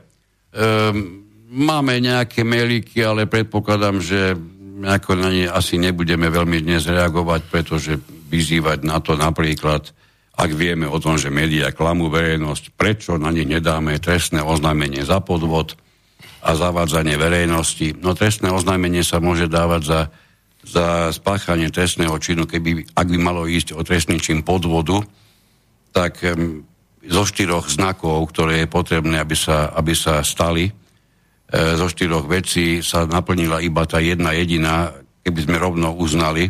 Um, máme nejaké mailíky, ale predpokladám, že ako na ne asi nebudeme veľmi dnes reagovať, pretože vyzývať na to napríklad, ak vieme o tom, že médiá klamú verejnosť, prečo na nich nedáme trestné oznámenie za podvod a zavádzanie verejnosti. No trestné oznámenie sa môže dávať za, za spáchanie trestného činu, keby, ak by malo ísť o trestný čin podvodu, tak um, zo štyroch znakov, ktoré je potrebné, aby sa, aby sa stali, e, zo štyroch vecí sa naplnila iba tá jedna jediná, keby sme rovno uznali,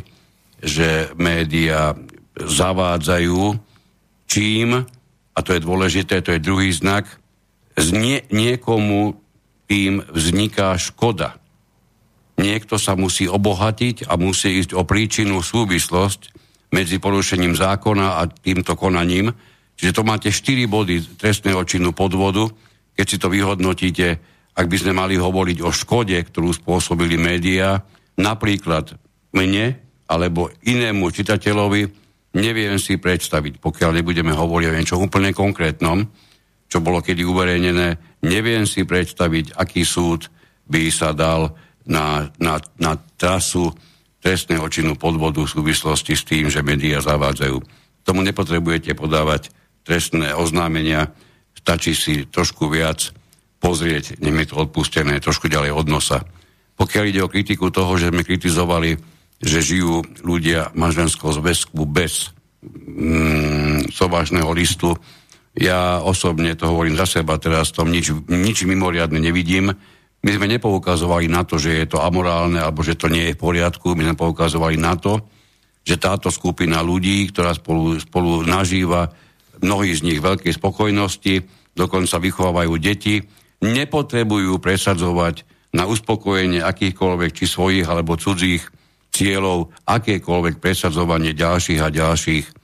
že médiá zavádzajú čím, a to je dôležité, to je druhý znak, z nie, niekomu tým vzniká škoda. Niekto sa musí obohatiť a musí ísť o príčinu súvislosť medzi porušením zákona a týmto konaním. Čiže to máte štyri body trestného činu podvodu. Keď si to vyhodnotíte, ak by sme mali hovoriť o škode, ktorú spôsobili médiá, napríklad mne alebo inému čitateľovi, neviem si predstaviť, pokiaľ nebudeme hovoriť o niečom úplne konkrétnom, čo bolo kedy uverejnené, neviem si predstaviť, aký súd by sa dal na, na, na trasu trestného činu podvodu v súvislosti s tým, že médiá zavádzajú. Tomu nepotrebujete podávať trestné oznámenia, stačí si trošku viac pozrieť, nech je to odpustené, trošku ďalej od nosa. Pokiaľ ide o kritiku toho, že sme kritizovali, že žijú ľudia manželského zväzku bez mm, sobašného listu. Ja osobne to hovorím za seba, teraz tom nič, nič mimoriadne nevidím. My sme nepoukazovali na to, že je to amorálne, alebo že to nie je v poriadku. My sme poukazovali na to, že táto skupina ľudí, ktorá spolu, spolu nažíva, mnohí z nich veľkej spokojnosti, dokonca vychovávajú deti, nepotrebujú presadzovať na uspokojenie akýchkoľvek, či svojich alebo cudzích cieľov, akékoľvek presadzovanie ďalších a ďalších e,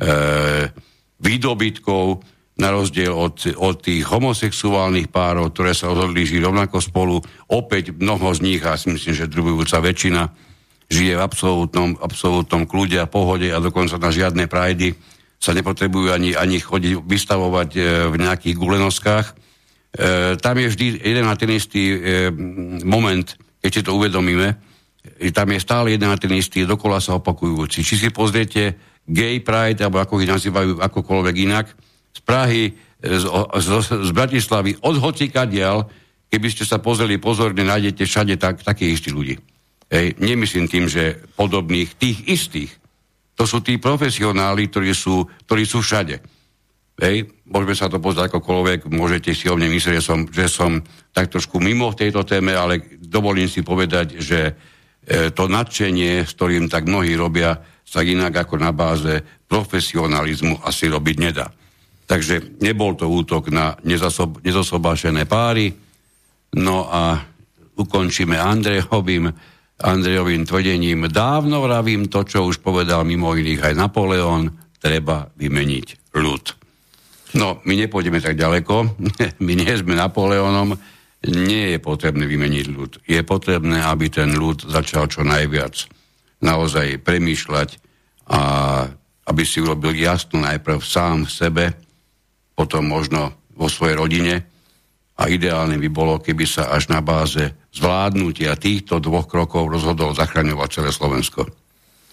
výdobytkov, na rozdiel od, od tých homosexuálnych párov, ktoré sa rozhodli žiť rovnako spolu. Opäť mnoho z nich, a si myslím, že drvujúca väčšina, žije v absolútnom, absolútnom kľude a pohode a dokonca na žiadne prajdy sa nepotrebujú ani, ani chodiť vystavovať e, v nejakých gulenoskách. E, tam je vždy jeden a ten istý e, moment, keď si to uvedomíme, tam je stále jeden a ten istý, dokola sa opakujúci. Či si pozriete Gay Pride, alebo ako ich nazývajú akokoľvek inak, z Prahy, z, z, z Bratislavy, od hocikadiaľ, keby ste sa pozreli pozorne, nájdete všade tak, takých istých ľudí. Hej. Nemyslím tým, že podobných, tých istých. To sú tí profesionáli, ktorí sú, ktorí sú všade. Hej. Môžeme sa to pozrieť akokoľvek, môžete si o mne myslieť, že som, že som tak trošku mimo v tejto téme, ale dovolím si povedať, že to nadšenie, s ktorým tak mnohí robia, sa inak ako na báze profesionalizmu asi robiť nedá. Takže nebol to útok na nezasob, nezosobášené páry. No a ukončíme Andrejovým, Andrejovým tvrdením. Dávno vravím to, čo už povedal mimo iných aj Napoleon, treba vymeniť ľud. No, my nepôjdeme tak ďaleko, my nie sme Napoleónom, nie je potrebné vymeniť ľud. Je potrebné, aby ten ľud začal čo najviac naozaj premýšľať a aby si urobil jasno najprv sám v sebe, potom možno vo svojej rodine a ideálne by bolo, keby sa až na báze zvládnutia týchto dvoch krokov rozhodol zachraňovať celé Slovensko.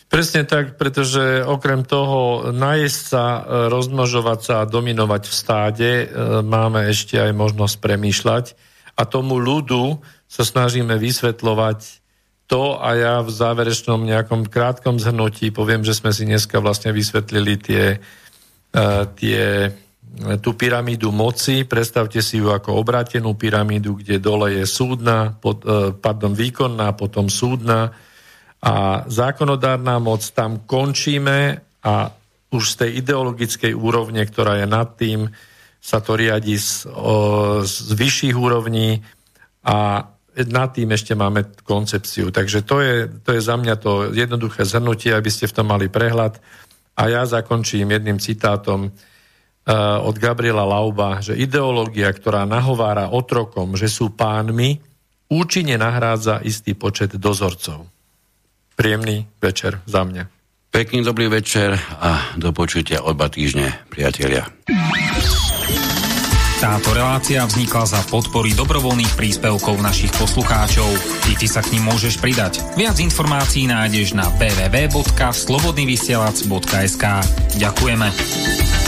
Presne tak, pretože okrem toho najesť sa, rozmnožovať sa a dominovať v stáde máme ešte aj možnosť premýšľať a tomu ľudu sa snažíme vysvetľovať to a ja v záverečnom nejakom krátkom zhrnutí poviem, že sme si dneska vlastne vysvetlili tie, tie, tú pyramídu moci. Predstavte si ju ako obrátenú pyramídu, kde dole je súdna, pod, pardon, výkonná, potom súdna a zákonodárna moc. Tam končíme a už z tej ideologickej úrovne, ktorá je nad tým, sa to riadi z, o, z vyšších úrovní a nad tým ešte máme koncepciu. Takže to je, to je za mňa to jednoduché zhrnutie, aby ste v tom mali prehľad. A ja zakončím jedným citátom uh, od Gabriela Lauba, že ideológia, ktorá nahovára otrokom, že sú pánmi, účinne nahrádza istý počet dozorcov. Príjemný večer za mňa. Pekný dobrý večer a do počutia o dva týždne, priatelia. Táto relácia vznikla za podpory dobrovoľných príspevkov našich poslucháčov. I ty sa k nim môžeš pridať. Viac informácií nájdeš na w w w bodka slobodnyvysielac bodka es ka. Ďakujeme.